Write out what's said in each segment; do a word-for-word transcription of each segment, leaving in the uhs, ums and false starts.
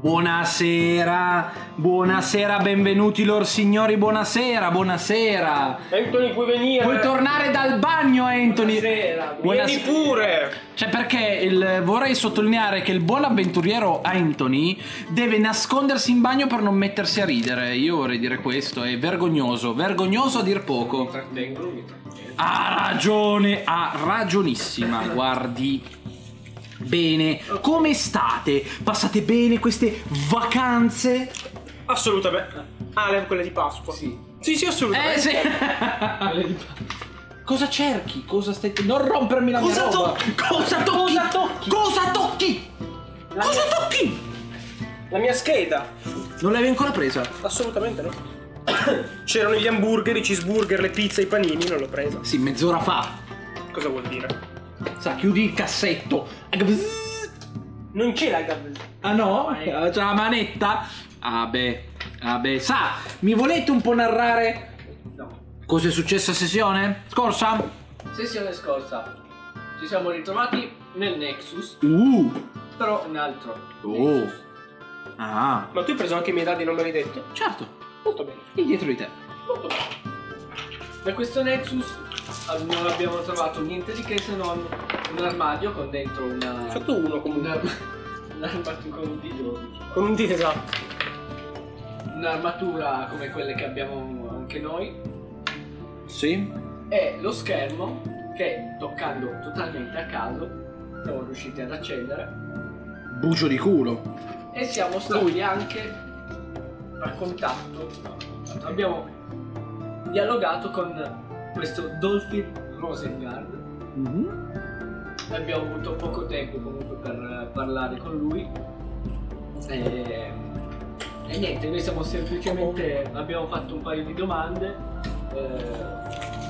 Buonasera, buonasera, benvenuti lor signori, buonasera, buonasera. Anthony, puoi venire? Puoi tornare dal bagno, Anthony. Buonasera, Buonasera. vieni pure. Cioè, perché il, vorrei sottolineare che il buon avventuriero Anthony deve nascondersi in bagno per non mettersi a ridere. Io vorrei dire questo, è vergognoso, vergognoso a dir poco. Mi trattengo, mi trattengo. Ha ragione, ha ragionissima, guardi. Bene, come state? Passate bene queste vacanze? Assolutamente. Ah, le- quelle di Pasqua. Sì. Sì, sì, assolutamente. Eh sì. Quelle di- Cosa cerchi? Cosa stai... Non rompermi la Cosa mia roba. tocchi? Cosa tocchi? Cosa tocchi? Cosa tocchi? La Cosa mia- tocchi? La mia scheda. Non l'avevi ancora presa? Assolutamente no. C'erano gli hamburger, i cheeseburger, le pizze, i panini, non l'ho presa. Sì, mezz'ora fa. Cosa vuol dire? Sa, chiudi il cassetto. Non c'è la gabbia. Ah no? C'è la manetta? Ah beh, ah beh. Sa, mi volete un po' narrare No. cosa è successo a sessione scorsa? Sessione scorsa ci siamo ritrovati nel Nexus, Uh. però un altro Oh. Nexus. Ah. Ma tu hai preso anche i miei dadi e non me l'hai detto? Certo. Molto bene. E dietro di te. Molto bene. Da questo Nexus ah, non abbiamo trovato niente di che se non un armadio con dentro una... Ho fatto uno comunque. Un'arma- un'armatura con un D dodici. Con un dito, esatto. Un'armatura come quelle che abbiamo anche noi. Sì. E lo schermo che, toccando totalmente a caso, siamo riusciti ad accendere. Bucio di culo. E siamo stati anche a contatto. Abbiamo dialogato con questo Dolphin Rosengard. Mm-hmm. Abbiamo avuto poco tempo comunque per parlare con lui. E, e niente, noi siamo semplicemente. Abbiamo fatto un paio di domande. eh,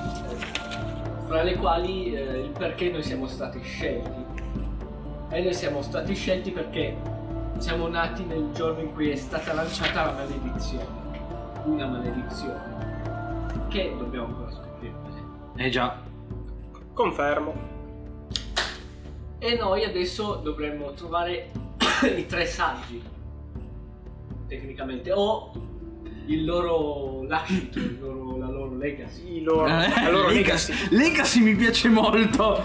fra le quali eh, il perché noi siamo stati scelti. E noi siamo stati scelti perché siamo nati nel giorno in cui è stata lanciata la maledizione. Una maledizione. Che dobbiamo ancora scoprire. Eh già. Confermo. E noi adesso dovremmo trovare i tre saggi. Tecnicamente. O il loro lascito, il loro, la loro legacy. I loro, la loro legacy. Legacy. Legacy mi piace molto.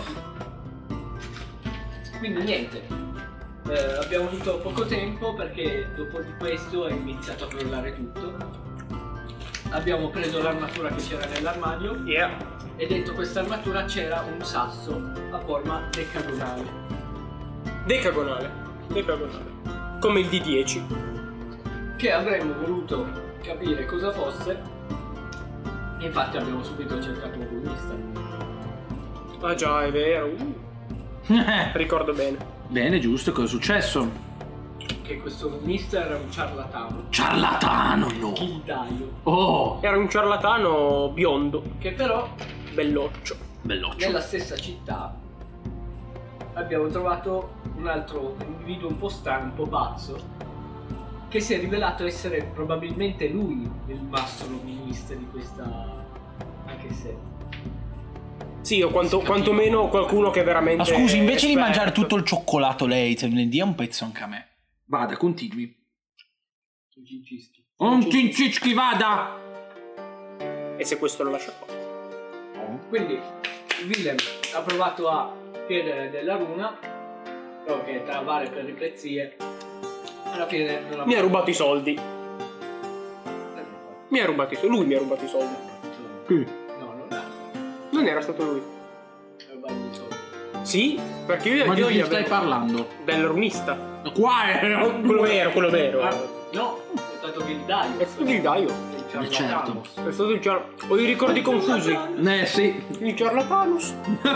Quindi niente. Eh, abbiamo avuto poco tempo perché dopo di questo è iniziato a crollare tutto. Abbiamo preso l'armatura che c'era nell'armadio Yeah. e dentro questa armatura c'era un sasso a forma decagonale. Decagonale. Decagonale. Come il D dieci. Che avremmo voluto capire cosa fosse. E infatti abbiamo subito cercato un runista. Ah già, è vero. Uh, ricordo bene. Bene, giusto, cosa è successo? Che questo runista era un ciarlatano. Ciarlatano, no. Ghidaio. Oh, Era un ciarlatano biondo, Che però belloccio. belloccio. nella stessa città abbiamo trovato un altro individuo un po' strano, un po' pazzo, che si è rivelato essere probabilmente lui il mastro runista di questa, anche se Sì, o quanto, quantomeno qualcuno che veramente. Ma scusi, invece di esperto. mangiare tutto il cioccolato lei, se ne dia un pezzo anche a me. Vada, continui. un cincischi. Un cincicchi, vada! E se questo lo lascia qua? Quindi Willem ha provato a chiedere della runa, però che tra varie peripezie alla fine non ha Mi ha rubato i soldi. Mi ha rubato i soldi. Lui mi ha rubato i soldi. No, non ha Non era stato lui. rubato i soldi. Sì, perché io, Ma di io chi gli stai avevo. parlando? Del runista. Qua è... Quello vero, quello vero. Ah, no, è stato Gildaio. È stato il Daio. Il Eh, certo. ciarlatano. È stato il ciar... Ho i ricordi confusi. Eh sì. Il ciarlatanus.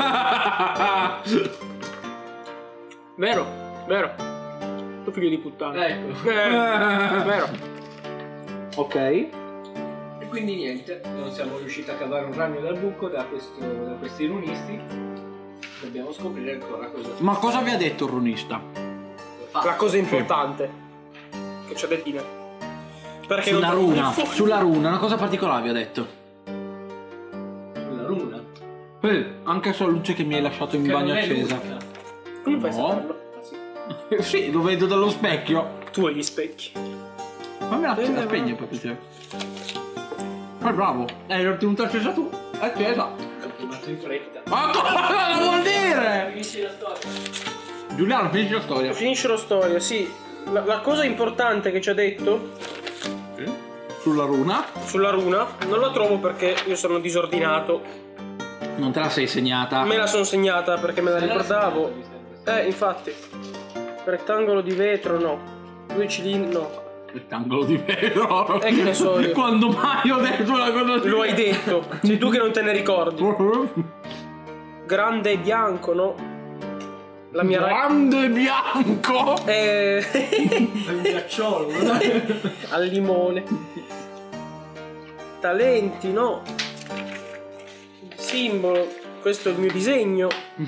Vero, vero. Sto figlio di puttana. Ecco. Eh, vero. Ok. E quindi niente, non siamo riusciti a cavare un ragno dal buco da, questo, da questi runisti. Dobbiamo scoprire ancora cosa. Ma cosa vi ha detto il runista? fa. La cosa importante che c'è da dire. Perché Sulla non- runa, sulla runa, una cosa particolare vi ha detto. Sulla runa. Eh, anche sulla luce che mi hai lasciato in Che bagno non è accesa. l'unica. Come fai a No. saperlo? Ah, sì. Sì, lo vedo dallo specchio. Tu e gli specchi. Fammi la, la spegni per piacere. Ma bravo. Hai ottenuto accesa tu. È accesa. Ho fatto in fretta. Ma cosa vuol dire? Finisci la storia. Giuliano, finisci la storia. Finisce la storia, sì. La, la cosa importante che ci ha detto Sì. Sulla runa. sulla runa non la trovo perché io sono disordinato. Non te la sei segnata. Me la sono segnata perché me la Se la ricordavo. segnata, mi sembra. Eh, infatti. Rettangolo di vetro, no. Due cilindri, no. Rettangolo di vetro. Eh, che ne so io. Quando mai ho detto una cosa Lo hai detto. Sei tu che non te ne ricordi. Grande e bianco, no? La mia ra- grande bianco. Eh, È un ghiacciolo. al limone. Talenti, no? Simbolo. Questo è il mio disegno.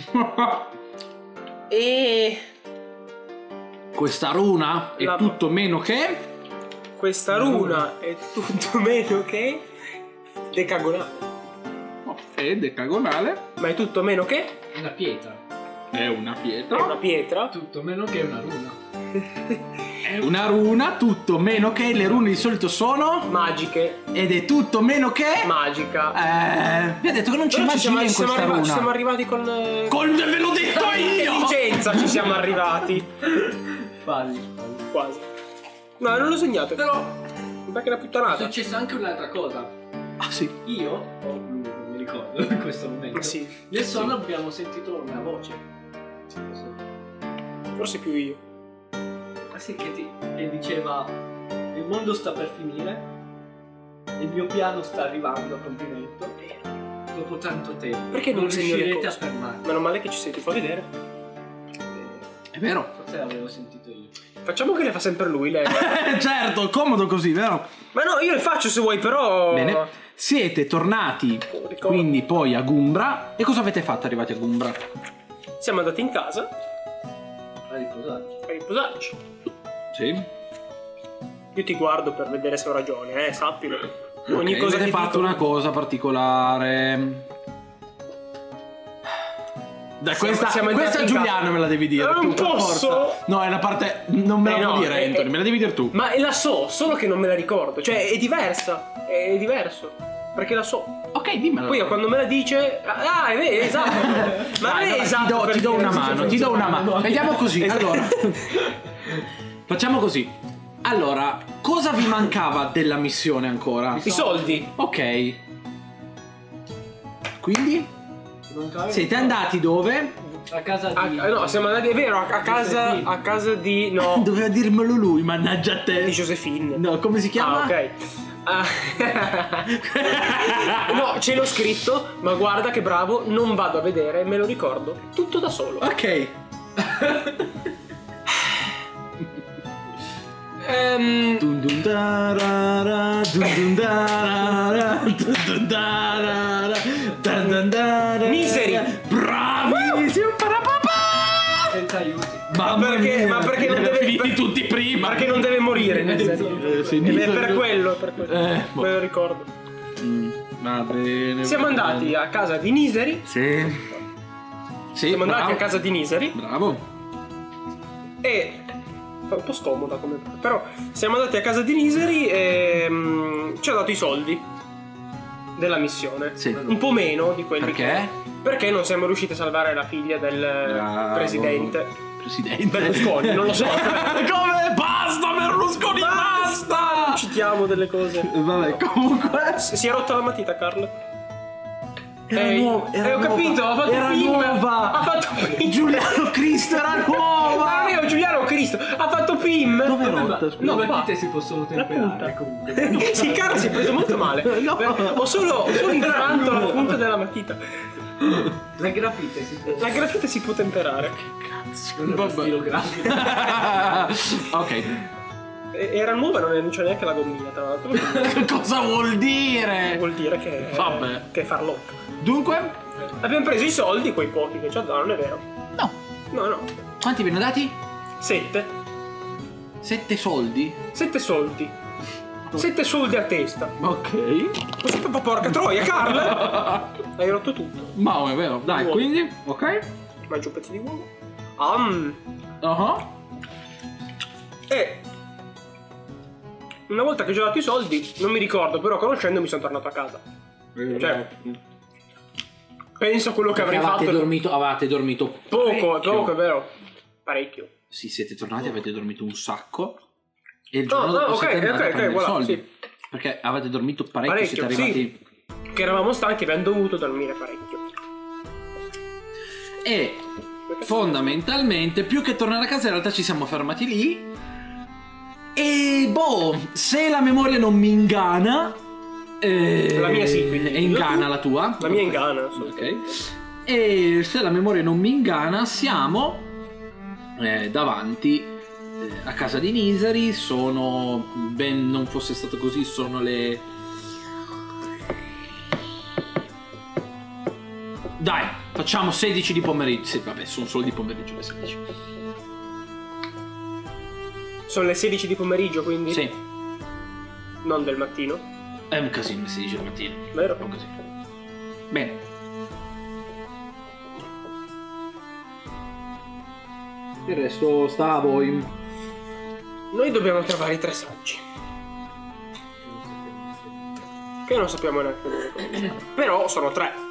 E Questa runa è La- tutto meno che questa runa è tutto meno che decagonale. oh, è decagonale. Ma è tutto meno che Una pietra. È una è pietra. una pietra. Tutto meno che una runa. È una runa, tutto meno che le rune di solito sono. Magiche. Ed è tutto meno che. Magica. Eh, vi ha detto che non c'è Però ci siamo, magia in ci siamo questa arrivati, ci runa. siamo arrivati con eh, Con ve l'ho detto io! intelligenza ci siamo arrivati. Quasi. Quasi. No, non l'ho segnato. Però Perché è una è puttanata. successa anche un'altra cosa. Ah sì. Io, o lui, non mi ricordo in questo momento. Sì. Nel sonno abbiamo sentito una voce. Sì, forse. Forse più io. Ah sì, che, ti, che diceva: il mondo sta per finire, il mio piano sta arrivando a compimento e dopo tanto tempo Perché non non segno le riuscirete a cose? fermarmi. Meno male che ci sei, ti fa vedere. È vero. Forse l'avevo sentito io. Facciamo che le fa sempre lui, lei. Certo, comodo così, vero? Ma no, io le faccio se vuoi, però. Bene. Siete tornati Ricordo. quindi poi a Gumbra. E cosa avete fatto arrivati a Gumbra? Siamo andati in casa A riposarci. per riposarci. Sì. Io ti guardo per vedere se ho ragione, eh, sappilo. Ogni Ok, cosa avete che fatto dico- una cosa particolare. Dai, Siamo- questa, siamo questa entrati in Giuliano me la devi dire. Eh, non tu, per posso. forza. No, è la parte. Non me la Eh, puoi no, dire, eh, Anthony, eh. me la devi dire tu. Ma la so, solo che non me la ricordo. Cioè, è diversa. È diverso. Perché la so. Ok, dimmela. Poi quando me la dice. Ah, è vero, esatto. Ma Dai, non è dai, esatto. ti do, ti perché- do una mano, ti do una mano. Vediamo così. Esatto. Allora, facciamo così. Allora, cosa vi mancava della missione ancora? I soldi. Ok. Quindi Mancava siete un- andati dove? a casa Ah, di. no, siamo andati, è vero, a, a casa. Giuseppina. A casa di. No. Doveva dirmelo lui, mannaggia a te. Di Josephine. No, come si chiama? Ah, ok. Ah. No, ce l'ho scritto, ma guarda che bravo, non vado a vedere, me lo ricordo tutto da solo. Ok. Ehm, Dun dun darara, dun dun darara, dun dun darara, dun dun darara. Miseri. Bravissimo, parapapà. Senza aiuti. Mamma perché- mia, ma perché non li abbiamo deve- finiti per- tutti prima. perché non deve morire nel senso. Eh, sì, Ed è Miseri. per quello, per quello. Eh, boh. Me lo ricordo. Mm, va bene. Siamo va andati bene. a casa di Niseri. Sì. Sì, Siamo andati bravo. a casa di Niseri Bravo. e fa un po' scomoda come. Però siamo andati a casa di Niseri e mm, ci ha dato i soldi della missione. Sì. Un po' meno di quelli. Perché? Perché non siamo riusciti a salvare la figlia del Bravo. presidente Presidente Berlusconi, non lo so. Come? Basta Berlusconi, basta! Citiamo delle cose. Vabbè, comunque. Si si è rotta la matita, Carl. Era Eh, nuova, era eh, ho nuova, capito, ha fatto era pim. nuova. Ha fatto pim. Giuliano Cristo era Ah, nuova. io, Giuliano Cristo, ha fatto pim. Dove è Ma rotta, scusa? No, le qua. matite si possono La temperare punta. comunque. Sì, Carl si è preso molto male. No. Ho solo, ho solo infranto la punta della matita. La grafite si può. La grafite si può temperare. Non è uno stilo grafico. Ok. E- Era nuova, non non c'è neanche la gommina, tra l'altro. Cosa vuol dire? Vuol dire che, Vabbè. che è farlocco. Dunque? Abbiamo preso i soldi, quei pochi che ci ha dato, non è vero? No. No, no. Quanti vi hanno dati? Sette. Sette soldi? Sette soldi. Sette soldi a testa. Ok. Ma porca troia, Carl! Hai rotto tutto. Ma è vero. Dai, Uovo. quindi? Ok. Mangio un pezzo di uovo. Am. Uh-huh. E una volta che ci ho dato i soldi, non mi ricordo, però conoscendomi sono tornato a casa. Cioè, penso a quello che avrei avete fatto. Dormito, avete dormito Poco, parecchio. poco, è vero. Parecchio. Sì, siete tornati, avete dormito un sacco. E il No, giorno no, dopo ok, siete andati ok, a ok, prendere i voilà, soldi. sì. Perché avete dormito parecchio, Parecchio, siete arrivati. sì. Che eravamo stanchi, abbiamo dovuto dormire parecchio. E fondamentalmente, più che tornare a casa, in realtà ci siamo fermati lì. E boh, se la memoria non mi inganna, eh, La mia sì, quindi. è ingana la tua. La mia ingana. Sì. Ok. E se la memoria non mi inganna, siamo eh, davanti eh, a casa di Nisari. Sono, ben non fosse stato così, sono le... Dai, facciamo sedici di pomeriggio. Sì, vabbè, sono solo di pomeriggio le sedici. Sono le sedici di pomeriggio, quindi? Sì, Non del mattino. è un casino le sedici del mattino. Vero? È un casino. Bene. Il resto sta a voi. Noi dobbiamo trovare i tre saggi. Che non sappiamo neanche noi. Però sono tre.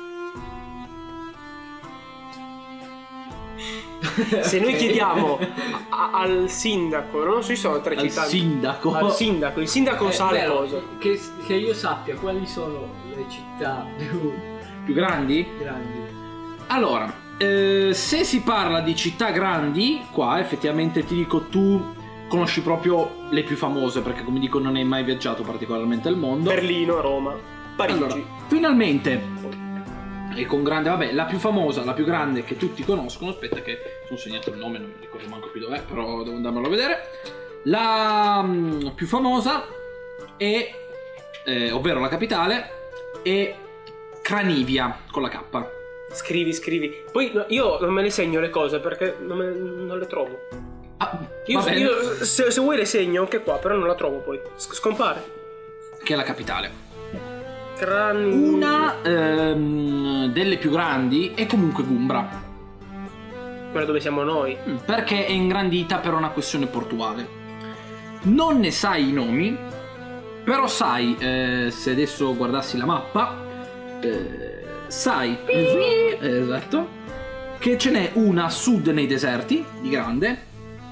Se noi chiediamo a- al sindaco, non so, ci sono tre Al città. sindaco. Al sindaco, il sindaco Eh, sa le vero, cose. Che, che io sappia quali sono le città più Più grandi? grandi. Allora, eh, se si parla di città grandi, qua effettivamente ti dico, tu conosci proprio le più famose, perché come dico non hai mai viaggiato particolarmente al mondo. Berlino, Roma, Parigi. Allora, finalmente, e con grande, vabbè, la più famosa, la più grande che tutti conoscono, aspetta che sono segnato il nome, non mi ricordo manco più dov'è, però devo andarmelo a vedere. La mm, più famosa è, eh, ovvero la capitale, è Cranivia, con la K. Scrivi, scrivi. Poi no, io non me le segno le cose perché non, me- non le trovo. Ah, Io, va bene. io se, se vuoi le segno anche qua, però non la trovo poi. S- scompare. Che è la capitale. Crani... Una ehm, delle più grandi è comunque Gumbra, Quella dove siamo noi. perché è ingrandita per una questione portuale. Non ne sai i nomi, però sai, eh, se adesso guardassi la mappa, eh, sai esatto che ce n'è una a sud nei deserti, di grande.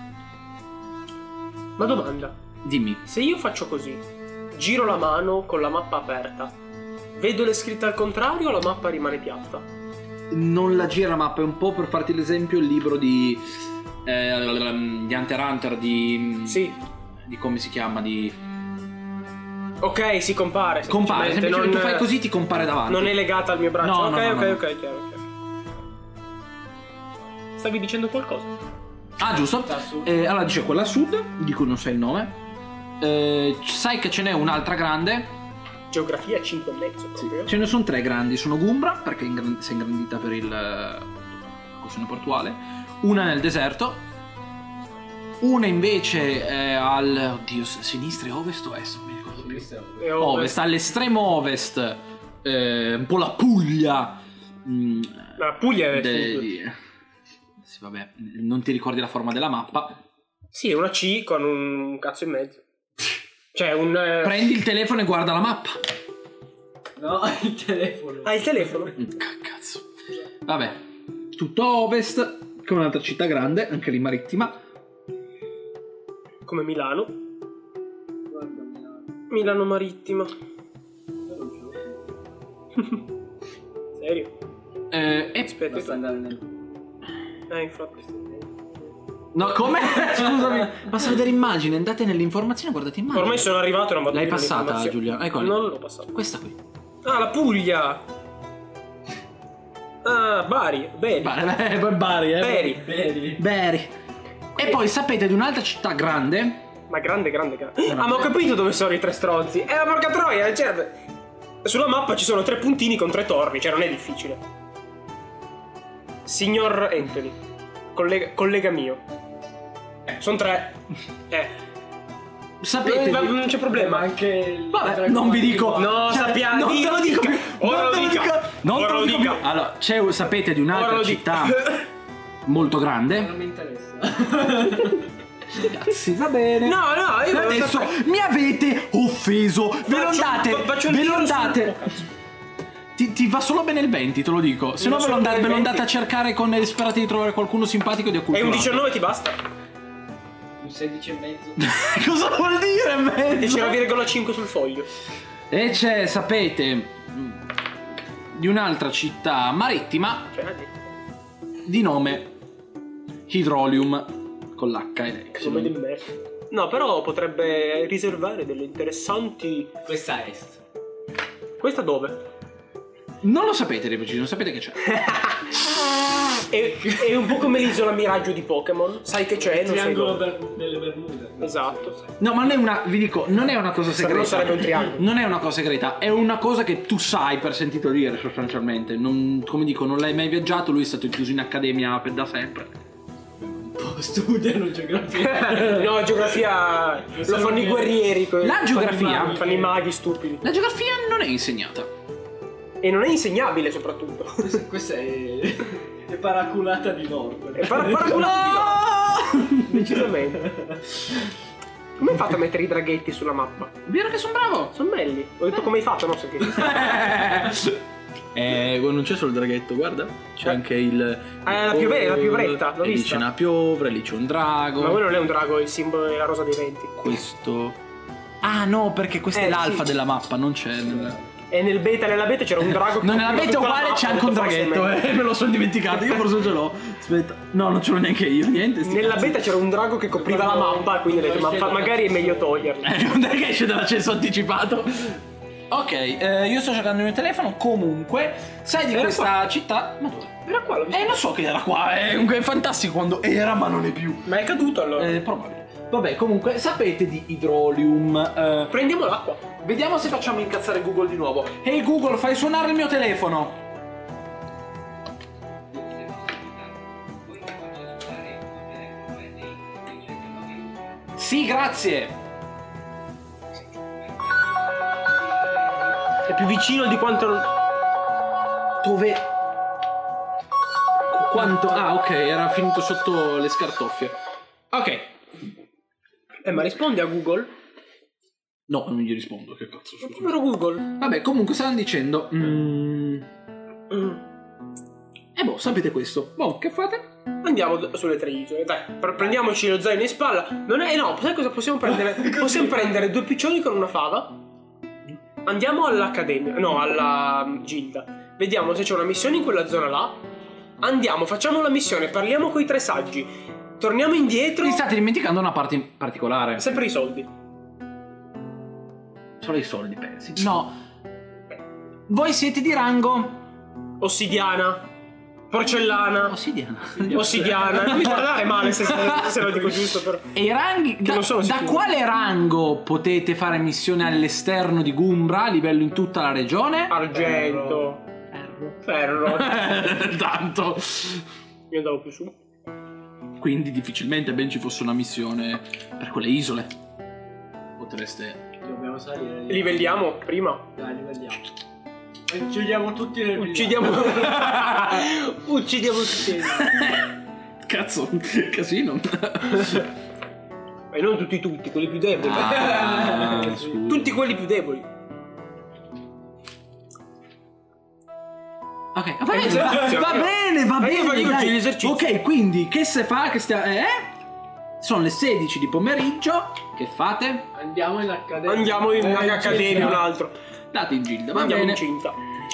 Ma domanda. Dimmi. Se io faccio così, giro la mano con la mappa aperta, vedo le scritte al contrario o la mappa rimane piatta? Non la gira la mappa, è un po' per farti l'esempio il libro di eh, di Hunter x Hunter, di Sì. di come si chiama, di Ok, si compare. compare, semplicemente, semplicemente tu non- fai così, ti compare davanti. Non è legata al mio braccio. No, ok, no, no, ok, no. ok, chiaro, chiaro. Stavi dicendo qualcosa? Ah, giusto. Sta a sud. Eh, allora dice quella a sud, di cui non sai il nome. Eh, sai che ce n'è un'altra grande. Geografia cinque e mezzo proprio. Ce ne sono tre grandi. Sono Gumbra, perché è ingran- si è ingrandita per il, la questione portuale. Una nel deserto. Una invece è al... Oddio, sinistra e ovest o est? Non mi ricordo più. E Ovest, all'estremo ovest. eh, un po' la Puglia. mm, La Puglia è de- sud. di- Sì, vabbè, non ti ricordi la forma della mappa. Sì, è una C con un cazzo in mezzo. Cioè un... eh, Prendi il telefono e guarda la mappa. No, il telefono. Ah, il telefono? Mm, ca- Cazzo. Vabbè, tutto a ovest, con un'altra città grande, anche lì marittima. Come Milano. Guarda, Milano. Milano marittima. Io non ce l'ho più. Serio? Eh, e... Aspetta. Basta andare nel... Eh, infatti. No, come? Scusami. Basta vedere immagini, andate nelle informazioni, guardate immagini. Ormai sono arrivato e non vado L'hai più passata, nell'informazione. Giulia? Eccola. Non l'ho passata. Questa qui. Ah, la Puglia! Ah, Bari, Beri. Bari, eh, Bari, eh. Beri. Beri. Bari. E poi sapete di un'altra città grande? Ma grande, grande, grande. Ah, ma ho capito dove sono i tre stronzi. Eh, la porca troia, cioè... Sulla mappa ci sono tre puntini con tre torri, cioè non è difficile. Signor Anthony, collega, collega mio. Eh, sono tre. Eh. Sapete Eh, va- di- non c'è problema. Ma anche il... Vabbè, non vi dico. No, Cioè, sappiamo. non te lo dico più. Ora non lo te lo dica. dico. Non Ora te lo lo dico dica. più. Allora, c'è, sapete di Ora un'altra lo città dico. molto Non grande? mi interessa. Ragazzi, va bene. No, no, io volevo adesso sapere- mi avete offeso. Ve lo Faccio- andate. fa- faccio il Ve lo tiro sul- andate. oh, cazzo. Ti, ti va solo bene il venti, te lo dico. Se no ve solo lo andate, bene ve il lo andate a venti. cercare con e sperate di trovare qualcuno simpatico di E acculturato. un diciannove ti basta? Un sedici e mezzo. Cosa vuol dire E mezzo? c'è la virgola cinque sul foglio. E c'è, sapete, di un'altra città marittima Cioè, vedi? di nome Hydrolium con l'H e l'X. Nome di merda. No, però potrebbe riservare delle interessanti. Questa è est. Questa dove? Non lo sapete di preciso, non sapete che c'è. È, è un po' come l'isola miraggio di Pokémon. Sai che c'è, non sai Triangolo dove. Ber- delle Bermude. Esatto. No, ma non è una, vi dico, non è una cosa Se no segreta. sarebbe un triangolo. Non è una cosa segreta, è una cosa che tu sai per sentito dire sostanzialmente. Non, come dico, non l'hai mai viaggiato, lui è stato chiuso in accademia per da sempre. Studiano geografia. No, geografia lo sono fanno i che- guerrieri. que- La fanno i geografia? maghi, Fanno i maghi stupidi. La geografia non è insegnata. E non è insegnabile soprattutto. Questa, questa è, è paraculata di nord. È para- paraculato di no. Decisamente. Come hai fatto a mettere i draghetti sulla mappa? Vero che sono bravo? Sono belli. Ho detto come hai fatto, no? Se Eh, non c'è solo il draghetto, guarda. C'è anche il. Eh, la più vera, la più vretta, l'ho e lì vista. c'è una piovra, lì c'è un drago. Ma quello non è un drago, è il simbolo della rosa dei venti. Questo. Ah no, perché questa Eh, è l'alfa sì. della mappa, non c'è. nel- E nel beta, nella beta c'era un drago. che Non nella copriva beta tutta la uguale mappa, c'è ho anche un detto, forse è draghetto, meglio. eh. Me lo sono dimenticato, io forse ce l'ho. Aspetta. No, non ce l'ho neanche io, niente. sti Nella cazzi. beta c'era un drago che copriva la mappa, quindi ho detto, ma fa- magari è meglio toglierlo. Eh, non è che esce dall'accesso anticipato. Ok, eh, io sto cercando il mio telefono. Comunque, sai di Era questa città? Ma dove? Era qua, l'ho visto. Eh, lo so che era qua. È, è fantastico quando era, ma non è più. Ma è caduto allora. Eh, probabile. Vabbè, comunque, sapete di Hydrolium. eh, Prendiamo l'acqua. Vediamo se facciamo incazzare Google di nuovo. Ehi Google, fai suonare il mio telefono. Sì, grazie. È più vicino di quanto non. Dove? Quanto? Ah, ok, era finito sotto le scartoffie. Ok. Eh, ma rispondi a Google? No, non gli rispondo, che cazzo. Ma scusa. povero Google. Vabbè, comunque stavano dicendo. Mm, Mm. eh boh, sapete questo. Boh, che fate? Andiamo d- sulle tre isole, dai, pre- prendiamoci lo zaino in spalla. Non è, no, sai cosa possiamo prendere? Possiamo prendere due piccioni con una fava. Andiamo all'accademia, no, alla mm, Gilda. Vediamo se c'è una missione in quella zona là. Andiamo, facciamo la missione, parliamo con i tre saggi. Torniamo indietro. Vi state dimenticando una parte in particolare. Sempre i soldi. Solo i soldi, pensi? No. Voi siete di rango Ossidiana. Porcellana. ossidiana. Ossidiana. Non mi guardare male se, se lo dico giusto, però. E i ranghi. Da, non sono da sicuro. quale rango potete fare missione all'esterno di Gumbra a livello in tutta la regione? Argento. Ferro. Ferro. Tanto. Io andavo più su. Quindi difficilmente ben ci fosse una missione per quelle isole. Potreste. Dobbiamo salire. Livelliamo prima. Dai, livelliamo. E uccidiamo tutti nel Uccidiamo. Uccidiamo tutti. Cazzo, casino. E non tutti tutti, quelli più deboli. Ah, scusa. Tutti quelli più deboli. Ok, va bene, Esercizio, va, va io- bene, va Ma io bene. voglio dai. gli esercizi. Ok, quindi che se fa? Che stia. Eh? Sono le sedici di pomeriggio. Che fate? Andiamo in accademia. Andiamo in Eh, accademia Gilda. un altro. Date in gilda, va Andiamo bene. incinta.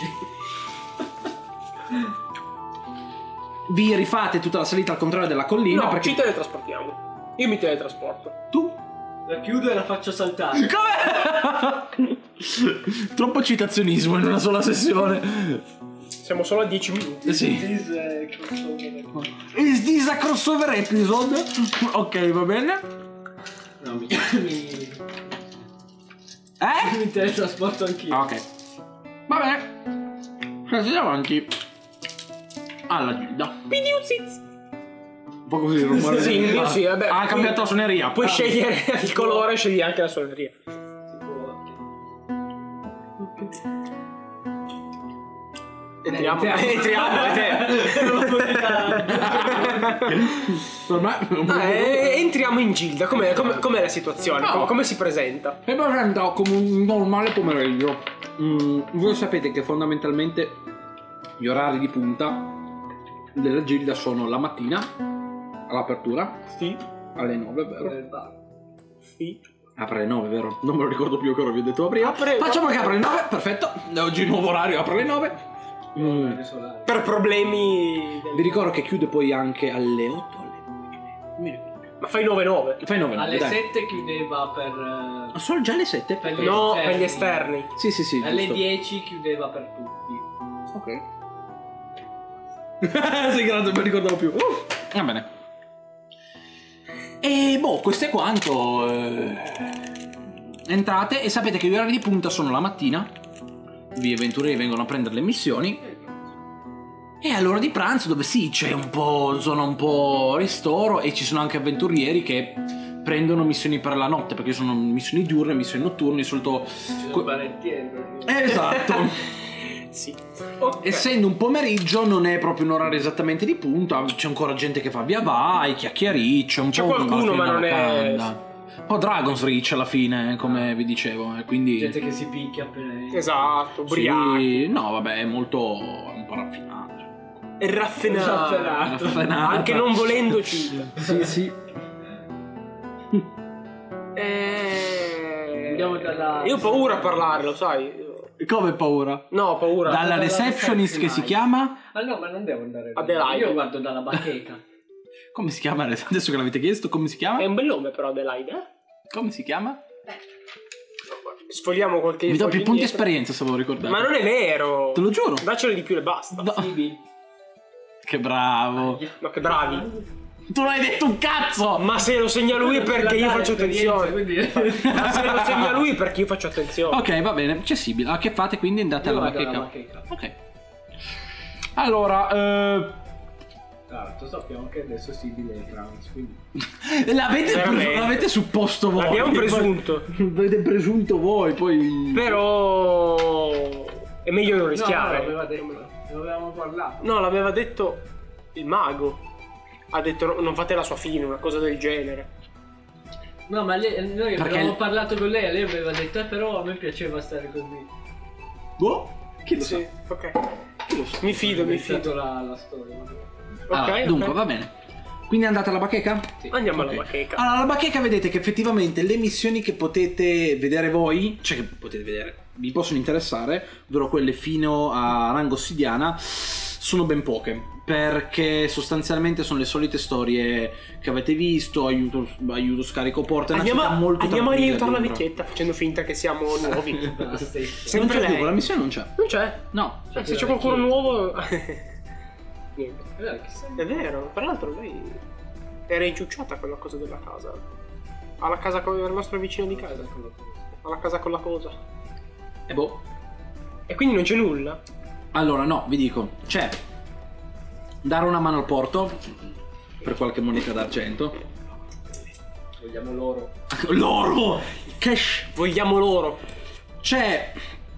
Vi rifate tutta la salita al contrario della collina. No, perché ci teletrasportiamo. Io mi teletrasporto. tu. La chiudo e la faccio saltare. Come? Troppo citazionismo in una sola sessione. Siamo solo a dieci minuti. Eh sì. This, eh, crossover. Is this a crossover episode? Ok, va bene. No, mi, mi, Eh? mi teletrasporto anch'io. Ah, ok. Va bene. Andiamo avanti. Alla gilda. Un po' così il rumore. Sì, Ah, sì, vabbè. Ha cambiato la suoneria. Puoi Ah. scegliere il colore, scegli anche la suoneria. Tipo, Entriamo, Eh, entriamo, Per me eh, entriamo in Gilda. Com'è, com'è, com'è la situazione? No. Come, come si presenta? E presenta come un normale pomeriggio. Mm, voi sapete che fondamentalmente gli orari di punta della Gilda sono la mattina all'apertura Sì. alle nove, vero? Nel bar. Sì. Apre alle nove, vero? Non me lo ricordo più che ora vi ho detto prima. Apre- Facciamo che apre alle nove, perfetto. Oggi il nuovo orario apre alle nove. Mm. Per problemi del- Vi ricordo che chiude poi anche alle otto, alle nove. Non mi ricordo più. Ma fai nove nove? Fai nove, Alle dai. sette chiudeva per... eh, Sono già le sette? Per gli No, esterni. per gli esterni. Sì, sì, sì. Alle giusto. dieci chiudeva per tutti. Ok. Sì, grazie, non mi ricordavo più. Va bene. E boh, questo è quanto. eh, Entrate e sapete che gli orari di punta sono la mattina. Vi avventurieri vengono a prendere le missioni. E all'ora di pranzo, dove sì, c'è un po' zona un po' ristoro. E ci sono anche avventurieri che prendono missioni per la notte, perché sono missioni diurne, missioni notturne, di solito. Ci sono que- parentieri. perché- Esatto. Sì. Ok. Essendo un pomeriggio non è proprio un orario esattamente di punta, c'è ancora gente che fa via vai, chiacchiericcio, un C'è po' qualcuno, alla fine ma non della è- locanda. Un po' Dragon's Reach alla fine, come vi dicevo, e quindi Gente che si picchia appena... Esatto, sì, ubriachi. no, vabbè, è molto un po' raffinato. È raffinato. Raffinato. Raffinato. Anche non volendoci. Sì, sì. Eh... Andiamo dalla... Io ho paura a parlare, lo sai. Come paura? No, ho paura. Dalla dalla receptionist che si receptionist. chiama? Ah no, ma non devo andare... Adelaide. Io guardo dalla bacheca. Come si chiama? Adesso che l'avete chiesto, come si chiama? È un bel nome però Adelaide, eh? Come si chiama? Sfogliamo qualche Vi do più foglio punti indietro. esperienza se ve lo ricordate. Ma non è vero. Te lo giuro. Daccelo di più e basta. No. Sibi. Che bravo. Ma che bravi. Tu non hai detto un cazzo! Ma se lo segna lui è perché io faccio attenzione. Quindi... Ma se lo segna lui è perché io faccio attenzione. Ok, va bene, accessibile. Ah, che fate quindi? Andate Io alla vado alla bacheca. bacheca. Ok. Allora, eh, Tra l'altro sappiamo che adesso Sibi è trans, quindi... l'avete, Veramente. l'avete supposto voi. L'abbiamo presunto. L'avete presunto voi, poi. Però è meglio non No, rischiare. no, l'aveva detto, ne avevamo parlato. No, l'aveva detto il mago. Ha detto no- non fate la sua fine, una cosa del genere. No, ma lei, noi Perché- avevamo parlato con lei e lei aveva detto, eh, però a me piaceva stare così. Boh? Chi lo sa? Sì, ok. Mi fido, mi fido. la, la storia. Ok, Allora, ok. dunque, va bene. Quindi andate alla bacheca? Andiamo Ok. alla bacheca. Allora, alla bacheca vedete che effettivamente le missioni che potete vedere voi, cioè che potete vedere, vi possono interessare, ovvero quelle fino a rango ossidiana, sono ben poche. Perché sostanzialmente sono le solite storie che avete visto, aiuto, aiuto scarico porta, è una Andiamo, città molto andiamo a tranquilla aiutare la dentro. vecchietta facendo finta che siamo nuovi. Non Sempre c'è più, lei. la missione non c'è. Non c'è. No. Eh, se c'è qualcuno nuovo. Niente. Eh, chissà. È vero, tra l'altro lei era inciucciata quella cosa della casa. Alla casa con la nostra vicina di casa. Alla casa con la cosa. E boh. E quindi non c'è nulla. Allora, no, vi dico, c'è dare una mano al porto per qualche moneta d'argento. Vogliamo loro. L'oro! Cash! Vogliamo loro. C'è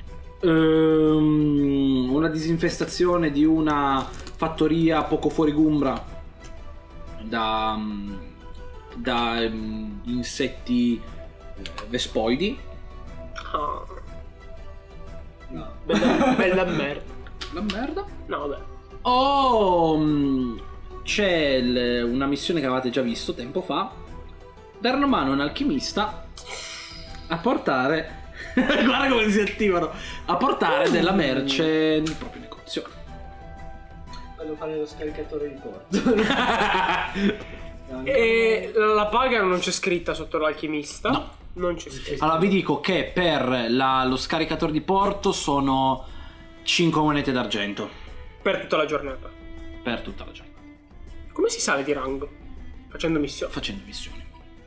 ehm, una disinfestazione di una fattoria poco fuori Gumbra da, mm, da mm, insetti eh, vespoidi. Ah, No. bella, bella merda. La merda. No, vabbè. Oh, mm, c'è il- una missione che avevate già visto tempo fa. Dare una mano a un alchimista a portare. Guarda come si attivano! A portare della merce nel proprio negozio. Voglio fare lo scaricatore di porto. No, E la paga non c'è scritta sotto l'alchimista? No. Non c'è scritta. Allora vi dico che per la- lo scaricatore di porto sono cinque monete d'argento Per tutta la giornata. per tutta la giornata, Come si sale di rango? Facendo missioni. facendo missioni.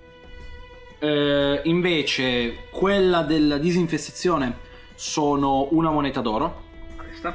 Eh, invece quella della disinfestazione sono una moneta d'oro. Questa.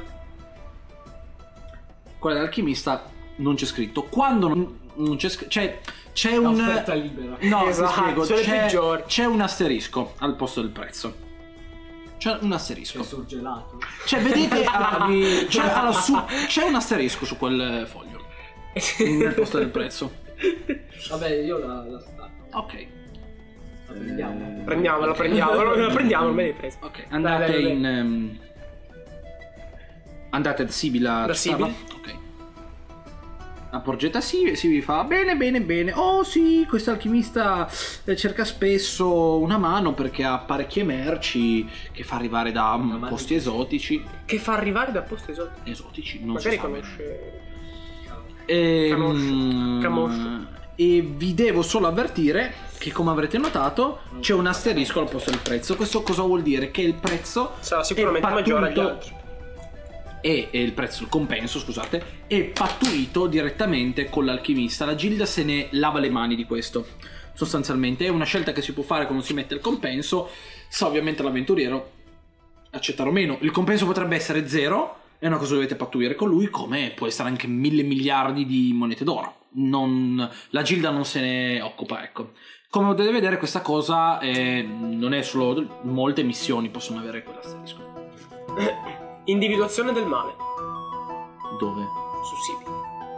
Quella dell'alchimista non c'è scritto. Quando non, non c'è scritto, cioè c'è un Offerta libera. no, ti Esatto, spiego, sono le c'è, peggiori. c'è un asterisco al posto del prezzo. C'è un asterisco. C'è surgelato. Cioè, vedete, ah, vi- c'è, allora, su- c'è un asterisco su quel foglio. Nel posto del prezzo. Vabbè, io la, la stacco. Ok. La prendiamo. Prendiamola, prendiamola, la prendiamo, non me l'hai presa. Ok, andate Dai, dai, dai. in... ehm, andate da Sibila. Da ci stava? Sibyl. Ok. Apporgete a Sibyl, Sibyl fa bene, bene, bene. Oh sì, questo alchimista eh, cerca spesso una mano perché ha parecchie merci che fa arrivare da mm, mano posti di- esotici. Che fa arrivare da posti esotici. Esotici, non Magari si sa. conosce. E, Camoscio. Camoscio. e vi devo solo avvertire che, come avrete notato, c'è un asterisco al posto del prezzo. Questo cosa vuol dire? Che il prezzo Sarà sicuramente è maggiore agli pattuito- altri. e, e il prezzo, il compenso, scusate, è pattuito direttamente con l'alchimista. La gilda se ne lava le mani di questo. Sostanzialmente è una scelta che si può fare quando si mette il compenso. Sa ovviamente l'avventuriero accettare o meno. Il compenso potrebbe essere zero, è una cosa che dovete pattuire con lui, come può essere anche mille miliardi di monete d'oro. Non, la gilda non se ne occupa, ecco. Come potete vedere, questa cosa è, non è solo, molte missioni possono avere quell'asterisco. Individuazione del male. Dove? Su Sibyl.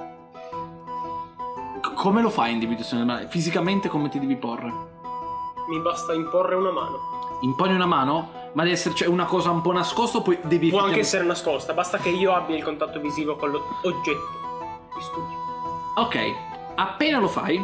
C- come lo fai individuazione del male? Fisicamente come ti devi porre? Mi basta imporre una mano. Imponi una mano? Ma deve essere, cioè, una cosa un po' nascosta, poi devi... Può anche effettivamente- essere nascosta, basta che io abbia il contatto visivo con l'oggetto di studio. Ok, appena lo fai,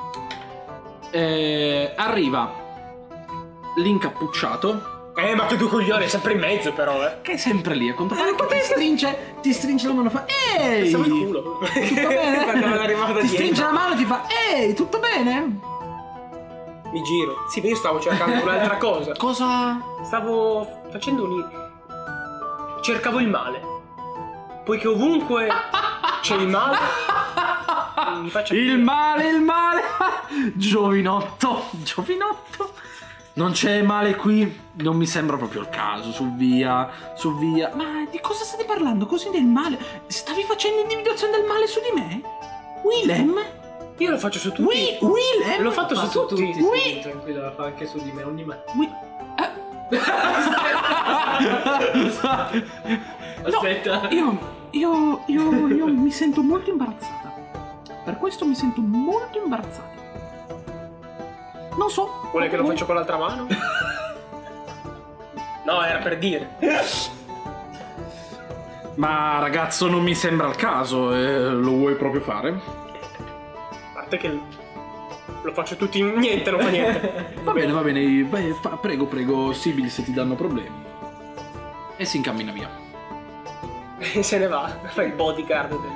eh, arriva l'incappucciato, Eh, ma che due coglioni, è sempre in mezzo però, eh. che è sempre lì, a quanto pare, che ti stringe, ti stringe la mano e fa ehi! Stavo il culo. Tutto bene? Quando me l'arrivata Ti dietro. stringe la mano e ti fa ehi, tutto bene? Mi giro. Sì, ma io stavo cercando un'altra cosa. Cosa? Stavo facendo un... Cercavo il male. Poiché ovunque c'è il male, mi faccio... Il male, il male! Giovinotto, giovinotto. Non c'è male qui, non mi sembra proprio il caso, su via, su via. Ma di cosa state parlando? Così del male? Stavi facendo individuazione del male su di me? Willem? Io lo faccio su tutti. Wi- Willem? L'ho fatto su Fatto tutti. tutti, Ui. sì, tranquillo, la fa anche su di me ogni mattina. Wi- Aspetta. No, io, io, io, io mi sento molto imbarazzata. Per questo mi sento molto imbarazzata. Non so. Vuole che lo faccio con l'altra mano? No, era per dire. Ma ragazzo, non mi sembra il caso. eh, lo vuoi proprio fare? A parte che lo faccio tutti in... Niente, non fa niente. Va bene, va bene. vai, fa- prego, prego, Sibyl, se ti danno problemi. E si incammina via. E se ne va. Fa il bodyguard del...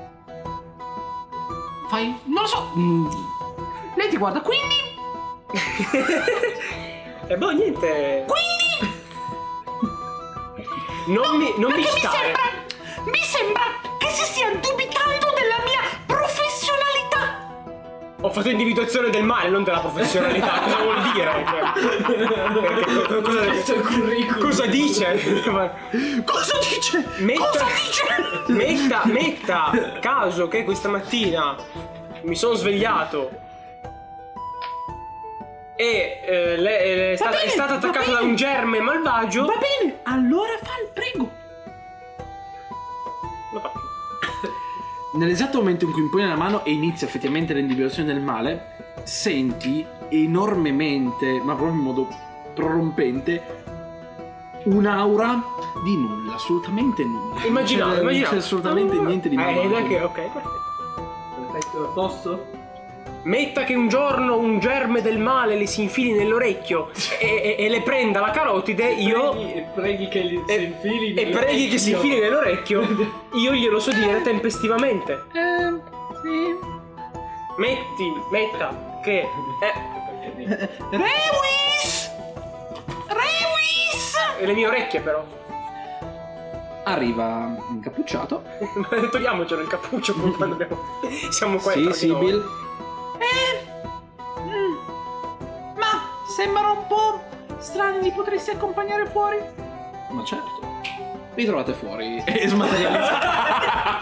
Fai? Non lo so. mm, Lei ti guarda, quindi? E boh, niente. Quindi? Non mi, non mi Perché mi stare. sembra, mi sembra che si stia dubitando della mia professionalità. Ho fatto individuazione del male, non della professionalità. Cosa vuol dire? Cioè, perché, cosa, Questo è il curriculum. cosa dice? Cosa dice? Metta, Cosa dice? metta, metta caso che questa mattina mi sono svegliato e eh, le- è, Va stata, bene, è stata va attaccata da bene. un germe malvagio. Va bene, allora fa, prego. Lo faccio. Nell'esatto momento in cui imponi la mano e inizia effettivamente l'individuazione del male, senti enormemente, ma proprio in modo prorompente, un'aura di nulla, assolutamente nulla. Immaginavo, non c'è, immaginavo. non c'è assolutamente niente di Eh, magico. ed è che- ok, perfetto. Perfetto, posso? Metta che un giorno un germe del male le si infili nell'orecchio e, e- e le prenda la carotide, io... Preghi, e preghi che li, si E, infili e preghi che si nell'orecchio. infili nell'orecchio, io glielo so dire tempestivamente. Eh, sì. Metti, metta che... Eh, Rewis! Rewis! e le mie orecchie però. Arriva incappucciato. Togliamocelo il cappuccio poi quando abbiamo... Siamo qua Sì, tra di sì, noi. Bill. Eh, mm, ma sembrano un po' strani, li potresti accompagnare fuori? Ma certo. Vi trovate fuori e smaterializzate.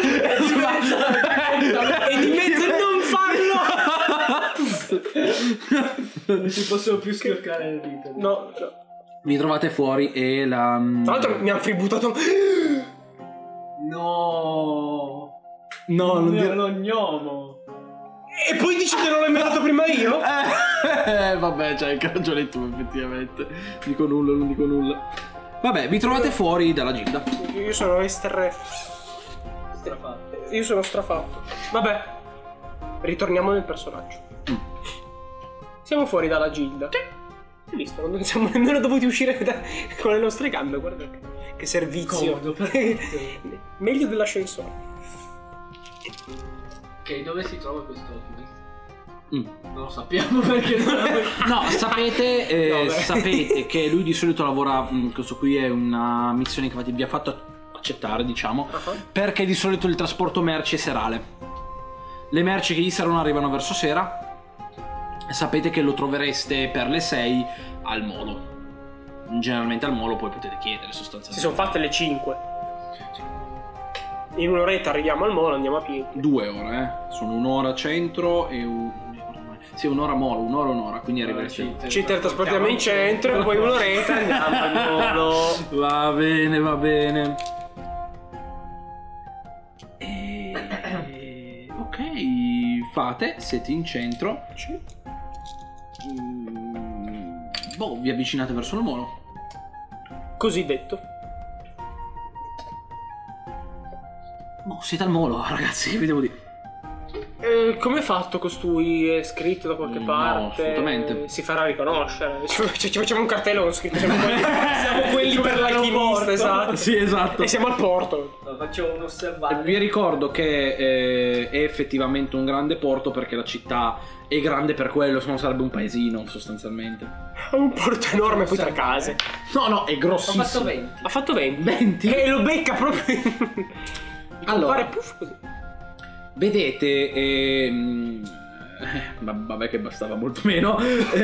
E di mezzo non farlo! Non si possono più schioccare le dita. No, no. Vi trovate fuori e la... Tra l'altro mi hanno fributtato. No. No, non dire... lo gnomo. E poi dici che non l'hai mandato prima io? Eh, vabbè, c'hai anche ragione tu, effettivamente. Dico nulla, non dico nulla. Vabbè, vi trovate fuori dalla gilda. Io sono estre. Strafatto. Io sono strafatto. Vabbè, ritorniamo nel personaggio. Mm. Siamo fuori dalla gilda. Hai visto? Non siamo nemmeno dovuti uscire da... con le nostre gambe. Guarda che, che servizio. Comodo, perfetto. Meglio dell'ascensore. Ok, dove si trova questo Alchemist? Mm. Non lo sappiamo perché non No, sapete, eh, No, beh. sapete che lui di solito lavora. Mh, questo qui è una missione che vi ha fatto accettare, diciamo. Uh-huh. Perché di solito il trasporto merci è serale. Le merci che gli servono arrivano verso sera. Sapete che lo trovereste per le sei al molo. Generalmente al molo poi potete chiedere Si sostanzialmente. sono fatte le cinque. In un'oretta arriviamo al molo, andiamo a piedi. Due ore, eh. Sono un'ora centro e un... non mi ricordo mai. Sì, un'ora molo, un'ora un'ora, quindi arriverete. Ci trasportiamo in centro e poi un'oretta andiamo al molo. Va bene, va bene. E... ok, fate, siete in centro. Mm, boh, vi avvicinate verso il molo. Così detto. Boh, siete al molo, ragazzi, vi devo dire. Eh, come è fatto costui? È scritto da qualche No, parte? assolutamente. Si farà riconoscere. Ci, ci facciamo un cartello con scritto. Siamo quelli, siamo quelli per l'alchimista, esatto. Sì, esatto. E siamo al porto. No, faccio un osservare. Vi ricordo che eh, è effettivamente un grande porto perché la città è grande per quello, se no sarebbe un paesino sostanzialmente. Ha un porto enorme, poi tre case. No, no, è Ho grossissimo. fatto venti. Ha fatto venti. venti? E lo becca proprio. Allora, Fare puff così. vedete, ehm, eh, vabbè che bastava molto meno.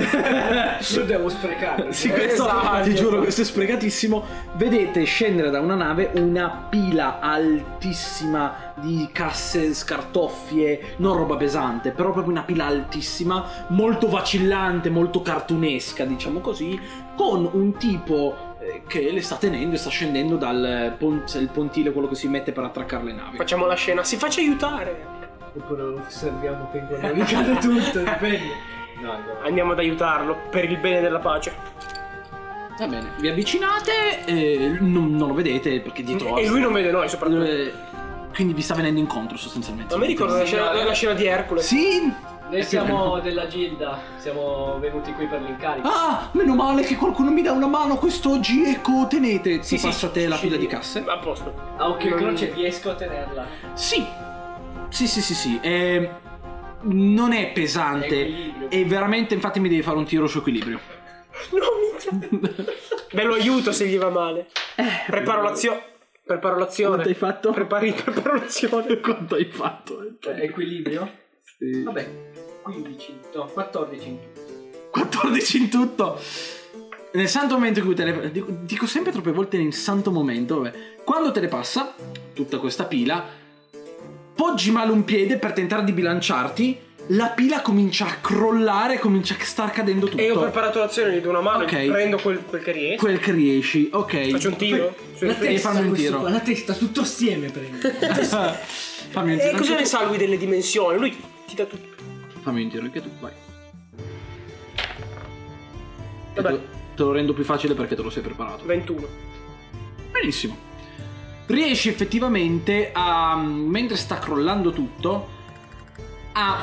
Lo devo sprecare. Sì, questo, Esatto. ti giuro, questo è sprecatissimo. Vedete scendere da una nave una pila altissima di casse, scartoffie, non roba pesante, però proprio una pila altissima, molto vacillante, molto cartunesca, diciamo così, con un tipo eh, che le sta tenendo e sta scendendo dal pont- il pontile, quello che si mette per attraccare le navi. Facciamo la scena. Si faccia aiutare. Oppure lo osserviamo fin quando ricade tutto, dipende. No, no. Andiamo ad aiutarlo per il bene della pace. Va bene, vi avvicinate, eh, non, non lo vedete perché dietro... E lui non vede noi, soprattutto. Eh, quindi vi sta venendo incontro sostanzialmente. A me ricorda la scena, la scena di Ercole. Sì! Noi siamo della Gilda, siamo venuti qui per l'incarico. Ah, meno male che qualcuno mi dà una mano quest'oggi, ecco, tenete. Sì, Ti sì, passate la sì, pila sì. di casse. A posto. Ah, ok, Non- croce, riesco a tenerla. Sì, sì, sì, sì, sì. Eh, non è pesante. Equilibrio. E veramente, infatti, mi devi fare un tiro su equilibrio. No, minchia. Ve lo aiuto se gli va male. Preparo l'azione. Preparo l'azione. Quanto hai fatto? Prepari, preparo l'azione. Quanto hai fatto? Cioè, equilibrio? Sì. Vabbè, quindici, no, quattordici in tutto. quattordici in tutto. Nel santo momento in cui te le... Dico, dico sempre troppe volte nel santo momento, vabbè. Quando te le passa tutta questa pila, poggi male un piede per tentare di bilanciarti, la pila comincia a crollare, comincia a star cadendo tutto. E io ho preparato l'azione, gli do una mano, Ok. gli prendo quel, quel che riesco. Quel che riesci, ok. Faccio un tiro. Sui La riflessi. fammi un questo tiro. qua, la testa, tutto assieme prende. Fammi un E tiro. cosa anche ne tu. sa lui delle dimensioni? Lui ti dà tutto. Fammi un tiro anche tu, vai. Vabbè. Te, te lo rendo più facile perché te lo sei preparato. ventuno. Benissimo. Riesci effettivamente a, mentre sta crollando tutto, a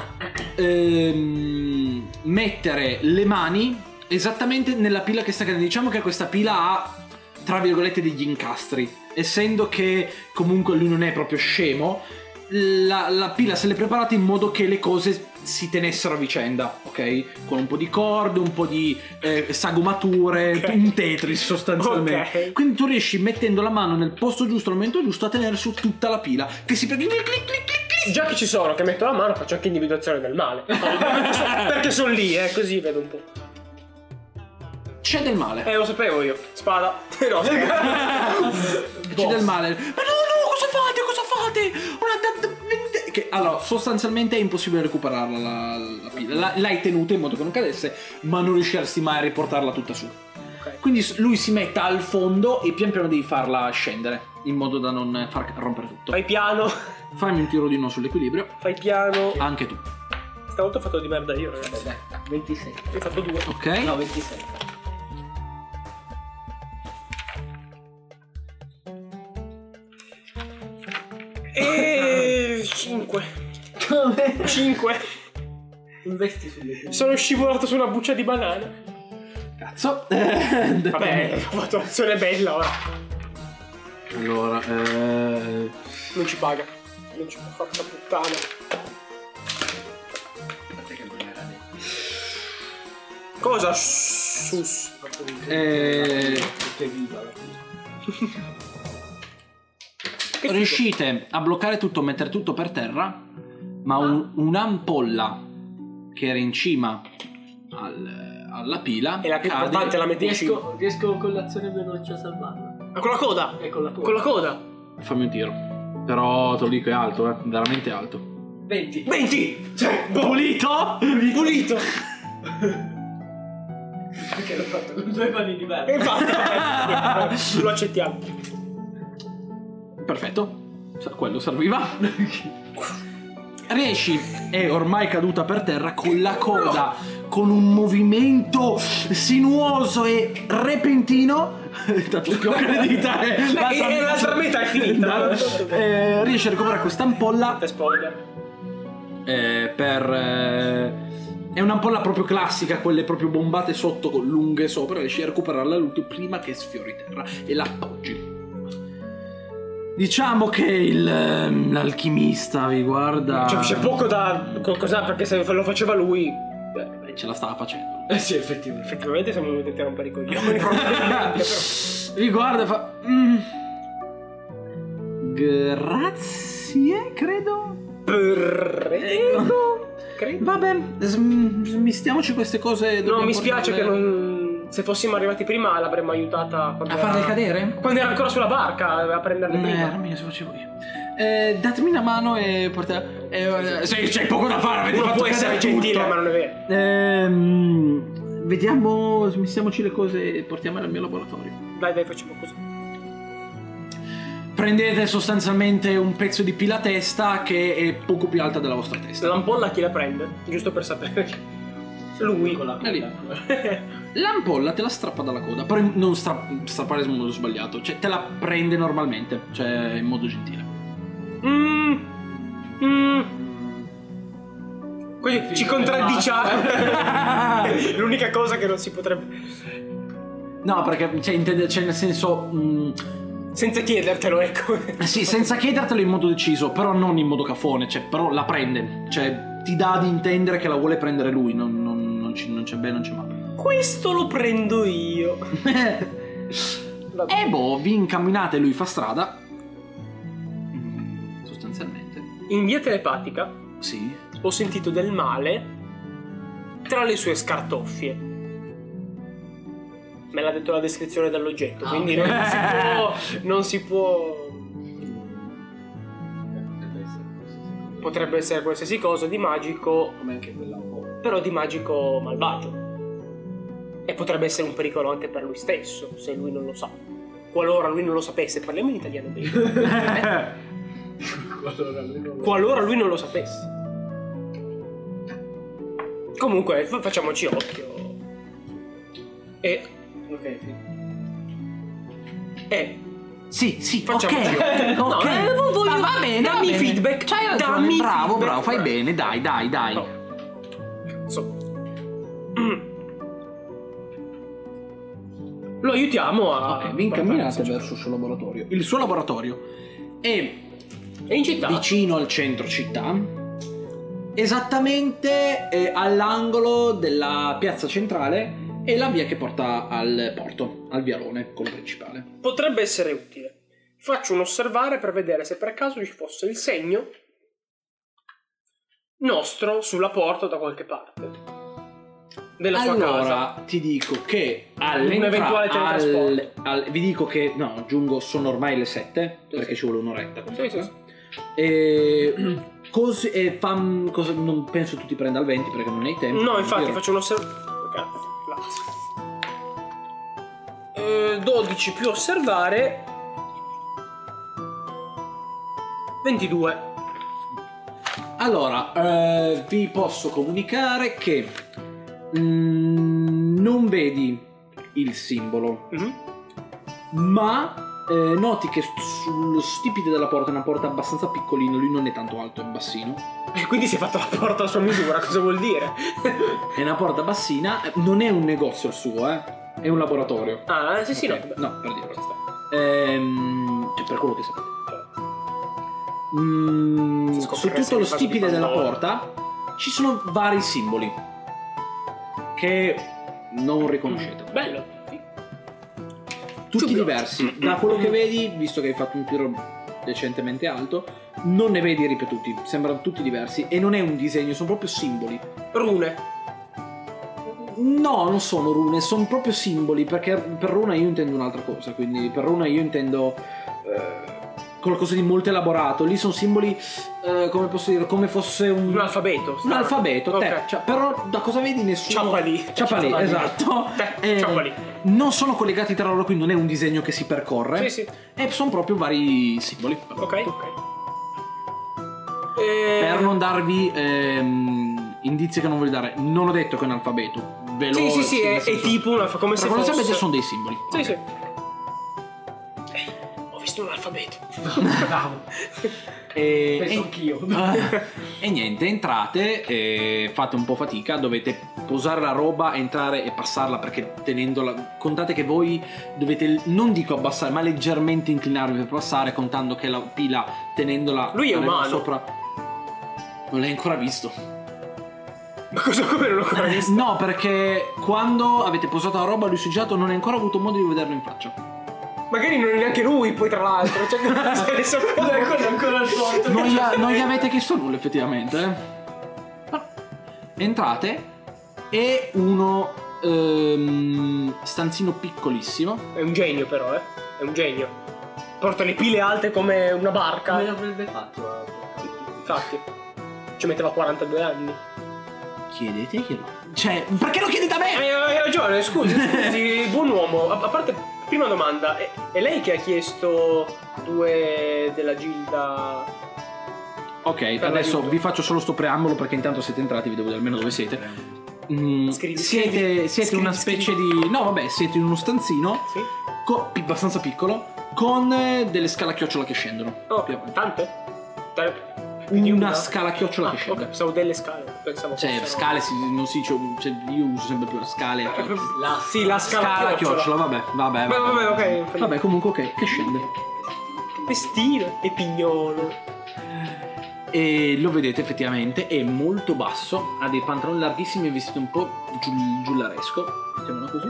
ehm, mettere le mani esattamente nella pila che sta cadendo. Diciamo che questa pila ha, tra virgolette, degli incastri. Essendo che comunque lui non è proprio scemo, la, la pila se l'è preparata in modo che le cose si tenessero a vicenda, ok? Con un po' di corde, un po' di eh, sagomature, Ok. un Tetris sostanzialmente. Ok. Quindi tu riesci, mettendo la mano nel posto giusto, al momento giusto, a tenere su tutta la pila, che si prende clic clic clic clic clic. Già che ci sono, che metto la mano, faccio anche individuazione del male. Perché sono lì, eh, così vedo un po'. C'è del male. Eh, lo sapevo io. Spada. No, C'è del male. Ma no, no, cosa fate? Cosa fate? Una da- da- che, allora, sostanzialmente è impossibile recuperarla la, la pila. La- l'hai tenuta in modo che non cadesse, ma non riusciresti mai a riportarla tutta su. Ok. Quindi lui si metta al fondo e pian piano devi farla scendere, in modo da non far rompere tutto. Fai piano. Fammi un tiro di no sull'equilibrio. Fai piano. Anche tu. Stavolta ho fatto di merda io, ragazzi. Vabbè, ventisei. Hai fatto due. Ok. No, ventisei. E cinque. Come? cinque. Investi sulle Sono scivolato su una buccia di banana. Cazzo. Vabbè, ho fatto un'azione bella ora. Allora, eh... Non ci paga. Non ci fa porca puttana. Cosa? Sus. eh... Che viva la Che riuscite a bloccare tutto, mettere tutto per terra, ma un- un'ampolla che era in cima al- alla pila E la più cade. importante la metti in cima. riesco, riesco con l'azione veloce a salvarla. Ma con la coda. E con la Con la coda. Fammi un tiro. Però te lo dico, è alto, eh, veramente alto. venti. venti. Cioè, Pulito? pulito. Perché l'ho fatto con due mani diverse. E infatti, lo accettiamo. Perfetto. Sa- Quello serviva. Riesci, è ormai caduta per terra con la coda, con un movimento sinuoso e repentino. Tanto che ho credita, eh. E l'altra metà è finita. Eh, riesci a recuperare questa ampolla Spoiler. eh, per eh, è un'ampolla proprio classica, quelle proprio bombate sotto con lunghe sopra. Riesci a recuperarla all'ultimo prima che sfiori terra e la appoggi. Diciamo che il ehm, l'alchimista vi guarda. Cioè, c'è poco da. Cos'è? Perché se lo faceva lui. Beh, ce la stava facendo. Eh sì, effettivamente. Effettivamente siamo venuti a tirare un po' di coglioni. Probabilmente, però. Vi guarda e fa. "Mm, grazie, credo. Prego. Credo. Vabbè, sm- smistiamoci queste cose. No, dobbiamo mi spiace che portarle- non. Se fossimo arrivati prima l'avremmo aiutata. Quando A era- farle cadere? Quando era ancora sulla barca, a prenderle Eh, prima. era meglio se facevo io. Eh, datemi una mano e portate. Eh, eh, se c'è poco da fare, avete Uno fatto può essere cadere gentile, tutto. ma non è vero. Ehm, vediamo, smistiamoci le cose e portiamole al mio laboratorio. Dai, dai, facciamo così. Prendete sostanzialmente un pezzo di pila testa che è poco più alta della vostra testa. L'ampolla chi la prende? Giusto per sapere. Lui. Con la È lì. L'ampolla te la strappa dalla coda, però non stra- strappare in modo sbagliato, cioè te la prende normalmente, cioè in modo gentile. Mm. Mm. Quindi ci contraddiciamo. L'unica cosa che non si potrebbe. No, perché cioè, intende, cioè nel senso. mh, Senza chiedertelo, ecco. sì, senza chiedertelo in modo deciso, però non in modo cafone, cioè, però la prende, cioè ti dà di intendere che la vuole prendere lui, non, non, non, ci- non c'è bene, non c'è male. Questo lo prendo io. E boh, vi incamminate, lui fa strada. Mm, sostanzialmente. In via telepatica Sì. ho sentito del male tra le sue scartoffie. Me l'ha detto la descrizione dell'oggetto, Ah, quindi ok. non si può. Non si può. Potrebbe essere qualsiasi cosa di magico, Come anche quella un po'. però di magico malvagio. E potrebbe essere un pericolo anche per lui stesso, se lui non lo sa. Qualora lui non lo sapesse, parliamo in italiano bene. Allora, lui non lo- Qualora lui non lo sapesse. Comunque, fa- facciamoci occhio. E. Ok, sì. E. Sì, sì, Facciamo ok. così. Ok. No, eh, voglio- va, va bene, va dammi bene. feedback, C'hai ragione, dammi bravo, feedback. bravo, fai bene, dai, dai, dai. No. Cazzo. Lo aiutiamo a. Ok, vi incamminate verso il suo laboratorio. Il suo laboratorio è È in città. vicino al centro città, esattamente eh, all'angolo della piazza centrale e la via che porta al porto, al vialone, quello principale. Potrebbe essere utile. Faccio un osservare per vedere se per caso ci fosse il segno nostro sulla porta da qualche parte della sua allora, casa. ti dico che Un eventuale all'entrata teletrasporto. al, al- vi dico che no, aggiungo, sono ormai le sette perché ci vuole un'oretta. Sì, sì, sì. E così e fa, cosa, non penso tu ti prenda al venti perché non hai tempo. No, quindi infatti io- faccio un osservare. Grazie. eh, dodici più osservare. ventidue. Allora, eh, vi posso comunicare che mm, non vedi il simbolo, Mhm. ma eh, noti che sullo stipite della porta, è una porta abbastanza piccolina, lui non è tanto alto, è bassino. E quindi si è fatto la porta a sua misura, cosa vuol dire? È una porta bassina, eh, non è un negozio il suo, eh, è un laboratorio. Ah, sì, sì, Ok, no. no, per dire. Ehm, cioè, per quello che sapete. Mm, su Scoprire se tutto lo è in fase di stipite della Pandora. porta ci sono vari simboli che non riconoscete. Bello. Tutti Subito. diversi. Da quello che vedi, visto che hai fatto un tiro decentemente alto, non ne vedi ripetuti. Sembrano tutti diversi. E non è un disegno, sono proprio simboli. Rune. No, non sono rune, sono proprio simboli. Perché per runa io intendo un'altra cosa. Quindi per runa io intendo eh, qualcosa di molto elaborato. Lì sono simboli, eh, come posso dire, come fosse un, Un alfabeto. un alfabeto. Ok. Te, cioè, però da cosa vedi nessuno. Ciappalì. Ciappalì, Ciappalì. esatto. Te, Eh, ciappalì. Non sono collegati tra loro, quindi non è un disegno che si percorre. Sì, sì. E sono proprio vari simboli. Ok, ok. Eh, Per non darvi ehm, indizi che non voglio dare, non ho detto che è un alfabeto. Ve lo Sì, sì, sì, nel è, è senso- tipo un alfabeto, come se Però come fosse... sapete sono dei simboli. Sì, Ok. sì. Eh, ho visto un alfabeto. Bravo. E, Penso e- anch'io. e niente, entrate e fate un po' fatica, dovete posare la roba, entrare e passarla perché tenendola, contate che voi dovete, non dico abbassare, ma leggermente inclinarvi per passare, contando che la pila tenendola Lui è avendo umano. sopra. Non l'hai ancora visto? Ma cosa, come non l'ho ancora visto? No, perché quando avete posato la roba lui si è girato, non hai ancora avuto modo di vederlo in faccia. Magari non è neanche lui, poi tra l'altro. Cioè, se ne so Non è ancora, ancora il torto. Non gli, non gli avete chiesto nulla effettivamente. eh. Ah. Entrate e uno ehm, stanzino piccolissimo. È un genio però, eh. È un genio. Porta le pile alte come una barca. Come l'avrebbe fatto? Infatti. Ci metteva quarantadue anni. Chiedeteglielo. Cioè, perché lo chiedete a me? Hai, hai ragione, scusi, scusi, buon uomo. A, a parte, prima domanda, è, è lei che ha chiesto due della gilda? Ok, Per adesso l'aiuto. vi faccio solo sto preambolo perché intanto siete entrati, vi devo dire almeno dove siete. Mm, Scrivi, siete scrivi, siete scrivi, una specie di... No, vabbè, siete in uno stanzino Sì. co- pi- abbastanza piccolo con eh, delle scala a chiocciola che scendono. Oh, Più avanti. tante? Te- più di Una scala a chiocciola Ah, che scende. ok, pensavo delle scale. Pensavo Cioè, fossero- scale, si, non si dice, cioè, io uso sempre più le scale a chiocciola. La Sì, la scala, Scala a chiocciola, vabbè, vabbè, Beh, vabbè, ok. Vabbè, comunque ok, che scende. Pestino e pignolo. E lo vedete effettivamente, è molto basso, ha dei pantaloni larghissimi e vestito un po' giul- giullaresco, mettiamolo così.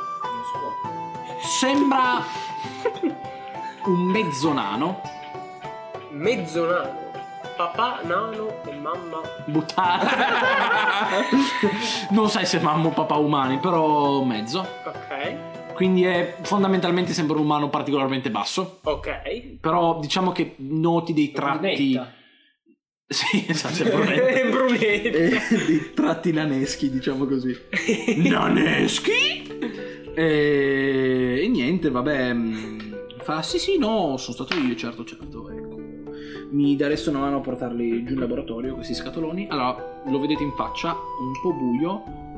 Sembra un mezzo nano. Mezzo nano. Papà nano e mamma. Buttare. Non sai se mamma o papà umani, però mezzo. Ok. Quindi è fondamentalmente sembra un umano particolarmente basso. Ok. Però diciamo che noti dei tratti. Brunetta. Sì, esatto, è brunetta. E brunetta. Eh, dei tratti naneschi, diciamo così. Naneschi? E, e niente, vabbè. mh, Fa sì, sì, no, sono stato io, certo, certo. Ecco. Mi dareste una mano a portarli giù in laboratorio, questi scatoloni. Allora, lo vedete in faccia, un po' buio.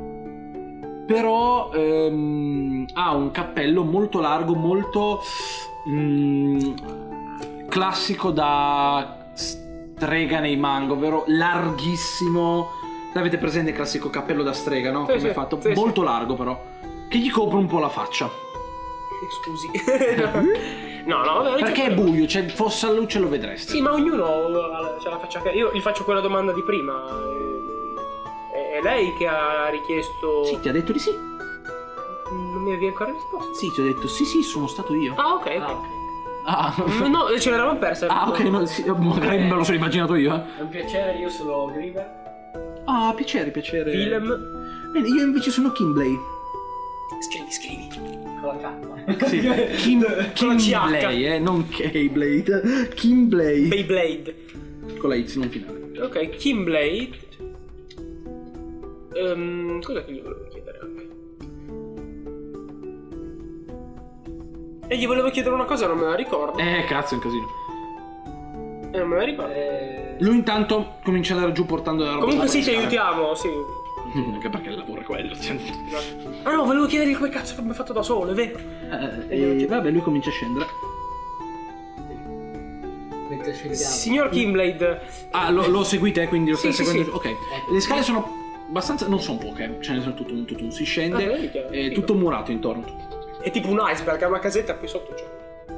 Però ehm, ha un cappello molto largo, molto mh, classico da strega nei manga, ovvero larghissimo. L'avete presente il classico cappello da strega, no? Sì, Come sì, è fatto? sì, Molto largo però, che gli copre un po' la faccia. Scusi. No, no, vabbè. Perché è buio, cioè fosse a luce lo vedreste. Sì, ma ognuno ce la faccia. Io gli faccio quella domanda di prima. È lei che ha richiesto. Sì, ti ha detto di sì. Non mi avevi ancora risposto. Sì, ti ho detto sì, sì, sono stato io. Ah, ok, Ah, ok. ok. Ah, No, ce l'eravamo persa. ah ok, no, sì, magari me lo sono immaginato io. Eh. È un piacere, io sono Griver. Ah, piacere, piacere. Film. Bene, io invece sono Kimbley. Scrivi, scrivi. Con la K. Sì, Kim, Con la C H. Kimbley, eh, non K-Blade. Kimbley. Beyblade. Con la Y finale. Ok, Kimblade. Ehm, cosa che gli volevo chiedere anche? E gli volevo chiedere una cosa, non me la ricordo. Eh, cazzo, è un casino. Eh, non me la ricordo. Eh, Lui intanto comincia ad andare giù portando la roba. Comunque sì, ti sopra le scale. aiutiamo, sì. Anche perché il lavoro è quello. cioè. Ah no, volevo chiedergli come cazzo che mi ha fatto da solo, è vero. Eh, e, vabbè, lui comincia a scendere. mentre scendiamo. Signor Kimblade. Ah, lo, lo seguite, quindi lo Sì, stai sì, seguendo? sì. Ok. Le scale sono abbastanza. Non sono poche, ce ne sono tutto un tutto. Si scende. Ah, vedi che- È tutto murato intorno. È tipo un iceberg, ha una casetta qui sotto c'è.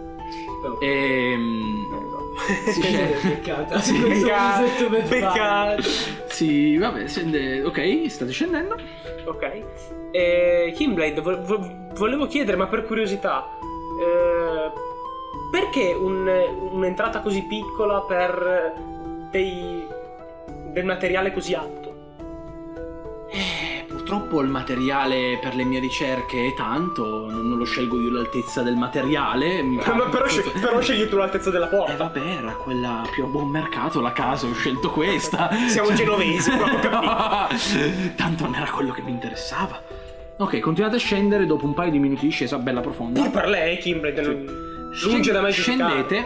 Ehm. Si Eh, scende. Beccata. Sì, Questo Peccato, musetto per fare. peccato. Sì, vabbè, scende. Ok, state scendendo. Ok. Eh, Kimblade, vo- vo- volevo chiedere, ma per curiosità, eh, perché un- un'entrata così piccola per dei, del materiale così alto? Eh, purtroppo il materiale per le mie ricerche è tanto, non non lo scelgo io l'altezza del materiale. mi Ma però, capita- sce- però scegli tu l'altezza della Eh porta. vabbè, era quella più a buon mercato, la casa, ho scelto questa. Siamo genovesi, non ho capito. Tanto non era quello che mi interessava. Ok, continuate a scendere, dopo un paio di minuti di scesa, bella profonda. Pur per lei, Kimblade, non- lunge da me giudicare. Scendete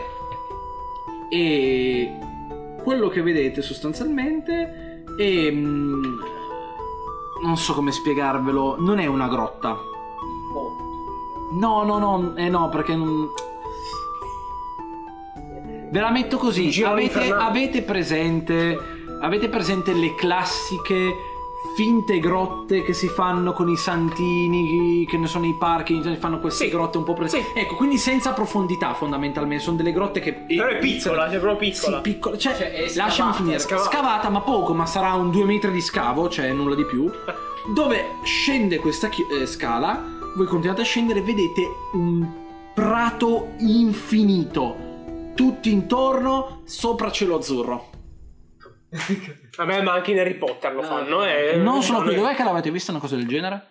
e quello che vedete sostanzialmente è... mm, non so come spiegarvelo, non è una grotta. No, no, no, eh no, perché non... Ve la metto Un così, giro avete, infernale. avete presente avete presente le classiche finte grotte che si fanno con i santini, che ne sono i parchi, fanno queste Sì. grotte un po' prese. Sì. Ecco, quindi senza profondità fondamentalmente, sono delle grotte che... Però è piccola, cioè proprio piccola. Sì, piccola, cioè, Cioè, è lasciami scavata, finire. è scavata. Scavata, ma poco, ma sarà un due metri di scavo, cioè nulla di più. Dove scende questa chi- eh, scala, voi continuate a scendere e vedete un prato infinito, tutti intorno, sopra cielo azzurro. A me, ma anche in Harry Potter lo Ah, fanno. Eh, Non sono non qui, è- dov'è che l'avete vista una cosa del genere?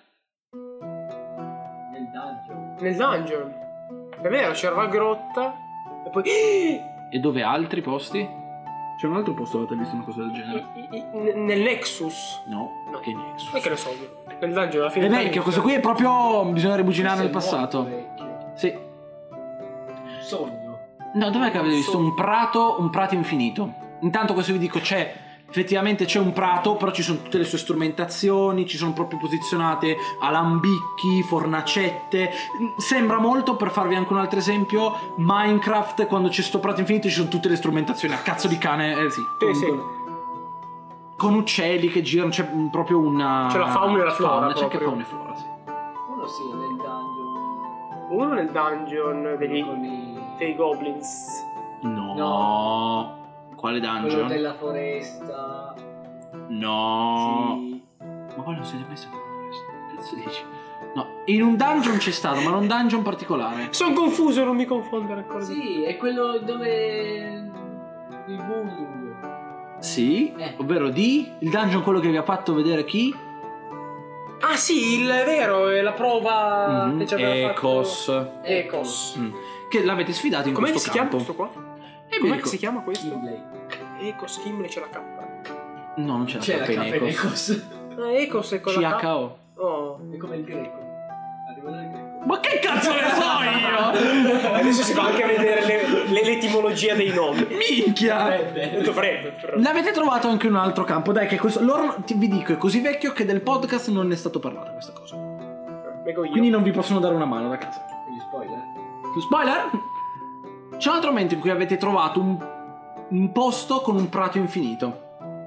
Nel dungeon. Nel dungeon. È vero, c'era la grotta. E poi. E dove altri posti? C'è un altro posto dove avete visto una cosa del genere? I- i- Nel Nexus. No, ma che Nexus? Ma che ne so io. Nel dungeon alla fine. È vecchio, questo qui è proprio... bisogna ribuginare nel Questo è passato. molto vecchio. Sì. Sogno. No, dov'è che avete visto un prato, un prato infinito? Intanto questo vi dico, c'è effettivamente c'è un prato, però ci sono tutte le sue strumentazioni, ci sono proprio posizionate alambicchi, fornacette. Sembra molto, per farvi anche un altro esempio, Minecraft, quando c'è sto prato infinito ci sono tutte le strumentazioni a cazzo di cane, eh sì. Sì, sì. Con, con uccelli che girano, c'è proprio una... C'è la fauna e la flora, c'è anche proprio. fauna e flora, sì. Uno sì, nel dungeon. Uno nel dungeon degli, Con i... dei goblins. No. No. Quale Quello dungeon? della foresta. No. Sì. Ma quello non siete mai stato in foresta? Che cazzo dici? No, in un dungeon c'è stato, ma non un dungeon particolare. Sono confuso, non mi confondere ancora. di- Sì, è quello dove... il bullying. Sì, Eh. ovvero di il dungeon quello che vi ha fatto vedere chi? Ah sì, il è vero, è la prova Mhm, che ci aveva Ecos. fatto. Ecos. Mm. Che l'avete sfidato in Com'è che questo si chiama campo. questo qua? E vi Com'è dico- che si chiama questo? Kimblade. Ecos, Kimble c'è la K. No, non c'è la C'è la K in K in Ecos. Ecos. Ah, Ecos è con la C K. H O. Oh. È come il greco. Arriva dal greco. Ma che cazzo ne so io? Adesso si va anche a vedere le- le- l'etimologia dei nomi. Minchia! Dovrebbe. Dovrebbe, però. L'avete trovato anche in un altro campo. Dai, che questo. Loro ti- vi dico, è così vecchio che del podcast non ne è stato parlato questa cosa. Vengo io. Quindi non vi possono dare una mano da casa. Quindi spoiler. Spoiler? C'è un altro momento in cui avete trovato un, un posto con un prato infinito.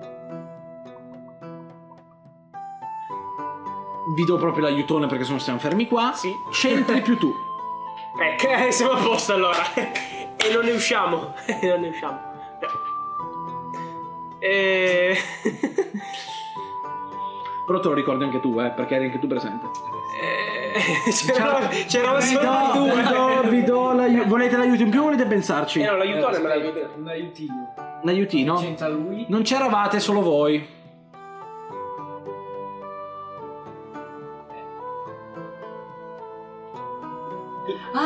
Vi do proprio l'aiutone perché se no stiamo fermi qua. Sì. C'entri più tu. Ecco, eh, siamo a posto allora. E non ne usciamo. E non ne usciamo. E... Però te lo ricordi anche tu, eh, perché eri anche tu presente. Eh, c'era, c'era una Vi sola do, vi do, vi do l'aiuto. Volete l'aiuto in più o volete pensarci? Eh no, l'aiutone me l'ha Aspetta, aiutato. un aiutino. Un aiutino? C'entra lui. Non c'eravate solo voi.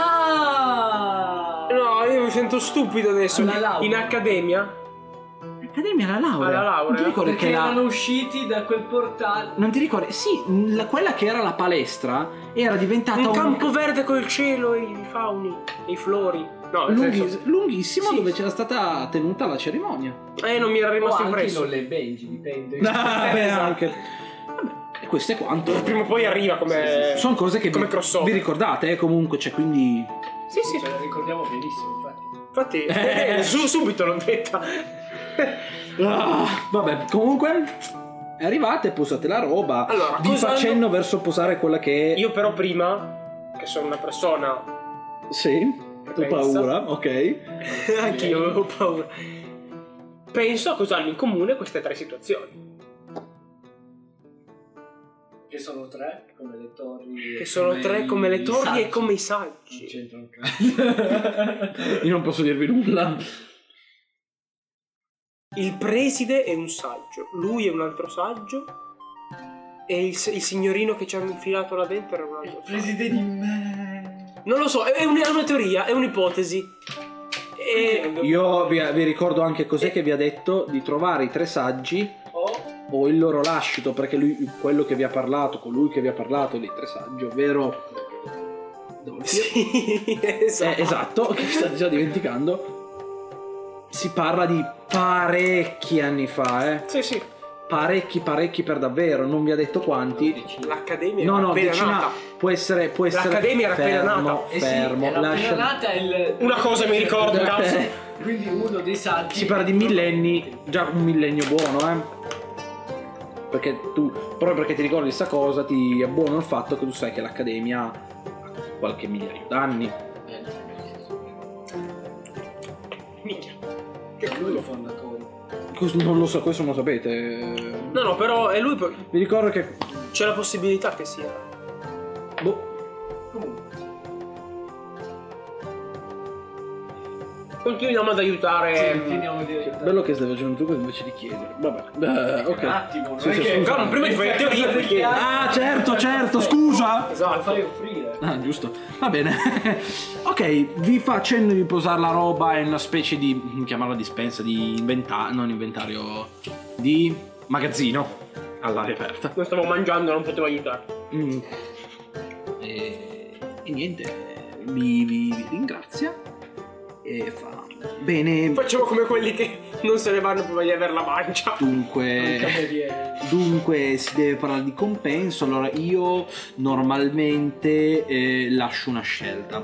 Ah! No, io mi sento stupido adesso. Alla laurea. In accademia? All'Accademia alla laurea. Alla laurea. Non ti ricordi Perché che la... erano usciti da quel portale. Non ti ricordi? Sì, la- quella che era la palestra era diventata Un un, campo verde col cielo e i fauni e i flori. No, nel lunghi- senso- lunghissimo Sì. dove c'era stata tenuta la cerimonia. Eh, non mi era O rimasto anche impresso. non le Benji, dipende. Ah, beh, Esatto. anche. Vabbè, e questo è quanto. Prima o poi arriva come. Sono cose che come vi, crossover. vi ricordate, eh, comunque, cioè, quindi... Sì, sì. Ce la ricordiamo benissimo, infatti. Infatti, Eh. eh, su, subito l'ho detta. Ah, vabbè, comunque... Arrivate, posate la roba. Allora, vi cosa facendo hanno- verso posare quella che è... Io però prima, che sono una persona. Sì, ho pensa. paura, ok. Anch'io avevo paura. Penso a cosa hanno in comune queste tre situazioni. Che sono tre, come le torri. Che sono tre come le torri e come i saggi. Non c'entra un cazzo. Io non posso dirvi nulla. Il preside è un saggio, lui è un altro saggio. E il, il signorino che ci hanno infilato là dentro era un altro saggio. Preside di me. Non lo so, è, un- è una teoria, è un'ipotesi. E Io vi, vi ricordo anche cos'è che vi ha detto di trovare i tre saggi O o il loro lascito, perché lui, quello che vi ha parlato, colui che vi ha parlato dei tre saggi, ovvero Dolfio. sì, esatto. Eh, esatto, che vi state già dimenticando. Si parla di parecchi anni fa, eh. Sì, sì. Parecchi, parecchi per davvero, non vi ha detto quanti. L'accademia No, era no, appena decina, nata. può essere, può essere L'Accademia era appena fermo, nata. Eh sì, fermo, era lascia- appena nata il... Una cosa mi ricordo, cazzo. Eh, Quindi uno dei saggi. si parla di millenni, già un millennio buono, eh. Perché tu, proprio perché ti ricordi sta cosa, ti abbuono il fatto che tu sai che l'Accademia ha qualche migliaio d'anni. Eh, no, Minchia. che lui lo fondatore. Cos- Non lo so, questo non lo sapete. No, no, però è lui. Vi ricordo che... C'è la possibilità che sia. Boh, Comunque. Continuiamo ad aiutare. Sì, finiamo di aiutare. bello che stai facendo tu invece di chiedere. Vabbè, eh, ok. Un attimo, non Sì, è sì, che- scusa. No, prima ti fai la teoria, perché- Ah, certo, certo, scusa. Lo Esatto. fai offrire. Ah, giusto. Va bene. Ok, vi facendo di posare la roba in una specie di... chiamarla dispensa, di inventario... non inventario... di magazzino all'aria aperta. Lo stavo mangiando, non potevo aiutare. Mm. E, e niente, vi, vi, vi ringrazia e fa bene. Facciamo come quelli che non se ne vanno prima di aver la mancia. Un Dunque, cameriere. dunque si deve parlare di compenso. Allora io normalmente eh, lascio una scelta.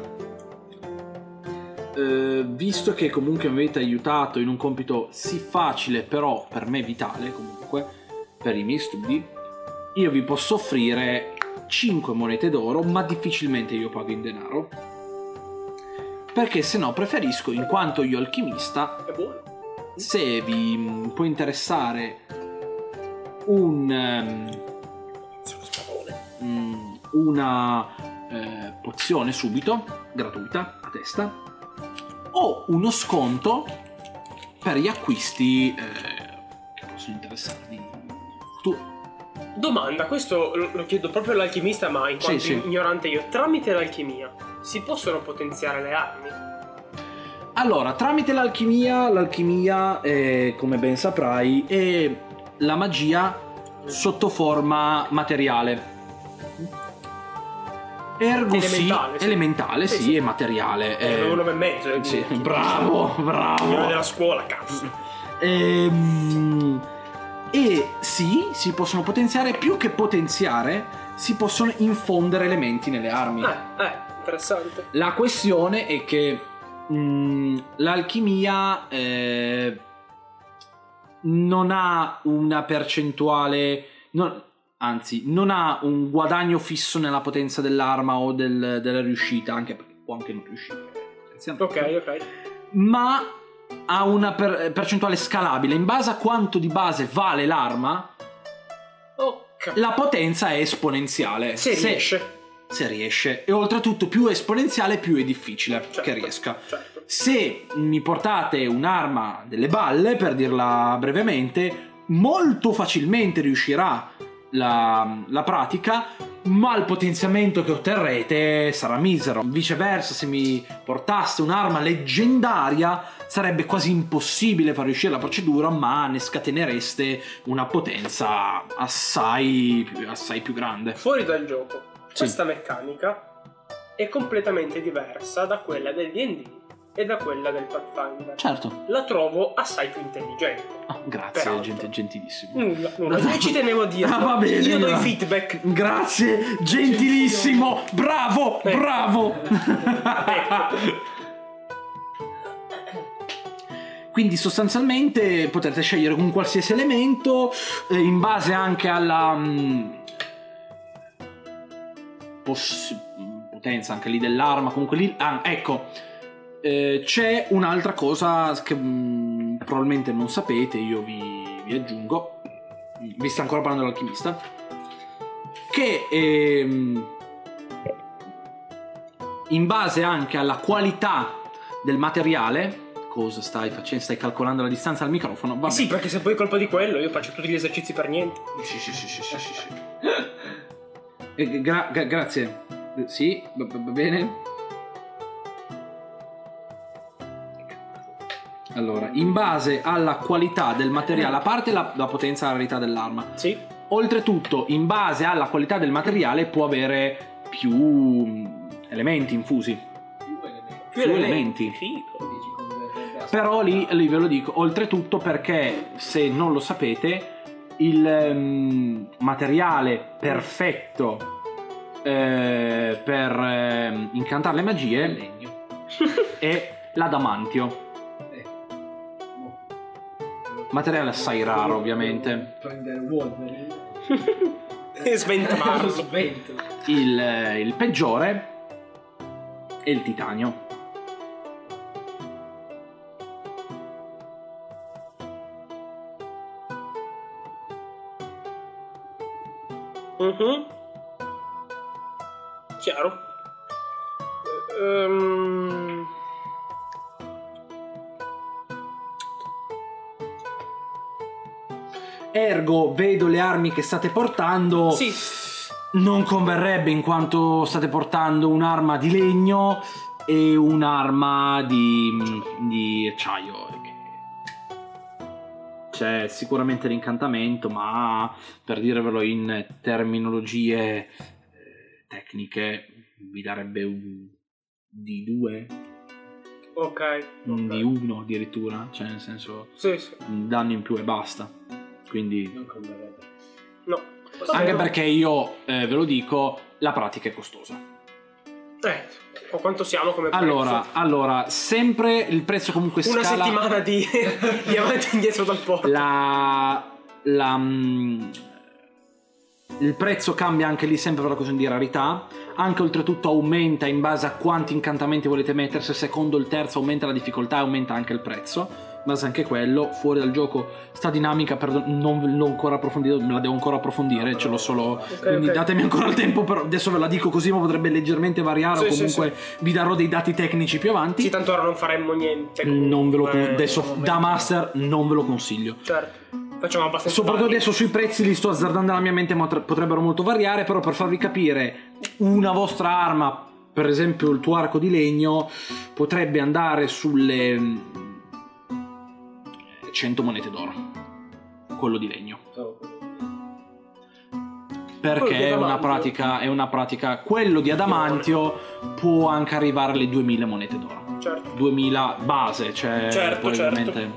Eh, visto che comunque mi avete aiutato in un compito sì facile, però per me vitale comunque, per i miei studi, io vi posso offrire cinque monete d'oro, ma difficilmente io pago in denaro. Perché se no preferisco, in quanto io alchimista, È buono. se vi mm, può interessare un ehm, mm, una eh, pozione subito gratuita a testa o uno sconto per gli acquisti eh, che possono interessarvi in futuro. Domanda, questo lo lo chiedo proprio all'alchimista, ma in Sì, quanto sì. ignorante io. Tramite l'alchimia si possono potenziare le armi? Allora, tramite l'alchimia, l'alchimia, eh, come ben saprai, è la magia sotto forma materiale. Ergo Elementale, sì, sì. elementale, Sì, sì, sì. è materiale. Eh, avevo nove e mezzo. eh, sì, quindi- bravo, Signore bravo. della scuola, cazzo. Ehm, e sì, si possono potenziare, più che potenziare, si possono infondere elementi nelle armi. Eh, eh, interessante. La questione è che mh, l'alchimia eh, non ha una percentuale, non- anzi, non ha un guadagno fisso nella potenza dell'arma o del- della riuscita, anche perché può anche non riuscire. Ok, ok. Ma ha una per- percentuale scalabile. In base a quanto di base vale l'arma, Ok. la potenza è esponenziale. Se riesce. Se riesce. E oltretutto più è esponenziale più è difficile Certo, che riesca. Certo. Se mi portate un'arma delle balle, per dirla brevemente, molto facilmente riuscirà la, la pratica, ma il potenziamento che otterrete sarà misero. Viceversa, se mi portaste un'arma leggendaria sarebbe quasi impossibile far riuscire la procedura, ma ne scatenereste una potenza assai, assai più grande. Fuori dal gioco, questa meccanica è completamente diversa da quella del D and D e da quella del Pathfinder. Certo. La trovo assai più intelligente. Ah, grazie, Peraltro. gente, gentilissimo. Nulla, nulla. Io ci tenevo a dire. Ah, va bene, Io do i va. feedback. Grazie, gentilissimo. Bravo, Eh. bravo. Quindi sostanzialmente potrete scegliere un qualsiasi elemento eh, in base anche alla mh, poss- potenza anche lì dell'arma. Comunque lì, ah, ecco, eh, c'è un'altra cosa che mh, probabilmente non sapete, io vi, vi aggiungo. Vi sta ancora parlando dell'alchimista, che ehm, in base anche alla qualità del materiale. Cosa stai facendo? Stai calcolando la distanza al microfono? Vabbè. Sì, perché se poi è colpa di quello io faccio tutti gli esercizi per niente. Sì, sì, sì, sì, sì, sì, sì. Eh, gra- gra- grazie. Eh, Sì, va, va- va bene. Allora, in base alla qualità del materiale, a parte la, la potenza e la rarità dell'arma, Sì. oltretutto, in base alla qualità del materiale può avere più mm, elementi infusi. Più elementi. Più Più elementi. elementi. Figo. Quindi ci converrebbe a Però lì, aspettare. lì ve lo dico, oltretutto perché se non lo sapete il ehm, materiale perfetto eh, per ehm, incantare le magie Legno. è l'adamantio, Eh. Boh. materiale assai raro ovviamente. Prendere Wolverine. E sventolarlo. Svento. Il, eh, il peggiore è il titanio. Mhm. Chiaro. Ehm, Ergo vedo le armi che state portando. Sì. Non converrebbe in quanto state portando un'arma di legno e un'arma di, di acciaio. C'è sicuramente l'incantamento, ma per dirvelo in terminologie eh, tecniche vi darebbe un D due, Ok. un ok. D uno addirittura, cioè nel senso Sì, sì. un danno in più e basta. Quindi Non converrebbe. No. anche Vabbè, perché io eh, ve lo dico, la pratica è costosa. Eh, o quanto siamo come prezzo? Allora, allora, sempre il prezzo comunque Una scala. settimana di, di avanti e indietro dal porto. La, la mm, il prezzo cambia anche lì sempre per la questione di rarità. Anche oltretutto aumenta in base a quanti incantamenti volete mettere. Se secondo il terzo aumenta la difficoltà, aumenta anche il prezzo. In base anche quello, fuori dal gioco sta dinamica per non l'ho ancora approfondito, me la devo ancora approfondire, ce l'ho solo. Quindi ok. datemi ancora il tempo, però adesso ve la dico così, ma potrebbe leggermente variare. Sì, o sì, comunque vi darò dei dati tecnici più avanti. Sì, tanto ora non faremmo niente. Non ve lo con- Eh, adesso da master non ve lo consiglio. Certo. Facciamo abbastanza. Soprattutto tardi. adesso sui prezzi li sto azzardando nella mia mente, ma tre- potrebbero molto variare. Però per farvi capire, una vostra arma, per esempio il tuo arco di legno, potrebbe andare sulle mm, cento monete d'oro. Quello di legno. Stavo per- Quello di Perché è una adamantio. pratica, è una pratica. Quello di adamantio può anche arrivare alle duemila monete d'oro. Certo. duemila base, cioè Certo, poi certo. ovviamente.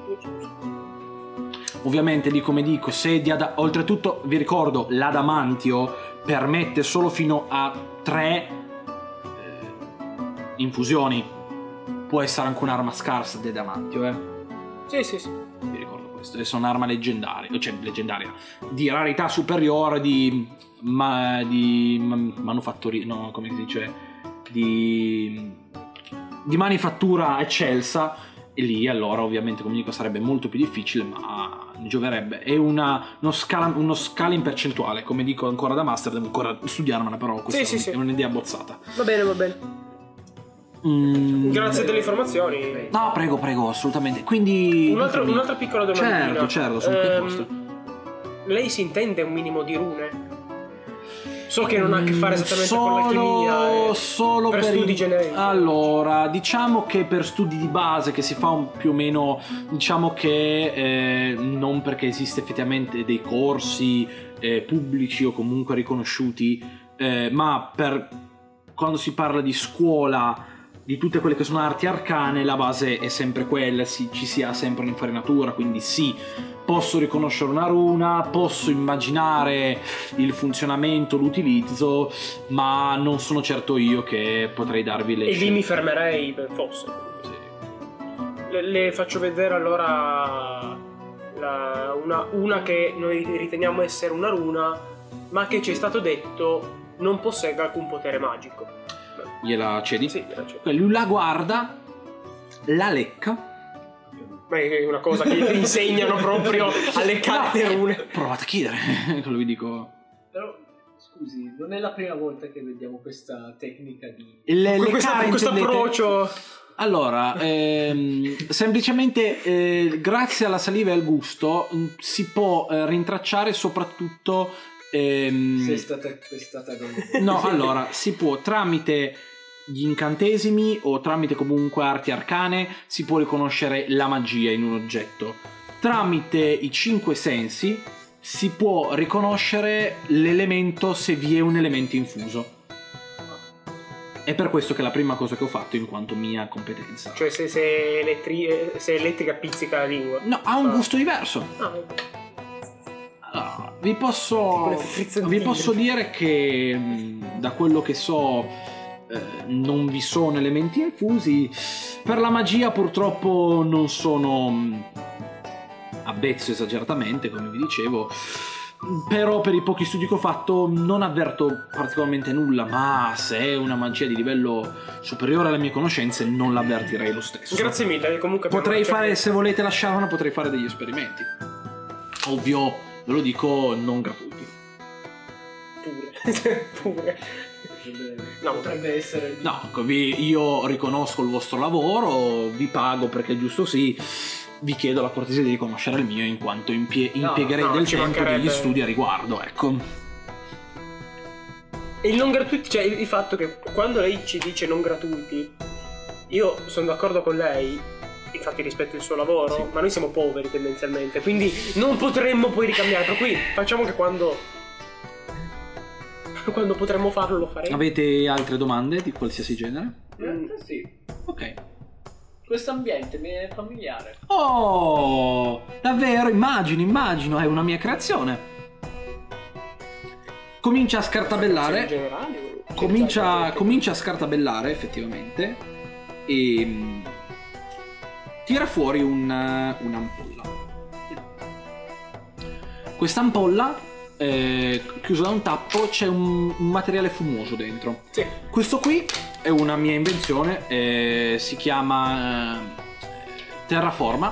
Ovviamente lì, come dico, se di ada- oltretutto vi ricordo l'adamantio permette solo fino a tre eh, infusioni. Può essere anche un'arma scarsa di adamantio, eh. Sì, sì, sì. Vi ricordo questo. Adesso è un'arma leggendaria, cioè leggendaria, di rarità superiore, di, ma, di man- manufattori, no, come si dice, di, di manifattura eccelsa. E lì allora ovviamente, come dico, sarebbe molto più difficile, ma ne gioverebbe. È una, uno, scala, uno scala in percentuale, come dico ancora da master, devo ancora studiarmela, però questa Sì, è, sì, è sì. un'idea abbozzata. Va bene, va bene. Mm, Grazie delle informazioni. No, prego, prego, assolutamente. Quindi Un'altra, ditemi- un'altra piccola domandina. Certo, certo, sono qui Ehm, apposta. Lei si intende un minimo di rune? So che non ha a che fare esattamente solo, con l'alchimia. E... Solo per per studi i- generici. Allora, diciamo che per studi di base che si fa un, più o meno, diciamo che eh, non perché esiste effettivamente dei corsi eh, pubblici o comunque riconosciuti, eh, ma per quando si parla di scuola di tutte quelle che sono arti arcane, la base è sempre quella, si, ci si ha sempre un'infarinatura, quindi sì, posso riconoscere una runa, posso immaginare il funzionamento, l'utilizzo, ma non sono certo io che potrei darvi le E lì scelte. mi fermerei per forse. Sì. Le, le faccio vedere allora la- una, una che noi riteniamo essere una runa, ma che ci è stato detto non possegga alcun potere magico. Gliela cedi? Sì, gliela cedo. Lui la guarda, la lecca. Ma è una cosa che ti insegnano proprio a leccare le rune. Provate a chiedere, quello vi dico. Però, scusi, non è la prima volta che vediamo questa tecnica di... Le, Con le questa- care, con questo intendete? approccio. Allora, ehm, semplicemente eh, grazie alla saliva e al gusto mh, si può eh, rintracciare soprattutto ehm, Se è stata quest'ata no, allora si può tramite gli incantesimi o tramite comunque arti arcane si può riconoscere la magia in un oggetto. Tramite i cinque sensi si può riconoscere l'elemento se vi è un elemento infuso. È per questo che è la prima cosa che ho fatto in quanto mia competenza. Cioè se, se, elettri- se elettrica pizzica la lingua. No, ha un gusto diverso. Ah, ecco. Allora, vi Tipo posso, le frizzantine. vi posso dire che mh, da quello che so eh, non vi sono elementi infusi. Per la magia purtroppo non sono mh, avvezzo esageratamente, come vi dicevo. Però per i pochi studi che ho fatto non avverto particolarmente nulla, ma se è una magia di livello superiore alle mie conoscenze non l'avvertirei lo stesso. Grazie mille, comunque per Potrei una certa- fare, se volete lasciarla, potrei fare degli esperimenti. Ovvio, ve lo dico, non gratuiti. Pure. Pure. No, Potrebbe essere... No, vi- io riconosco il vostro lavoro, vi pago perché è giusto sì, vi chiedo la cortesia di riconoscere il mio in quanto impie- No, impiegherei no, del ci tempo e mancherebbe. degli studi a riguardo, ecco. E il non gratuiti, cioè il il fatto che quando lei ci dice non gratuiti, io sono d'accordo con lei, infatti rispetto il suo lavoro, Sì. ma noi siamo poveri tendenzialmente, quindi non potremmo poi ricambiare, per cui facciamo che quando quando potremmo farlo lo faremo. Avete altre domande di qualsiasi genere? In realtà sì. Ok. Questo ambiente mi è familiare. Oh, davvero, immagino, immagino, è una mia creazione. Comincia a In scartabellare. generale, Comincia, comincia a scartabellare effettivamente e mm, tira fuori un, un'ampolla. Questa ampolla, eh, chiusa da un tappo, c'è un, un materiale fumoso dentro. Sì. Questo qui è una mia invenzione, eh, si chiama eh, Terraforma.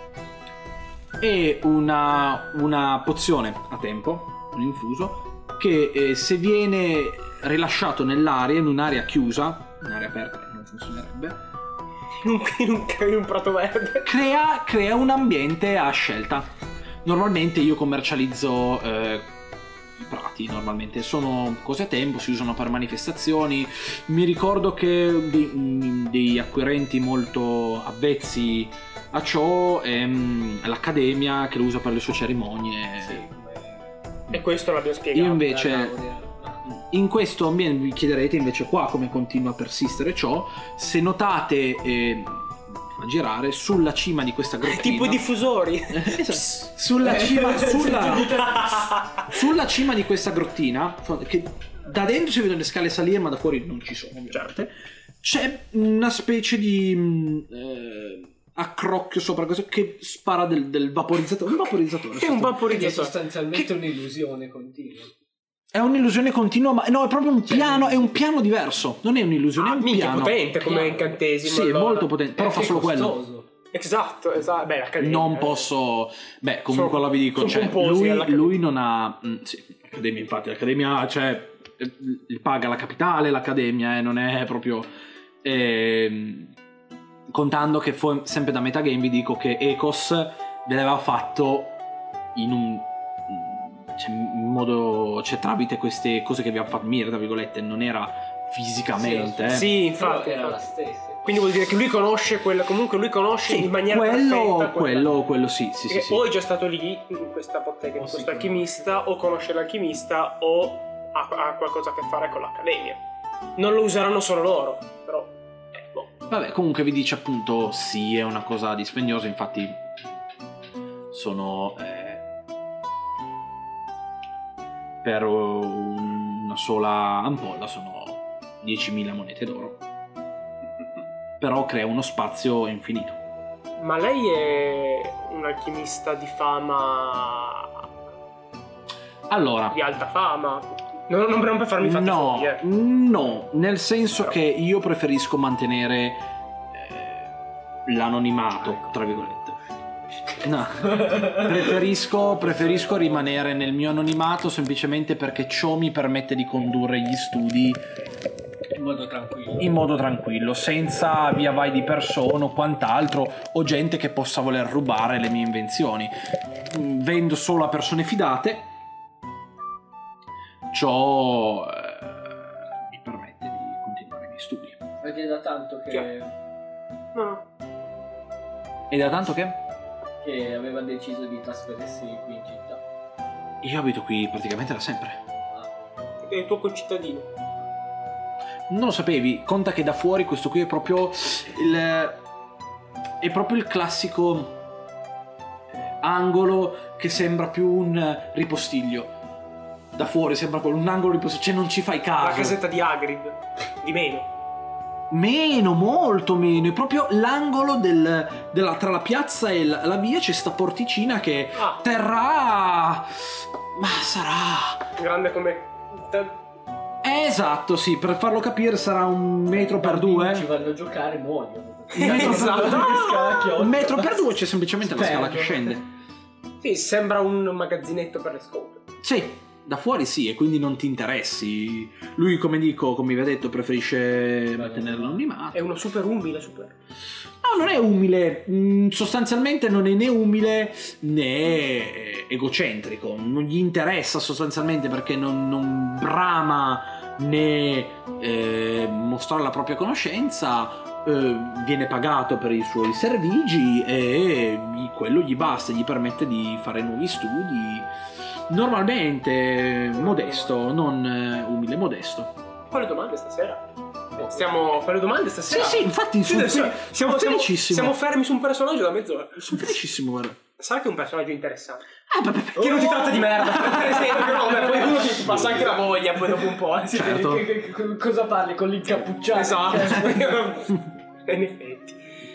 È una, una pozione a tempo, un infuso, che eh, se viene rilasciato nell'aria, in un'area chiusa, in area aperta non funzionerebbe, In un, in un, in un prato verde. crea, crea un ambiente a scelta. Normalmente io commercializzo eh, i prati, normalmente sono cose a tempo, si usano per manifestazioni. Mi ricordo che dei, mh, dei acquirenti molto avvezzi a ciò è mh, l'Accademia che lo usa per le sue cerimonie. Sì, come... E questo l'abbiamo spiegato. Io invece la laurea. in questo ambiente vi chiederete invece qua come continua a persistere ciò. Se notate eh, a girare sulla cima di questa grottina, Tipo i diffusori. Esatto. sulla cima sulla, sulla cima di questa grottina, che da dentro si vedono le scale salire ma da fuori non ci sono ovviamente, c'è una specie di mh, eh, accrocchio sopra questo che spara del, del vaporizzatore, un vaporizzatore È un Quindi è vaporizzatore. sostanzialmente Che- un'illusione continua. è un'illusione continua, ma no, è proprio un piano, è un piano diverso, non è un'illusione, Ah, è un minchia, piano. potente come Piano. incantesimo. Sì, è allora. molto potente, però È fa anche solo quello. costoso. Esatto, esatto. Beh, l'accademia. Non eh. posso, beh, comunque Sono- la vi dico, sono cioè, pomposi lui, all'Accademia. lui non ha, mm, sì, l'Accademia, infatti, l'Accademia, cioè, eh, gli paga la capitale, l'Accademia, eh, non è proprio, ehm, contando che fu sempre da metagame vi dico che Ecos ve l'aveva fatto in un, cioè, in modo, cioè, tramite queste cose che vi ha fatto Mir, tra virgolette, non era fisicamente. eh. Sì, infatti. Però era la stessa. Quindi vuol dire che lui conosce quella, comunque lui conosce Sì, in maniera quello, perfetta quella- quello, quello sì, sì, sì, Che sì. o è già stato lì in questa bottega, in O questo sicuramente. alchimista, o conosce l'alchimista, o ha, ha qualcosa a che fare con l'accademia. Non lo useranno solo loro, però eh, boh. Vabbè, comunque vi dice appunto sì, è una cosa dispendiosa, infatti sono eh, per una sola ampolla sono diecimila monete d'oro. Però crea uno spazio infinito. Ma lei è un alchimista di fama, Allora, di alta fama. Non, non, non per farmi fatti no, fuori, eh. no, nel senso Però. che io preferisco mantenere eh, l'anonimato, tra virgolette. No, preferisco, preferisco rimanere nel mio anonimato semplicemente perché ciò mi permette di condurre gli studi In modo tranquillo. in modo tranquillo, senza via vai di persone o quant'altro, o gente che possa voler rubare le mie invenzioni. Mm, Vendo solo a persone fidate. Ciò eh, mi permette di continuare i miei studi. Perché è da tanto che, No, no. E da tanto che che aveva deciso di trasferirsi qui in città. io abito qui praticamente da sempre. È il tuo concittadino. Non lo sapevi? Conta che da fuori questo qui è proprio il è proprio il classico eh, angolo che sembra più un ripostiglio. Da fuori sembra quello, un angolo ripostiglio, cioè non ci fai La caso. casetta di Hagrid. Di meno. Meno, molto meno. È proprio l'angolo del, della, tra la piazza e la, la via c'è sta porticina che Ah. terrà. Ma sarà. Grande come... Esatto, sì, per farlo capire sarà un metro per Ci due. vanno a giocare, muoiono. Esatto. Un metro per due c'è semplicemente la scala che Perdono. scende. Sì, sembra un magazinetto per le scope. Sì, da fuori sì, e quindi non ti interessi. Lui, come dico, come vi ho detto, preferisce mantenere l'anonimato. È uno super umile, super... No, non è umile, mm, sostanzialmente non è né umile né egocentrico, non gli interessa sostanzialmente perché non, non brama né eh, mostrare la propria conoscenza, eh, viene pagato per i suoi servigi e gli- quello gli basta, gli permette di fare nuovi studi, normalmente modesto, non eh, umile, modesto. Quale domande stasera? Stiamo... Quale domande Sì, stasera? sì, infatti Sì, sono, adesso fe- siamo, sono siamo, felicissimo. siamo fermi su un personaggio da mezz'ora. Sono felicissimo, guarda. Sai che è un personaggio interessante. Ah, vabbè, Che non ti tratta di merda. Per esempio, che no, beh, poi uno ti passa anche la voglia, poi dopo un po'. eh. Sì, Certo. che- che- che- cosa parli con l'incappucciato? Esatto. In effetti.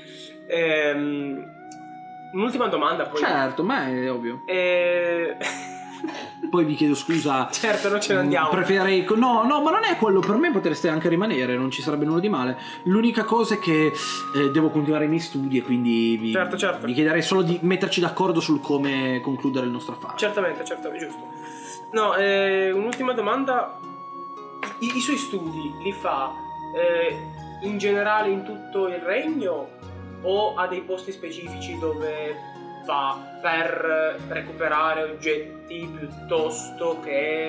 Ehm, un'ultima domanda poi. Certo, ma è ovvio. Eh, Poi vi chiedo scusa. certo, non ce ne andiamo. Preferirei. No, no, ma non è quello. Per me potreste anche rimanere, non ci sarebbe nulla di male. L'unica cosa è che eh, devo continuare i miei studi e quindi vi, Certo, certo. vi chiederei solo di metterci d'accordo sul come concludere il nostro affare. Certamente, certamente, giusto. No, eh, un'ultima domanda. I, I suoi studi li fa eh, in generale in tutto il regno o ha dei posti specifici dove va per recuperare oggetti piuttosto che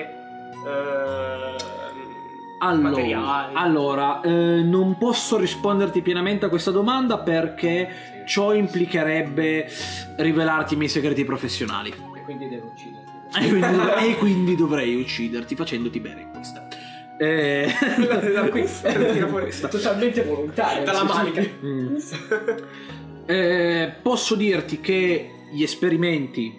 eh, Allora, materiali? allora eh, non posso risponderti pienamente a questa domanda perché ciò implicherebbe rivelarti i miei segreti professionali. E quindi devo ucciderti. E quindi, e quindi dovrei ucciderti facendoti bere in questa. Eh... Da qui, tira fuori. Totalmente volontario. Dalla sì, sì. manica. Mm. Eh, posso dirti che gli esperimenti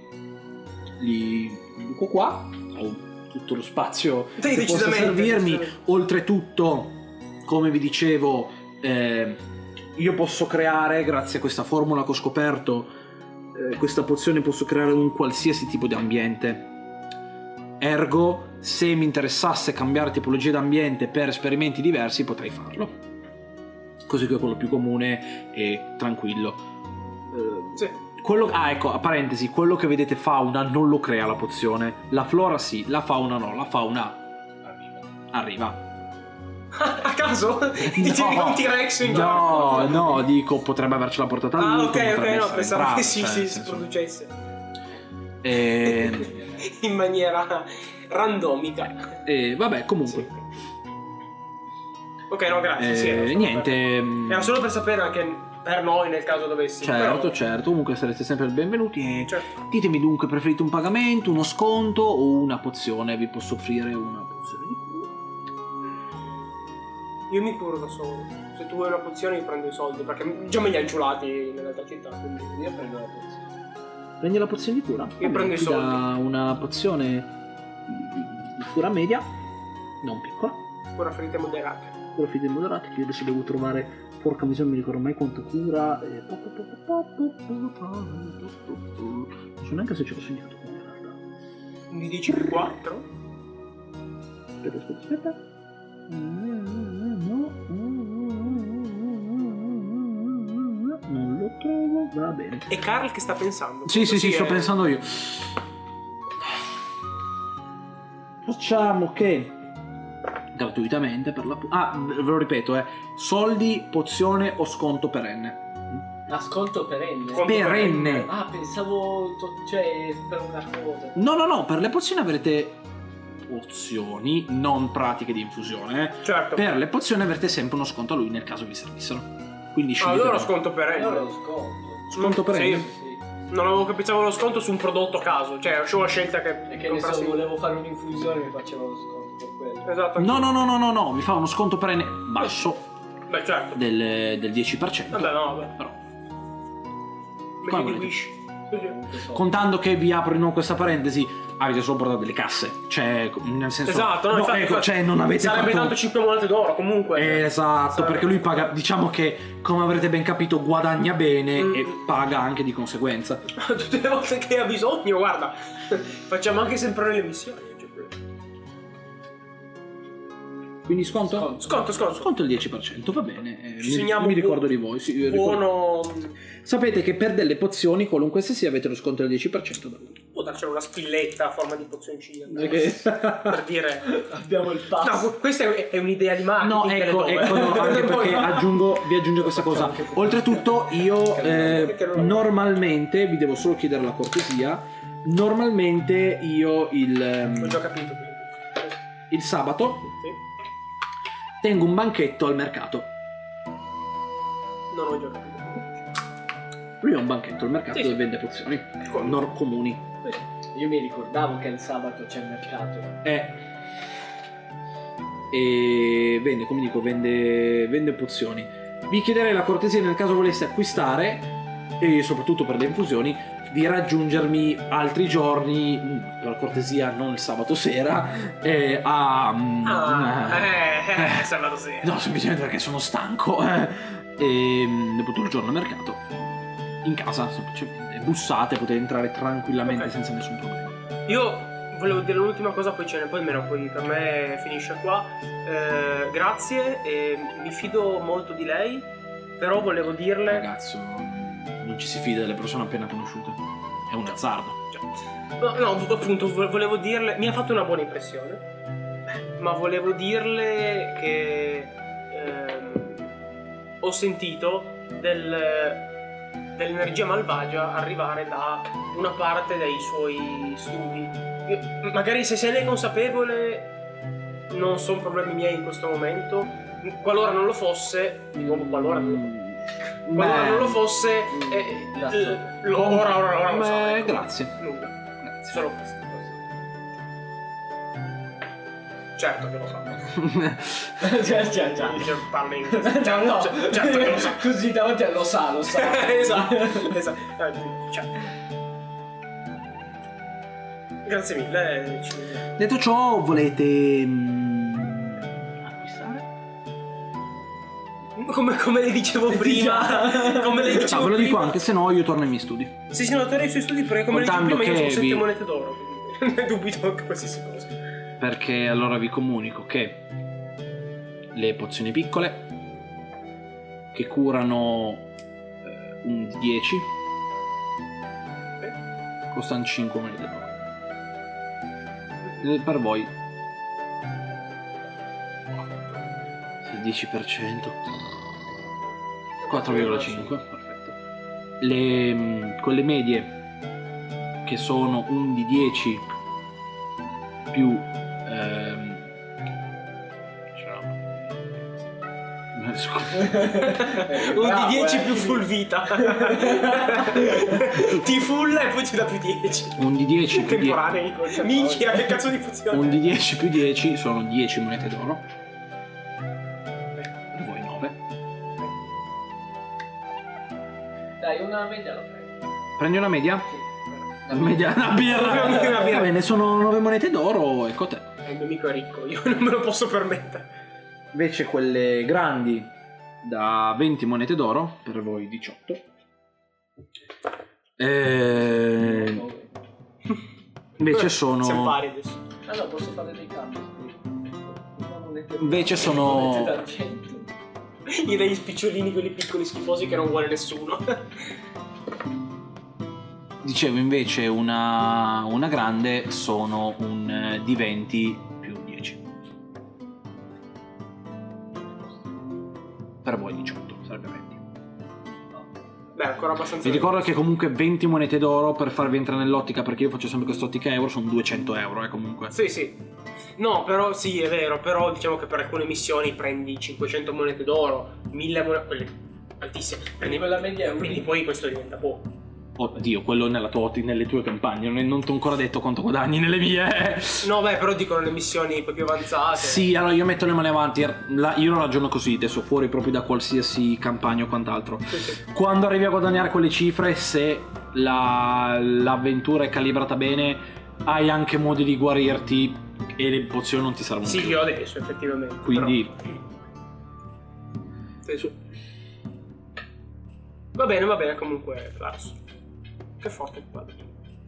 li li dico qua, ho tutto lo spazio Sì, che possa decisamente, servirmi. decisamente. Oltretutto, come vi dicevo, eh, io posso creare, grazie a questa formula che ho scoperto, eh, questa pozione posso creare un qualsiasi tipo di ambiente. Ergo, se mi interessasse cambiare tipologia d'ambiente per esperimenti diversi, potrei farlo. Così che è quello più comune e tranquillo. Eh, Sì. quello, ah, ecco, a parentesi, quello che vedete fauna non lo crea la pozione. La flora sì, la fauna no. La fauna arriva. A caso? Ti tiri un T-Rex in No, no, dico, potrebbe avercela portata Ah, lui. ok, ok, no, pensavo che sì, sì, si producesse. E... in maniera randomica. E vabbè, comunque. Sì. Ok, no, grazie. Eh, sì, era solo niente. Per... Era solo per sapere anche per noi nel caso dovessi. Certo, però... certo. Comunque sarete sempre il benvenuti. E certo. ditemi dunque, preferite un pagamento, uno sconto o una pozione? Vi posso offrire una pozione di cura. Io mi curo da solo. Se tu vuoi una pozione, io prendo i soldi. Perché già me li hai giulati nell'altra città. Quindi Io prendo la pozione. Prendi la pozione di cura? Io prendo i Ti dà soldi. una pozione di, di cura media, non piccola. Cura ferite moderate. Cura fide moderate, che io adesso devo trovare. Porca miseria, non mi ricordo mai quanto cura. Eh, non so neanche se ce l'ho segnato qua in realtà. Mi dici più quattro? Aspetta, aspetta, aspetta. No. Non lo trovo, va bene. E Carl che sta pensando? Sì, sì, sì, sto è... pensando io. Facciamo che gratuitamente per la... Ah, ve lo ripeto, eh. Soldi, pozione o sconto perenne. A sconto perenne. Sconto Perenne. Ah, pensavo, cioè, per una cosa. No, no, no, per le pozioni avrete pozioni, non pratiche di infusione. Eh. Certo. Per le pozioni avrete sempre uno sconto a lui nel caso vi servissero. Quindi scegliete. Allora sconto perenne. Allora lo sconto. Sconto perenne? Sì. Sì. Non avevo capito lo sconto su un prodotto a caso. Cioè, ho una scelta che... E che ne comprassi- so, volevo fare un'infusione e mi faceva lo sconto per quello. Esatto. No, no, no, no, no, no, vi fa uno sconto perenne basso Beh, certo. del, del dieci per cento. Vabbè, no, vabbè. Però, Meglio di volete? Wish. Comunque so. contando che vi apro di nuovo questa parentesi, avete solo portato delle casse. Cioè, nel senso. Esatto, no, no, infatti, ecco, infatti, cioè, non avete sarebbe fatto. tanto cinque monete d'oro comunque. Esatto, Sarebbe- perché lui paga, diciamo che, come avrete ben capito, guadagna bene Mm. e paga anche di conseguenza. Tutte le volte che ha bisogno, guarda, facciamo anche sempre le missioni. cioè, Quindi sconto? Sconto. Sconto, sconto. Sconto il dieci per cento, va bene. eh, Ci mi, segniamo mi bu- ricordo di voi. Sì, io ricordo- Buono. Sapete che per delle pozioni, qualunque esse sia, avete lo sconto del dieci per cento da lui. Può darci una spilletta a forma di pozioncina. Perché- Per dire. Abbiamo il pass. No, questa è è un'idea di marketing. No, delle ecco, dove. ecco no, anche perché Poi- aggiungo, vi aggiungo questa cosa. Oltretutto, io eh, normalmente, vi devo solo chiedere la cortesia, normalmente io il, Ho ehm, già capito. il sabato Sì. tengo un banchetto al mercato. Non ho già capito. Lui ha un banchetto al mercato Sì, dove sì. vende pozioni Come? nor- comuni. Io mi ricordavo che il sabato c'è il mercato. Eh. E vende, come dico, vende, vende pozioni. Vi chiederei la cortesia nel caso voleste acquistare, e soprattutto per le infusioni, di raggiungermi altri giorni, mh, per cortesia non il sabato sera, eh, a... mh, Ah, eh, eh. eh, sabato sera. No, semplicemente perché sono stanco. Eh. E mh, dopo tutto il giorno al mercato, in casa, semplicemente bussate, potete entrare tranquillamente Ok. senza nessun problema. Io volevo dire l'ultima cosa, poi ce ne poi almeno poi per me finisce qua. Eh, grazie, e mi fido molto di lei, però volevo dirle. Ragazzo, non ci si fida delle persone appena conosciute. È un azzardo. No, no, appunto, vo- volevo dirle. Mi ha fatto una buona impressione, ma volevo dirle che ehm, ho sentito del, dell'energia malvagia arrivare da una parte dei suoi studi. Io- magari se se ne è consapevole, non sono problemi miei in questo momento. Qualora non lo fosse, di nuovo, qualora non lo fosse. Qualora Beh, non lo fosse, eh, la so. eh, lo- ora, ora, ora lo so. beh, ecco. grazie. Nulla. Solo questo. Certo che lo so. Già, già, già. Cioè, parla in No, no. Cioè, certo che lo sa. Così davanti a lo sa, lo sa. esatto, esatto. Eh, cioè. Grazie mille. ci vediamo. Detto ciò, volete mh, acquistare? Come, come le dicevo prima. Come le No, dicevo ve lo dico prima. anche, se no io torno ai miei studi. Sì, sì, no, tornerei sui studi perché come le dicevo Contando prima io che sono sette vi- monete d'oro. Quindi ne dubito anche qualsiasi cosa. Perché allora vi comunico che le pozioni piccole, che curano eh, un dieci, costano cinque monete d'oro. Eh, Per voi il dieci per cento quattro virgola cinque, perfetto. Le, mh, quelle medie che sono un di dieci più ehm, un di dieci più full vita. Ti fulla e poi ti dà più dieci. Un di dieci più dieci. Temporanei. Minchia, che cazzo di funzione? Un di dieci più dieci sono dieci monete d'oro. Per voi nove. Dai, una media la prendo. Prendi una media? Sì. Una media, una birra. Una birra. Va bene, sono nove monete d'oro, ecco te. Il mio amico è ricco, io non me lo posso permettere. Invece quelle grandi da venti monete d'oro, per voi diciotto. E... invece sono... Siamo pari adesso. Ah no, posso fare dei cambi. Invece sono... d'argento. Gli dai gli spicciolini, quelli piccoli schifosi che non vuole nessuno. Dicevo invece una, una grande sono un eh, di venti più dieci. Per voi diciotto, sarebbe venti. Beh, ancora abbastanza. Vi ricordo che comunque venti monete d'oro per farvi entrare nell'ottica, perché io faccio sempre quest'ottica euro, sono duecento euro, eh, comunque. Sì, sì. No, però sì, è vero, però diciamo che per alcune missioni prendi cinquecento monete d'oro, mille monete, quelle altissime. Prendi Quella media è un quindi poi questo diventa poco. Oddio, quello nella tua, nelle tue campagne, non, non ti ho ancora detto quanto guadagni nelle mie. No, beh, però dicono le missioni poi più avanzate. Sì, allora io metto le mani avanti, la, io lo ragiono così, adesso fuori proprio da qualsiasi campagna o quant'altro. Sì, sì. Quando arrivi a guadagnare quelle cifre, se la, l'avventura è calibrata bene, hai anche modi di guarirti e le pozioni non ti servono Sì, più. li ho adesso, effettivamente. Quindi... Però... Sì. Va bene, va bene, comunque, Clars. Che forte il padre.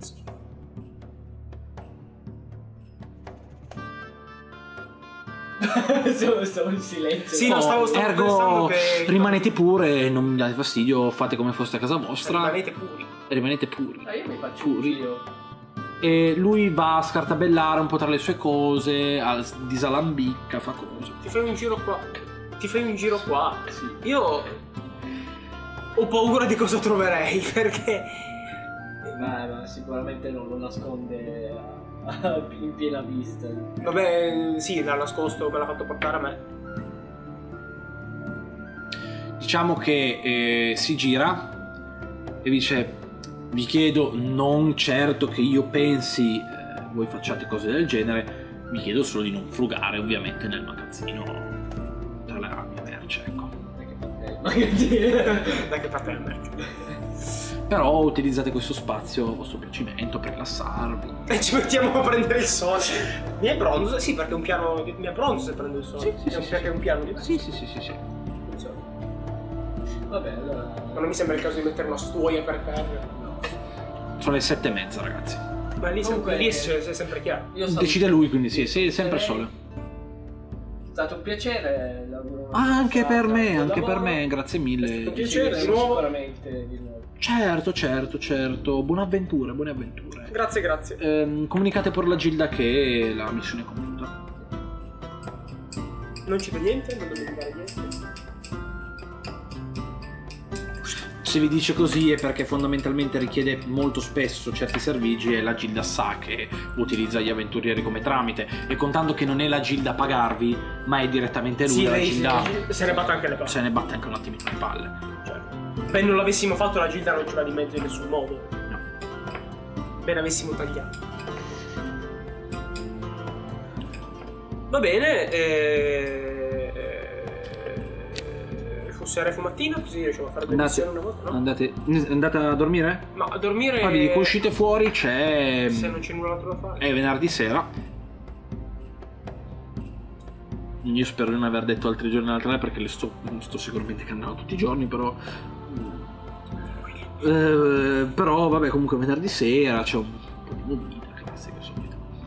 Stavo, stavo in silenzio. Sì, no, stavo, stavo pensando Ergo, che... rimanete pure, non mi date fastidio, fate come foste a casa vostra. Rimanete puri. Rimanete puri. Ah, io mi faccio Puri. un giro. E lui va a scartabellare un po' tra le sue cose, a- disalambicca, fa cose. Ti fai un giro qua. Ti fai un giro qua. Sì. Io ho paura di cosa troverei, perché... Ma, ma sicuramente non lo nasconde a- a- in piena vista. Vabbè, sì, l'ha nascosto, me l'ha fatto portare a me. Diciamo che eh, si gira e dice: vi chiedo, non certo che io pensi eh, voi facciate cose del genere, vi chiedo solo di non frugare ovviamente nel magazzino tra la mia merce, ecco. Da che parte la merce? Però utilizzate questo spazio a vostro piacimento per rilassarvi. E ci mettiamo a prendere il sole. Mi è bronzo? Sì, perché è un piano. Mi è bronzo se prendo il sole. Sì, sì, è un, sì, perché sì. è un piano diverso. Sì, sì, sì, sì, sì. Funziona. Vabbè, allora. Ma non mi sembra il caso di mettere una stuoia per terra. No. Sono le sette e mezza, ragazzi. Ma lì, Comunque, lì è, è sempre chiaro. Io saluto- Decide lui, quindi sì, sì, sempre sole. È stato un piacere. lavoro- Ah, anche per me, buon anche per lavoro. me, grazie È mille. stato un Ci piacere, vedremo di nuovo. sicuramente di nuovo. Certo, certo, certo. Buone avventure, buone avventure. Grazie, grazie. Ehm, comunicate per la Gilda che la missione è compiuta. Non ci do niente, non dobbiamo fare niente. Se vi dice così è perché fondamentalmente richiede molto spesso certi servigi e la Gilda sa che utilizza gli avventurieri come tramite, e contando che non è la Gilda a pagarvi ma è direttamente lui, Sì, la lei Gilda se ne batte anche le palle. se ne batte anche un attimino le palle. Ben non l'avessimo fatto, la Gilda non ci va di mezzo in nessun modo. No. Ben avessimo tagliato. Va bene, eh, eh, fosse fumattina, così riusciamo a fare due Andate, missioni una volta, no? andate, andate a dormire? No, a dormire. Poi vi dico, uscite fuori, c'è... Se non c'è null'altro da fare. è venerdì sera. Io spero di non aver detto altri giorni altre perché le sto, sto sicuramente cantando tutti i giorni, però... Eh, però vabbè, comunque venerdì sera c'è un po' di movida classica solita.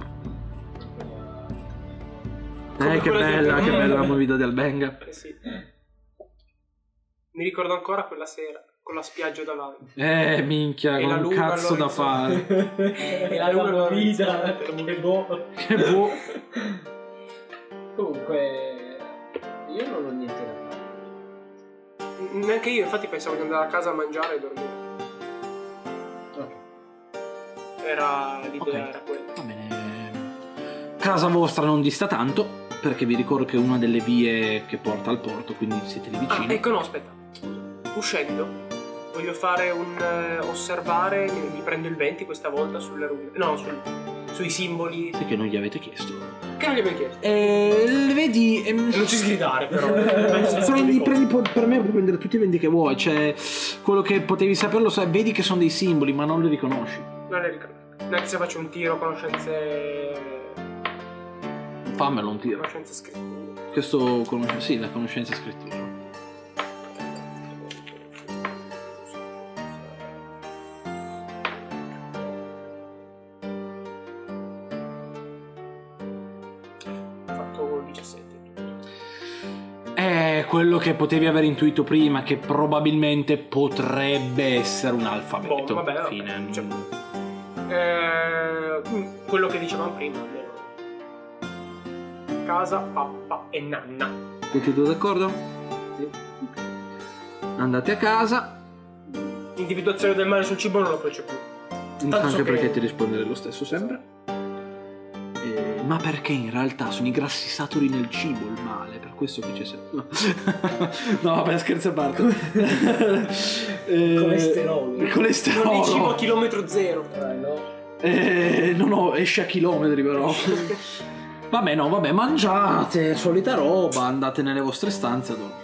Come Eh, che quella di bella, che Albenga. bella la movida di Albenga. Eh sì. Mi ricordo ancora quella sera, con la spiaggia davanti. Eh, minchia, E con la un luna cazzo da all'orizzonte. fare. E la luna guida. Che boh. Che boh. Comunque, io non ho niente da fare. Neanche io, infatti pensavo di andare a casa a mangiare e dormire. Ok. Era l'idea, Ok. era quella. Va bene. Casa vostra non dista tanto, perché vi ricordo che è una delle vie che porta al porto, quindi siete lì vicini. Ah, ecco, no, aspetta. Uscendo, voglio fare un eh, osservare, mi, mi prendo il venti questa volta sulle rune. No, sul, sui simboli. Sai che non gli avete chiesto. Che non gli abbiamo chiesto? E vedi. ehm, Non ci sgridare, però. Prendi, prendi, per me puoi prendere tutti i venti che vuoi. Cioè, quello che potevi saperlo, sai, vedi che sono dei simboli, ma non li riconosci. Non le ricordo. Neanche se faccio un tiro, conoscenze. Fammelo un tiro. Conoscenze scritte. Questo conosce, sì, la conoscenza scrittura. Ho fatto diciassette. È quello che potevi aver intuito prima, che probabilmente potrebbe essere un alfabeto. Boh, vabbè, Fine. ok, cioè, eh, quello che dicevamo prima, almeno. Casa, pappa e nanna. Tutti due d'accordo? Sì. Andate a casa. Individuazione del male sul cibo non lo faccio più. Tanto Anche so perché che- ti rispondere lo stesso sempre. Eh, ma perché in realtà sono i grassi saturi nel cibo il male, per questo che c'è sempre. No, no vabbè, scherzo a parte. Eh, Colesterolo. Il colesterolo. Non di cibo a chilometro zero. Eh, no. Eh, no, no, esce a chilometri però. Vabbè, no, vabbè, mangiate, solita roba, andate nelle vostre stanze a dormire.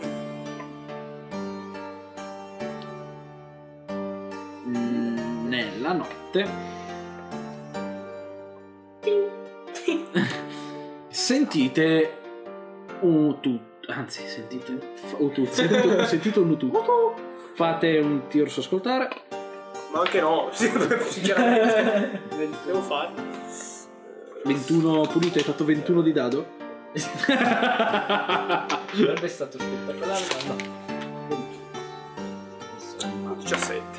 Mm, Nella notte sentite un tut, anzi sentite un tut, sentite, sentite un tut. Fate un tiro su ascoltare. Ma anche no, sinceramente. Devo fare. ventuno pulito, hai fatto ventuno di dado? Sarebbe stato spettacolare, ma no. diciassette.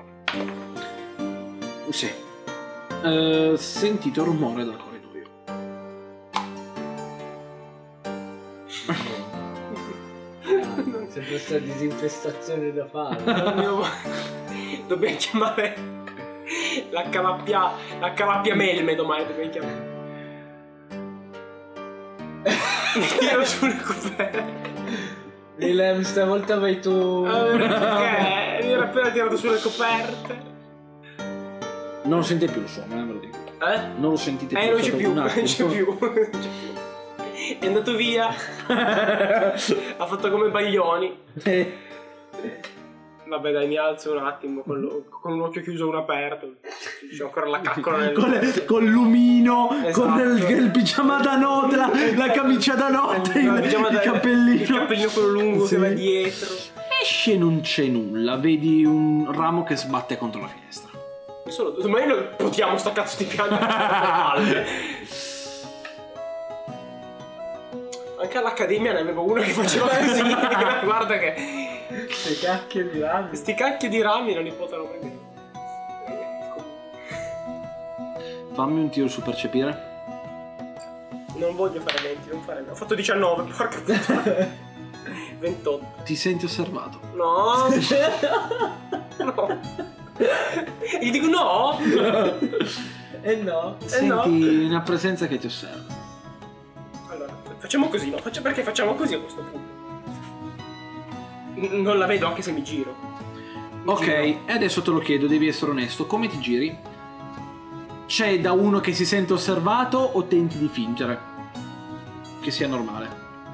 Sì. Eh, sentite un rumore dal corridoio. Ah, c'è questa disinfestazione da fare. Dobbiamo, dobbiamo chiamare la calappia, la calappia melme domani dobbiamo chiamare. Mi tiro sulle coperte. Willem, stavolta vai tu. Perché mi ero appena tirato sulle coperte. Non sentite più il suono, eh, me lo dico. Eh? Non lo sentite più. Eh, non è c'è stato più, un non attimo. c'è più, non c'è più. È andato via. Ha fatto come Baglioni. Vabbè dai, mi alzo un attimo con, lo- con un occhio chiuso e uno aperto. C'ho ancora la caccola nel... Con, con l'umino, Esatto. con il, il pigiama da notte, la, la camicia da notte, No, il, diciamo il da- cappellino. Il cappellino quello lungo Sì. che va dietro. Esce e non c'è nulla, vedi un ramo che sbatte contro la finestra. Solo domani non potiamo sta cazzo di pianta alle palle. Anche all'accademia ne avevo uno che faceva così. Guarda che Che cacchio di rami. questi cacchio di rami non li potranno mai vedere. Fammi un tiro su percepire. Non voglio fare venti, non fare. Ho fatto diciannove, porca puttana. ventotto. Ti senti osservato. No. No. Gli dico no. Eh no. Eh no. Senti una presenza che ti osserva. Allora, facciamo così, no? Faccia- perché facciamo così a questo punto? N- non la vedo anche se mi giro. Mi Ok, giro. e adesso te lo chiedo, devi essere onesto. Come ti giri? C'è da uno che si sente osservato o tenti di fingere? Che sia normale.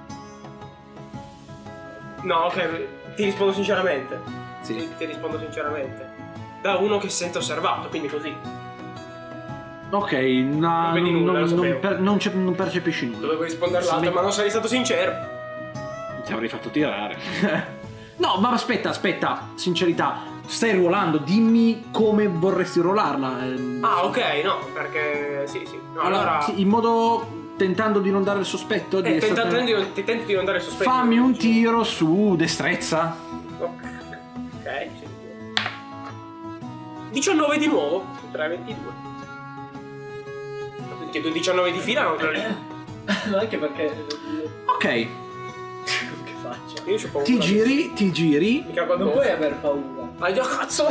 No, ok, ti rispondo sinceramente. Sì. Ti, ti rispondo sinceramente. Da uno che si sente osservato, quindi così. Ok, no, Non vedi nulla, non, lo non sapevo. per- non c'è- non percepisci nulla. Dovevo rispondere l'altro, ma non sei stato sincero. Ti avrei fatto tirare. No, ma aspetta, aspetta, sincerità. Stai ruolando, dimmi come vorresti ruolarla. ehm. Ah, ok, no, perché sì, sì. No, Allora, allora, sì, in modo tentando di non dare il sospetto di eh, essere- tenta- tenti, di- ti tento di non dare sospetto. Fammi un tiro su destrezza. Ok, ok, sì. diciannove di nuovo, tre ventidue. Chiedo diciannove di fila, non te lo dico. Ma anche perché. Ok, Che faccia? io c'ho paura. Ti giri, ti giri. Mi cago Non puoi aver paura. Ah, io cazzo.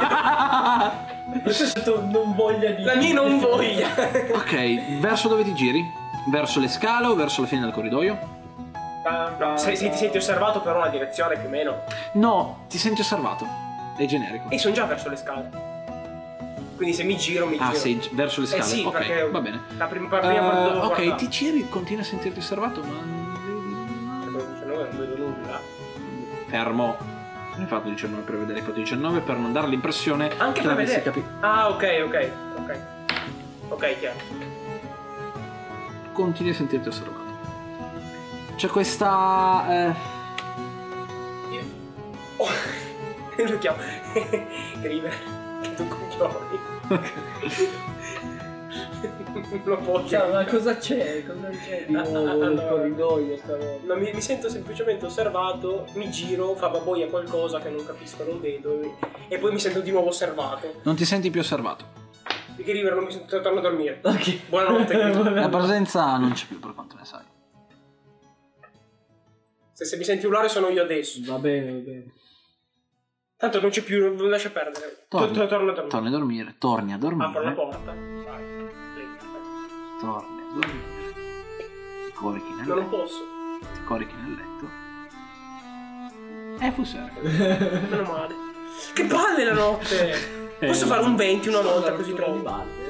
Questo non voglia di. La mia non voglia. Ok, verso dove ti giri? Verso le scale o verso la fine del corridoio? No, se, se ti senti osservato per una direzione più o meno. No, ti senti osservato. È generico. E sono già verso le scale. Quindi se mi giro, mi Ah, giro. sei gi- verso le scale? Eh sì, ok, perché va bene. La prima, la prima parte Eh, devo ok, guardare. ti giri, continui a sentirti osservato, ma... diciannove non vedo nulla. Fermo. Non hai fatto diciannove per vedere, hai fatto diciannove per non dare l'impressione Anche che per l'avessi vedere. capito. Ah, ok, ok, ok. Ok, chiaro. Continui a sentirti osservato. C'è questa... Eh... Io... Oh, lo chiamo. River. Che tu coglioni. Non lo posso. Cioè, ma cosa c'è? Cosa c'è di Ah, nuovo ah, nel allora. corridoio stavolta? No, mi, mi sento semplicemente osservato, mi giro, fa baboia qualcosa che non capisco, non vedo e, e poi mi sento di nuovo osservato. Non ti senti più osservato. Perché River non mi sento, torno a dormire. Ok. Buonanotte. La presenza non c'è più per quanto ne sai. Se, se mi senti urlare sono io adesso. Va bene, va bene. Tanto non c'è più, non lascia perdere. Torni. Torno, torno a dormire. Torni a dormire, torni a dormire. Apro la porta. Vai. Torni a dormire. Ti corichi nel No, non letto. posso. Ti corichi nel letto. E fu serve. Meno male. Che palle la notte! Posso fare un venti una volta così trovo?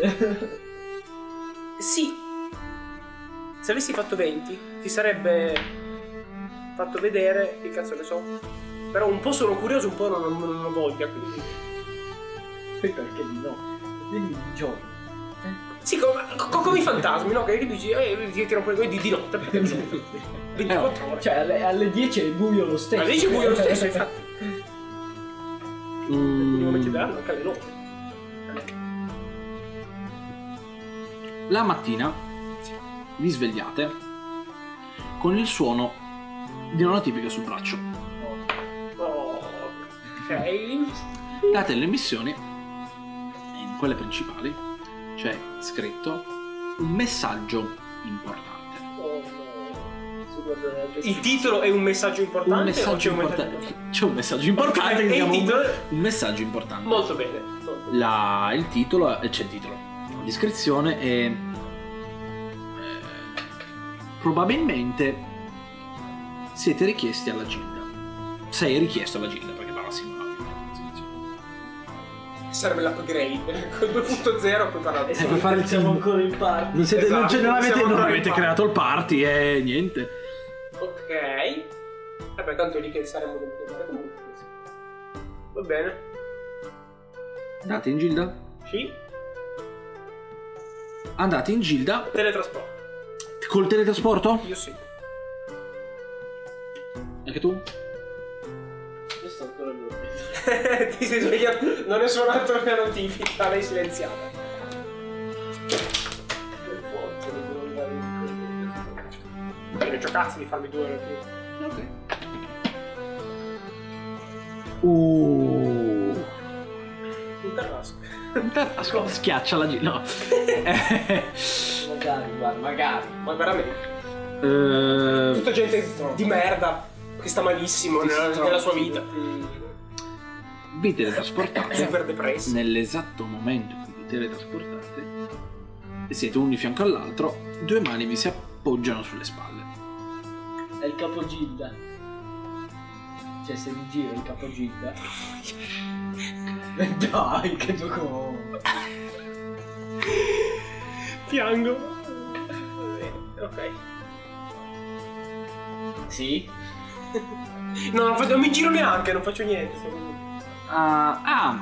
Sì. Se avessi fatto venti ti sarebbe fatto vedere, che cazzo ne so. Però un po' sono curioso, un po' non, non, non ho voglia, quindi. Aspetta, perché di no? Quindi di giorno. Sì, come, co- come i fantasmi, no? Che dici, eh, ti tirano fuori di, di notte, perché ventiquattro ore. Cioè, alle, alle dieci è buio lo stesso. Alle dieci è buio lo stesso, infatti. Quindi come ti Mm, daranno anche alle nove. la mattina vi svegliate con il suono di una notifica sul braccio. Oh, ok. Date le missioni, in quelle principali c'è scritto un messaggio importante. Oh, no. Il titolo è un messaggio importante? Un messaggio o c'è un importante. messaggio C'è un messaggio importante. Ok, che e il chiama un- titolo? Un messaggio importante. Molto bene. Molto bene. La- il titolo, eh, c'è il titolo, la descrizione è eh, probabilmente siete richiesti alla Gilda. Sei richiesto alla Gilda perché parla singolare. Serve l'upgrade col due punto zero puoi parlare. E per fare il siamo team. ancora in party. Non, siete, non, c'è- non Esatto, avete, siamo non ancora avete in creato il party e niente. Ok. Vabbè, tanto è lì che saremo dovuti fare comunque. Va bene. Andate in Gilda? Sì. Andate in Gilda Teletrasporto. col teletrasporto? Io sì. Anche tu? Io sto ancora dormendo. Ti sei svegliato. Non è suonato la notifica, l'hai silenziata. Per forza devo andare in Bene, c'ho cazzo di farmi due ore più. Ok. Uh. Un carrasco. Ascolta, schiaccia la Gilda. No. Magari, guarda, magari. Ma veramente. Eh, Tutta gente di merda che sta malissimo nella, nella sua vita. vi teletrasportate Super depressi. nell'esatto momento in cui vi teletrasportate e siete uno di fianco all'altro, due mani vi si appoggiano sulle spalle. È il capogilda. Cioè, se mi giro il capogilda. Dai, che gioco. Piango. Ok. Sì? No, non, faccio, non mi giro neanche, non faccio niente. Ah, ah.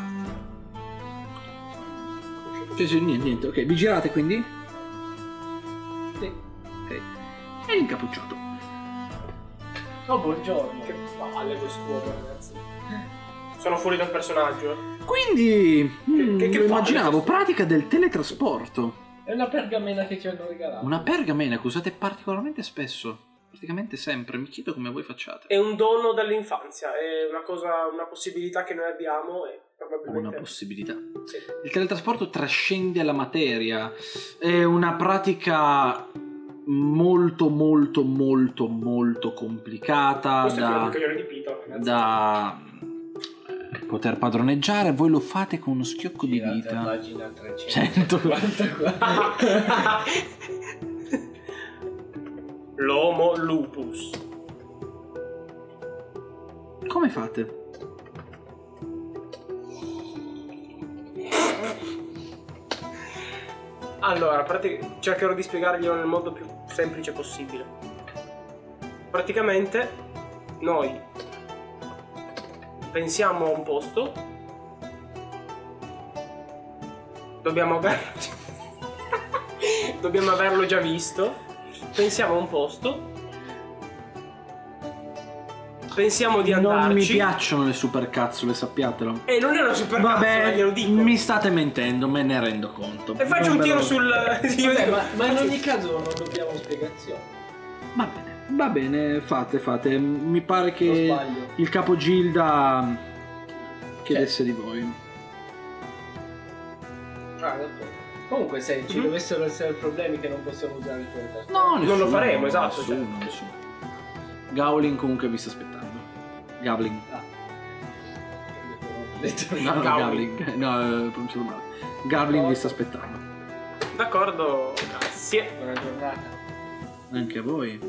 Cioè, cioè, niente, niente, ok, vi girate quindi? Sì. Ok. E l'incappucciato. Oh, buongiorno. Che palle quest'uomo, ragazzi. Sono fuori dal personaggio. eh. Quindi, mm, che- che lo palle immaginavo, questo. pratica del teletrasporto. È una pergamena che ci hanno regalato. Una pergamena che usate particolarmente spesso, praticamente sempre. Mi chiedo come voi facciate. È un dono dall'infanzia, è una cosa, una possibilità che noi abbiamo e probabilmente. Una possibilità. Sì. Il teletrasporto trascende la materia, è una pratica molto molto molto molto complicata Questo è quello da, del coglione di Pito, ragazzi. da eh, poter padroneggiare. Voi lo fate con uno schiocco di Girate a dita. pagina Cento. trecentoquarantaquattro. L'Homo lupus. Come fate? Allora, prati- cercherò di spiegarglielo nel modo più semplice possibile. Praticamente noi pensiamo a un posto, dobbiamo aver... dobbiamo averlo già visto, pensiamo a un posto, pensiamo di andarci. Non mi piacciono le supercazzole, sappiatelo. E non è una super Vabbè, glielo dico. mi state mentendo, me ne rendo conto. E faccio un Non me tiro lo- sul... io Vabbè, dico- ma, ma in faccio- ogni caso non dobbiamo spiegazioni. Va bene, va bene, fate, fate. Mi pare Non che sbaglio. il capo Gilda chiedesse di voi. Ah, d'accordo. Comunque, se ci Mhm. dovessero essere problemi che non possiamo usare il tuo tasto. No, Non lo nessuno, faremo, esatto, Nessuno, cioè. nessuno. Gowling comunque vi sta aspettando. Gowling. Ah. Detto No, no, Gowling. Gowling. No, eh, pronunciato male. Gowling vi sta aspettando. D'accordo, grazie. Buona giornata. Anche a voi.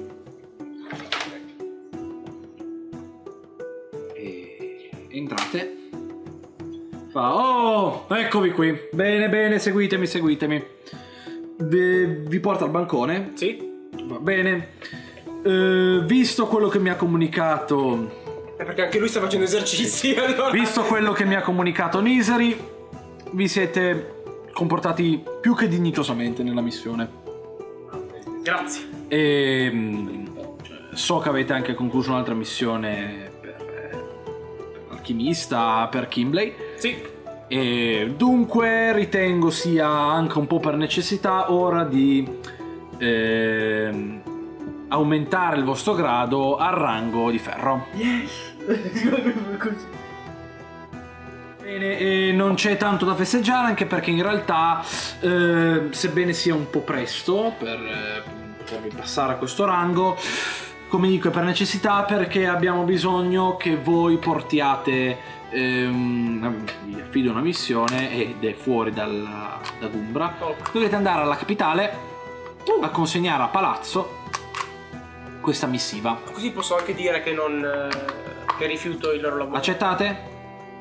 E entrate. Fa, oh, eccovi qui. Bene, bene, seguitemi, seguitemi. Vi, vi porta al bancone. Sì? Va bene. Eh, visto quello che mi ha comunicato, È perché anche lui sta facendo esercizi, allora. visto quello che mi ha comunicato Niseri, vi siete comportati più che dignitosamente nella missione. Grazie. E mm, so che avete anche concluso un'altra missione per, per l'alchimista, per Kimbley. Sì. E dunque ritengo sia anche un po' per necessità ora di ehm, aumentare il vostro grado al rango di ferro. Così. Bene, e non c'è tanto da festeggiare, anche perché in realtà, eh, sebbene sia un po' presto per eh, potervi passare a questo rango, come dico è per necessità, perché abbiamo bisogno che voi portiate, ehm, vi affido una missione ed è fuori dalla, da Dumbra. Oh. Dovete andare alla capitale a consegnare a Palazzo questa missiva. Così posso anche dire che non... eh, che rifiuto il loro lavoro. Accettate?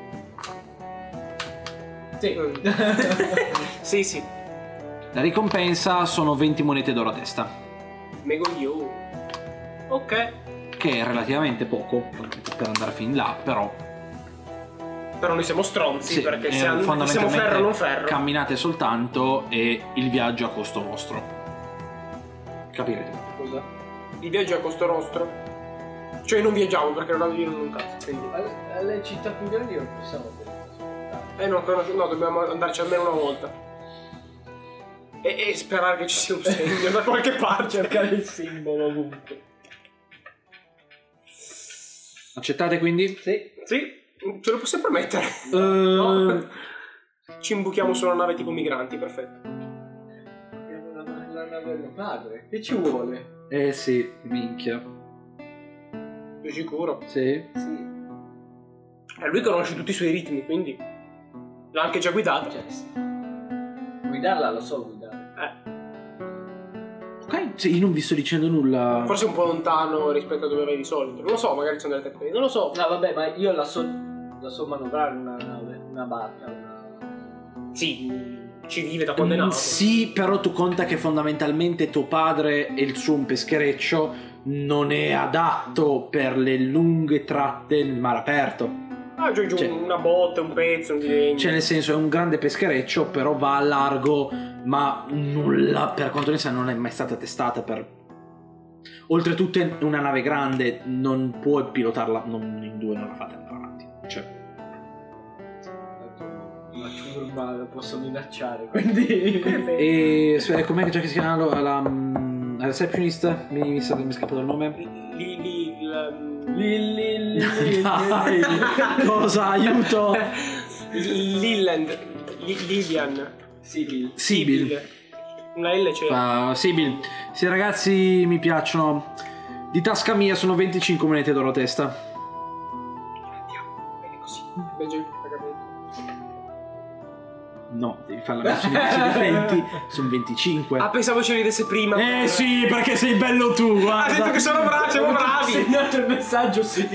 Sì. Sì, sì. La ricompensa sono venti monete d'oro a testa, Mego io. Ok. che è relativamente poco per andare fin là, però Però noi siamo stronzi, sì, perché eh, siamo, siamo fondamentalmente ferro non ferro. camminate soltanto e il viaggio a costo vostro. Capirete? Scusa. Il viaggio a costo nostro. Cioè non viaggiamo perché non abbiamo un cazzo. Quindi... Alle, alle città più grandi non possiamo aspettare. Eh no, ancora- no, dobbiamo andarci almeno una volta. E, e sperare che ci sia un segno da qualche parte. Cercare il simbolo ovunque. Accettate quindi? Sì. Sì, ce lo possiamo permettere. Eh, No? Ci imbuchiamo su una nave tipo migranti, perfetto. La, la nave del padre. Che ci vuole? eh sì, minchia. Sei sicuro? Sì. Sì. Eh, lui conosce tutti i suoi ritmi, quindi l'ha anche già guidata. Cioè, sì. Guidarla lo so guidare. Eh, Ok, sì, io non vi sto dicendo nulla. forse un po' lontano rispetto a dove vai di solito. Non lo so, magari ci sono delle tecniche. Non lo so. No, vabbè, ma io la so, la so manovrare una nave, una barca, una... Sì, ci vive da quando è Mm, nato. sì, però tu conta che fondamentalmente tuo padre e il suo un peschereccio non è adatto per le lunghe tratte nel mare aperto. Ah, giù, giù, Cioè- una botte, un pezzo, un di legno. Cioè, nel senso, è un grande peschereccio, però va a largo, ma nulla, per quanto ne sa, non è mai stata testata per... Oltretutto è una nave grande, non puoi pilotarla, non in due non la fate andare avanti. Cioè, La ciurma lo posso minacciare, quindi... e aspetta, com'è che già che si chiama la, la, la receptionist? Mi, mi, sa- mi scappa dal nome. Lì, lì, il... Lì, lì, lì, lì. Dai, cosa? Aiuto! Liland, Li- Lilian, Sibyl. Sibyl. Una L c'è. Uh, Sibyl, sì ragazzi mi piacciono. Di tasca mia sono venticinque monete d'oro a testa. Andiamo, bene così. Legge il pagamento. No, devi fare la versione di venti, sono venticinque. Ah, pensavo ce li desse prima. Eh sì, perché sei bello tu, guarda. Ha detto che sono bravi, siamo Ho bravi. segnato il messaggio, sì.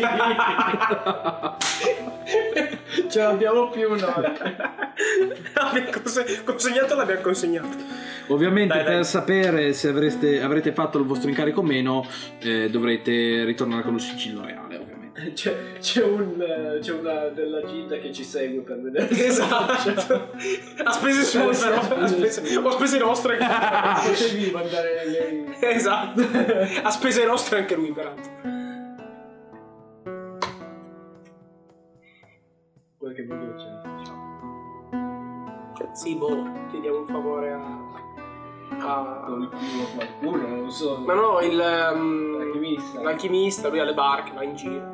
Ce l'abbiamo più noi. Abbiamo conse- consegnato l'abbiamo consegnato. Ovviamente Dai, per dai. sapere se avreste, avrete fatto il vostro incarico o meno, eh, dovrete ritornare con lo sigillo reale, ovviamente. C'è, c'è, un, eh, c'è una della Gilda che ci segue per vedere. Esatto. A spese sue, Sì, però. a A spese spese, o a spese nostre. Potevi mandare lei. Esatto. A spese nostre anche lui, peraltro. Qualche video ce ne facciamo. Sì, boh, chiediamo un favore a. a... Qualcuno, qualcuno, non lo so. Ma no, il. Um, L'alchimista. l'alchimista, lui ha le barche, va in giro.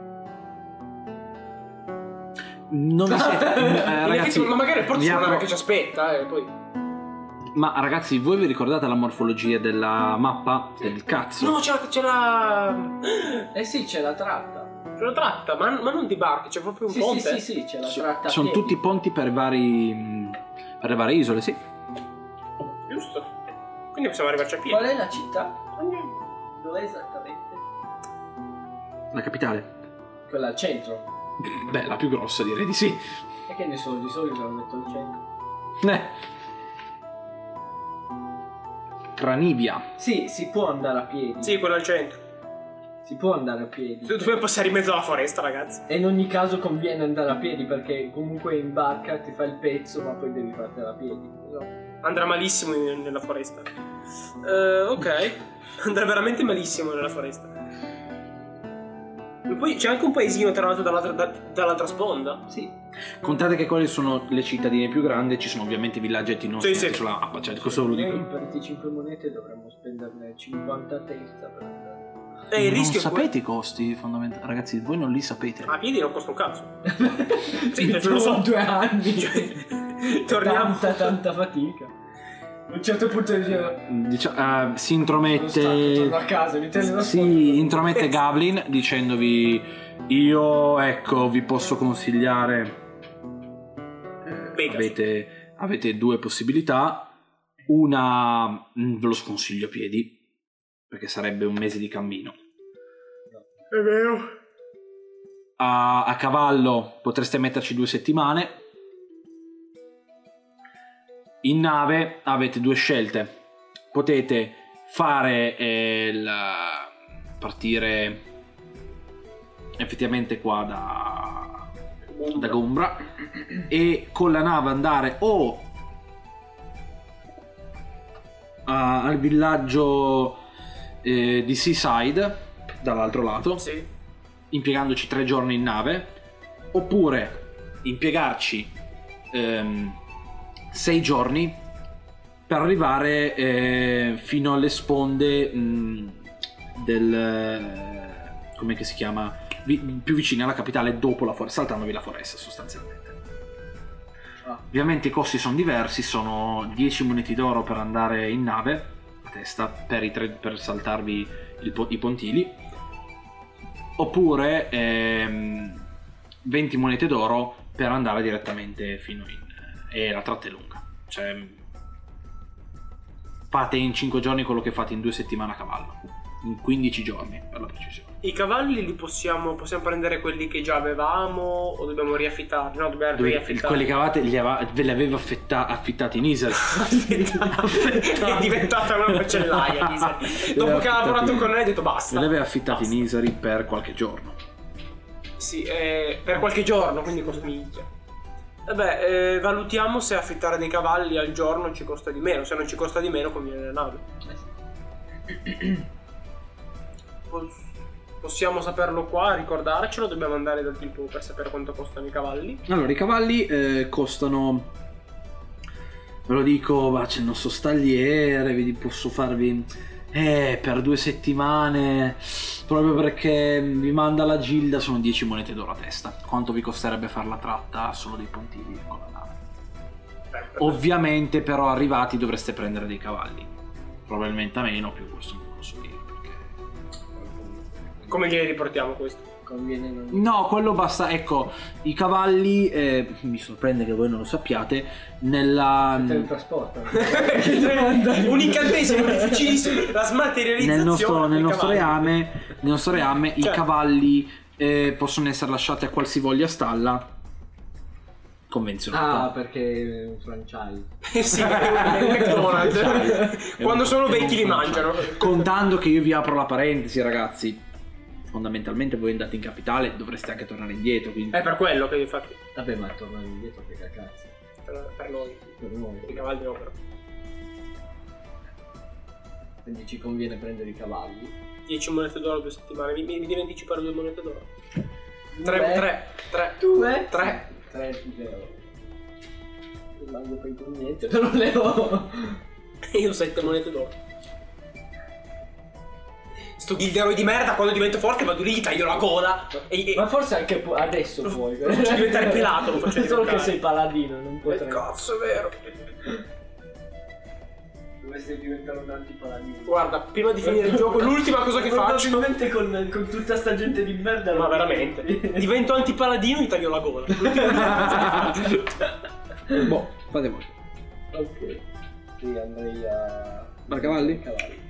Non vi siete, eh, ragazzi, ma magari il porto vi c'è una apro- che ci aspetta, eh, poi. ma ragazzi, voi vi ricordate la morfologia della mappa del cazzo? No, c'è la. C'è la. Eh sì, c'è la tratta. C'è la tratta, ma, ma non di barche, c'è proprio un Sì, ponte. sì, sì, sì, c'è la tratta. a Sono piedi. tutti ponti per vari per le varie isole, sì. Giusto. Quindi possiamo arrivarci a piedi. Qual è la città? Dov'è esattamente? La capitale. Quella al centro. Beh, la più grossa direi di sì. E che ne so, di solito lo metto al centro. Eh. Cranivia. Sì, si può andare a piedi. Sì, quello al centro. Si può andare a piedi. Dobbiamo passare in mezzo alla foresta, ragazzi. E in ogni caso conviene andare a piedi perché comunque in barca ti fai il pezzo ma poi devi fartela a piedi. No? Andrà malissimo in- nella foresta. Eh, ok. Andrà veramente malissimo nella foresta. E poi c'è anche un paesino tra l'altro dall'altra, da- dall'altra sponda. Sì. Contate che quelle sono le cittadine più grandi, ci sono ovviamente villaggetti non Sì, segnati sì. sulla mappa, cioè questo ve lo dico. Noi per venticinque monete dovremmo spenderne cinquanta a testa per andare. E il non rischio è que- sapete i costi fondamentalmente, ragazzi, voi non li sapete. A piedi non costa un cazzo. Sì, Dopo lo so. due anni. Torniamo. Tanta, tanta fatica. A un certo punto dicevo, Dicia- eh, si sono stanco, intromette torno a casa, mi tengo da si intromette Gavlin dicendovi: io ecco vi posso consigliare, Pegaso. avete, avete due possibilità. Una mm, ve lo sconsiglio a piedi perché sarebbe un mese di cammino. È vero. A, a cavallo potreste metterci due settimane. In nave avete due scelte. Potete fare eh, la- partire effettivamente qua da, da Gombra e con la nave andare o a- al villaggio eh, di Seaside dall'altro lato, Sì. impiegandoci tre giorni in nave, oppure impiegarci ehm, sei giorni per arrivare eh, fino alle sponde mh, del eh, come che si chiama Vi- più vicine alla capitale dopo la foresta, saltandovi la foresta sostanzialmente. Ah. Ovviamente i costi sono diversi, sono dieci moneti d'oro per andare in nave a testa per, i tre, per saltarvi il po- i pontili, oppure ehm, venti monete d'oro per andare direttamente fino in e la tratta è lunga, cioè fate in cinque giorni quello che fate in due settimane a cavallo, in quindici giorni per la precisione. I cavalli li possiamo, possiamo prendere quelli che già avevamo o dobbiamo riaffittare? No, dobbiamo Dove- riaffittare. quelli che avevate li ava- ve li aveva affetta- affittati in Isel. È diventata una macellaia. Lisa. Dopo che ha lavorato con noi ha detto ve basta. li aveva affittati Basta. in Isari per qualche giorno. Sì, eh, per qualche giorno, quindi costa minchia. Vabbè, eh, valutiamo se affittare dei cavalli al giorno ci costa di meno. Se non ci costa di meno conviene la nave. Pos- Possiamo saperlo qua, ricordarcelo, dobbiamo andare dal tipo per sapere quanto costano i cavalli. Allora, i cavalli eh, costano, ve lo dico, ma c'è il nostro stagliere, vi posso farvi eh, per due settimane, proprio perché vi manda la Gilda, sono dieci monete d'oro a testa. Quanto vi costerebbe far la tratta solo dei pontili con la nave? Ovviamente però arrivati dovreste prendere dei cavalli. probabilmente meno, più questo non lo so dire. Perché... Come glieli riportiamo questo? Conviene non... No, quello basta, ecco, i cavalli, eh, mi sorprende che voi non lo sappiate, nella... teletrasporta. Un incantesimo difficilissimo, la smaterializzazione Nel nostro, nel dei nostro cavalli. reame, nel nostro reame i Cioè. cavalli eh, possono essere lasciati a qualsivoglia stalla convenzionata. Ah, perché è un franchise. Eh sì, è un McDonald's. Quando sono vecchi li mangiano. Contando che io vi apro la parentesi, ragazzi, fondamentalmente voi andate in capitale, dovreste anche tornare indietro, quindi... È per quello che infatti Vabbè, ma tornare indietro che cazzo. per, per noi, Per noi. i cavalli no però. Quindi ci conviene prendere i cavalli. dieci monete d'oro due settimane. Mi, mi, mi devi anticipare due monete d'oro. Due. tre, tre, tre. Due? Tre. Tre euro. Rimango poi con niente, non le ho. Io ho sette monete d'oro. Sto gilderoid di merda, quando divento forte vado lì, gli taglio la gola e, e... Ma forse anche pu- adesso Lo- puoi. lo faccio diventare pelato, lo faccio Solo diventare. che sei paladino, non Eh, potrai. cazzo, è vero. Dovresti diventare un antipaladino. Guarda, prima di finire il gioco, l'ultima cosa che faccio... Probabilmente con, con tutta sta gente di merda. Ma lo- veramente. Divento antipaladino e gli taglio la gola. L'ultima cosa che faccio. Boh, fate voi. Ok. Sì, andrei a... A cavalli? A cavalli.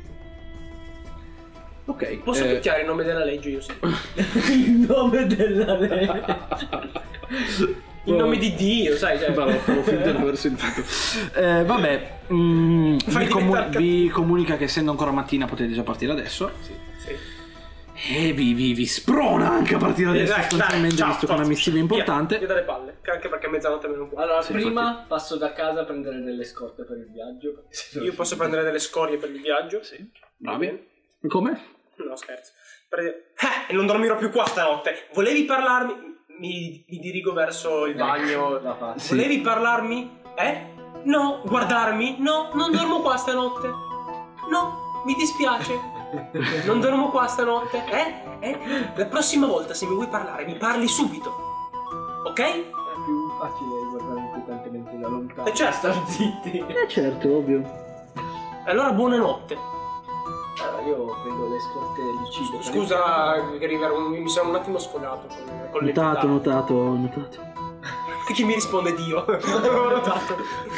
Ok. Posso eh, picchiare il nome della legge, io sì. Il nome della legge. Il nome di Dio, sai, cioè. Farò, farò finta di non aver sentito. Eh, vabbè, mm, Fai vi, comu- diventare vi comunica che essendo ancora mattina potete già partire adesso. Sì, sì. E vi, vi, vi sprona anche a partire adesso, Dai, sostanzialmente, dai, visto che è ciao, una missiva via, importante. Via dalle palle, anche perché a mezzanotte meno un po'. Allora, Sì, prima infatti. passo da casa a prendere delle scorte per il viaggio. perché se no Io ci- posso prendere delle scorie per il viaggio. Sì, bravi. Come? No, scherzo. Per... Eh, e non dormirò più qua stanotte. Volevi parlarmi? Mi, mi dirigo verso il bagno. La faccio. Sì. Volevi parlarmi? Eh? No. Guardarmi? No, non dormo qua stanotte. No, mi dispiace. Non dormo qua stanotte. Eh? Eh? La prossima volta se mi vuoi parlare mi parli subito. Ok? È più facile guardare inquietantemente da lontano. Eh, certo. Star zitti. Eh certo, ovvio. Allora buonanotte. Allora, io prendo le scorte di cibo. per Scusa, River, mi sono un attimo sfogato con, con le Notato, puntate. notato, notato. Chi mi risponde Dio? Avevo notato.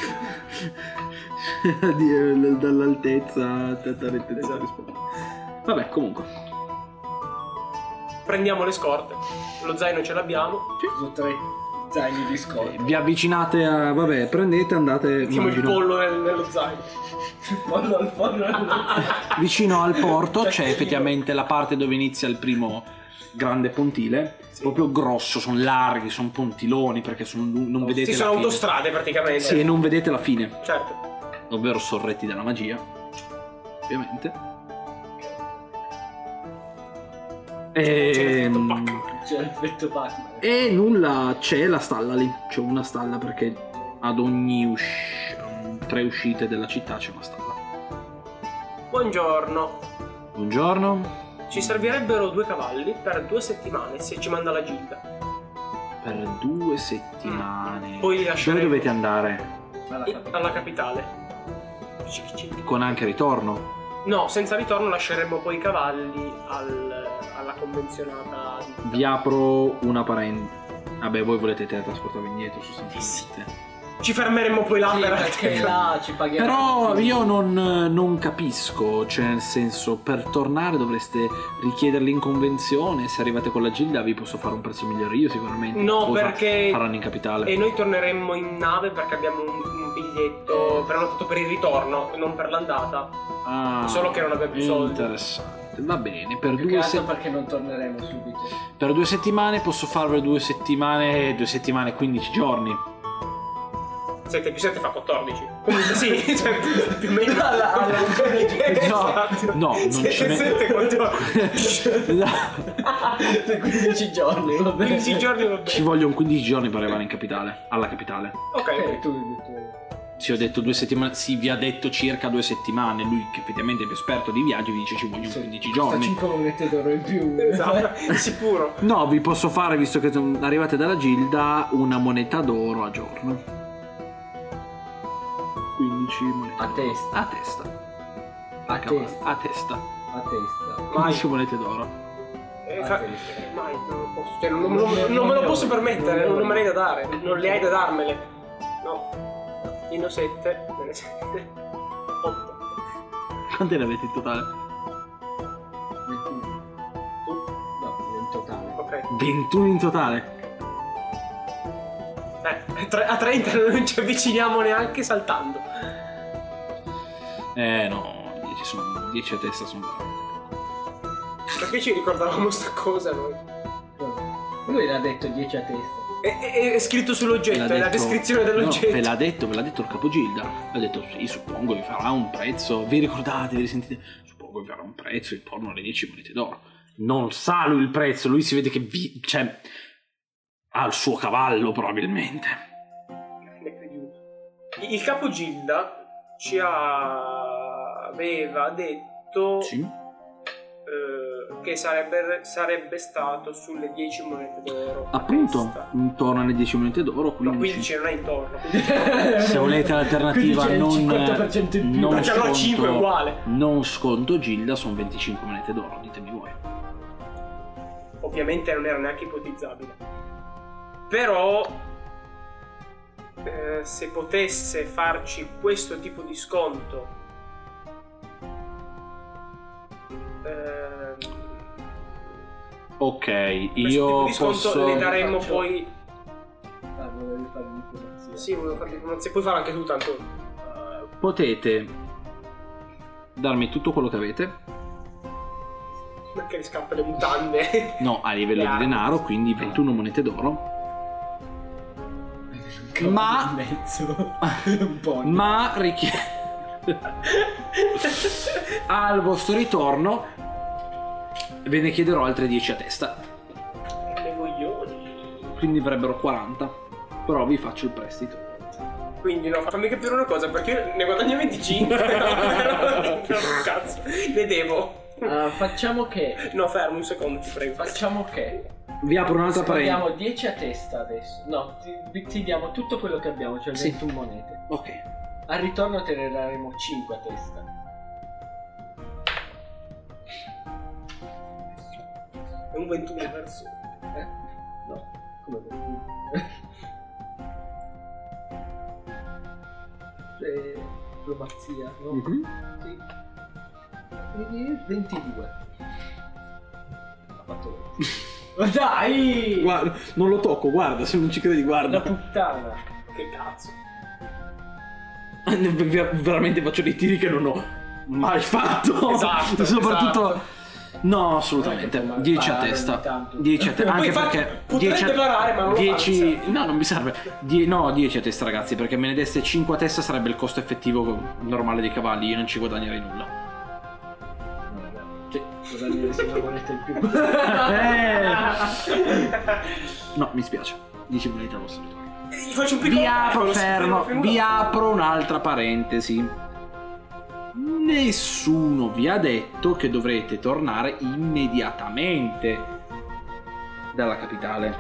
Di- Dall'altezza, t- Esatto. Vabbè, comunque. Prendiamo le scorte. Lo zaino ce l'abbiamo. Sono tre zaini di scorte. Vi avvicinate a... Vabbè, prendete, andate... Mettiamo il immagino- pollo nel- nello zaino. Pollo al forno. Vicino al porto c'è effettivamente la parte dove inizia il primo grande pontile. Proprio grosso, sono larghi, sono pontiloni perché sono- non vedete Sì, la sono fine. autostrade praticamente. Sì, e non vedete la fine, Certo. ovvero sorretti dalla magia, ovviamente. C'è E, l'effetto Pac-Man. C'è l'effetto Pac-Man. e nulla, c'è la stalla lì, c'è una stalla perché ad ogni usci- tre uscite della città c'è una stalla. Buongiorno. Buongiorno, Ci servirebbero due cavalli per due settimane se ci manda la gilda. per due settimane. Poi li Dove lasceremo dovete andare? Alla I- capitale. alla capitale. Cic, cic. Con anche ritorno? No, senza ritorno lasceremo poi i cavalli al- alla convenzionata di... Vi apro una parentesi. Vabbè, voi volete teletrasportarvi indietro sostanzialmente. Ci fermeremo poi là Sì, per perché là ci paghiamo. Però io non, non capisco, cioè nel senso, per tornare dovreste richiederli in convenzione. Se arrivate con la gilda vi posso fare un prezzo migliore io sicuramente. No, Cosa perché- faranno in capitale. E noi torneremmo in nave perché abbiamo un, un biglietto prenotato per il ritorno, non per l'andata. Ah, Solo che non abbiamo più soldi. Interessante. Va bene, per Più che due, altro se- perché non torneremo subito. per due settimane posso farvi due settimane, due settimane, quindici giorni. sette più sette fa quattordici. Comunque sì, cioè, più o meno. Alla- alla- Esatto. no, non sette, ci met- sette, quattordici. No, quindici giorni, va bene. quindici giorni va ci bene. vogliono quindici giorni per arrivare in capitale, alla capitale. Ok, Eh, ok. tu hai detto... Sì, ho detto due settimane, sì, vi ha detto circa due settimane. Lui, che effettivamente è più esperto di viaggi, vi dice ci vogliono quindici Sta giorni. cinque monete d'oro in più. Esatto, sicuro. No, vi posso fare, visto che arrivate dalla gilda, una moneta d'oro a giorno. quindici monete A d'oro. testa. A testa. A cavallo. testa. A testa. A testa. quindici monete d'oro. Eh, A fa- testa. eh, mai, non lo posso. Cioè, non, non- non- non me lo posso permettere, non me ne hai da dare. Non le hai da darmele. No. Ne ho sette. Ne ho sette. otto. Quante ne avete in totale? ventuno. Tu? No, in totale. Ok. ventuno in totale. Eh, tre- a trenta non ci avviciniamo neanche saltando. Eh no, dieci, sono, dieci a testa sono veramente. Perché ci ricordavamo sta cosa noi? Lui l'ha detto dieci a testa. È, è- è scritto sull'oggetto, Ve è l'ha la detto- descrizione dell'oggetto. No, ve l'ha detto, ve l'ha detto il capogilda. Ha detto sì, suppongo vi farà un prezzo. Vi ricordate, vi risentite? Suppongo vi farà un prezzo intorno alle dieci monete d'oro. Non sa lui il prezzo, lui si vede che vi, cioè, ha il suo cavallo probabilmente. Il capogilda ci ha... aveva detto Sì. eh, che sarebbe, sarebbe stato sulle dieci monete d'oro. a Appunto, testa. intorno alle dieci monete d'oro, No, quindi quindici non è intorno. se volete l'alternativa Quindi c'è il non, cinquanta per cento in più. non Perché allora cinque è uguale. non sconto Gilda, sono venticinque monete d'oro, ditemi voi. Ovviamente non era neanche ipotizzabile. Però eh, se potesse farci questo tipo di sconto eh, Ok, questo io tipo di sconto posso... le daremmo Faccio- poi. Ah, volevi fare diplomazia. Sì, volevo fare diplomazia, puoi fare anche tu tanto. Potete darmi tutto quello che avete. Perché le scarpe le mutande. No, a livello Le di armi. denaro, quindi ventuno monete d'oro. Ma- in mezzo. Un po'. Ma richiede... Al vostro ritorno ve ne chiederò altre dieci a testa. Le coglioni. Quindi avrebbero quaranta. Però vi faccio il prestito. Quindi no, fammi capire una cosa, perché io ne guadagno venticinque. No, cazzo, ne devo. Ah, facciamo che. No, fermo un secondo, ti prego. Facciamo che. Vi apro un'altra parente. Abbiamo dieci a testa adesso. No, ti, ti diamo tutto quello che abbiamo, cioè Sì. ventuno monete. Ok. Al ritorno te ne daremo cinque a testa. È un ventuno verso. Eh? No, come ventuno? Eh, diplomazia, no? Mhm. Sì. Eh, ventidue. Ha fatto venti. Dai! Guarda, non lo tocco, guarda, se non ci credi, La guarda. puttana. Che cazzo. Veramente faccio dei tiri che non ho mai fatto. Esatto, Soprattutto... esatto. No, assolutamente. Non è che dieci a parare ogni testa. tanto. dieci a testa. Poi Anche infatti perché... potrete dieci a... parare, ma non lo dieci... fate. No, non mi serve. Die... No, dieci a testa, ragazzi, perché me ne deste cinque a testa sarebbe il costo effettivo normale dei cavalli. Io non ci guadagnerei nulla. Sì, guadagnare una moneta in più. Eh. No, mi spiace. dieci monete al vostro ritorno. Gli faccio un piccolo. Vi apro, non si fermo, ferma più vi nulla. apro un'altra parentesi. Nessuno vi ha detto che dovrete tornare immediatamente dalla capitale.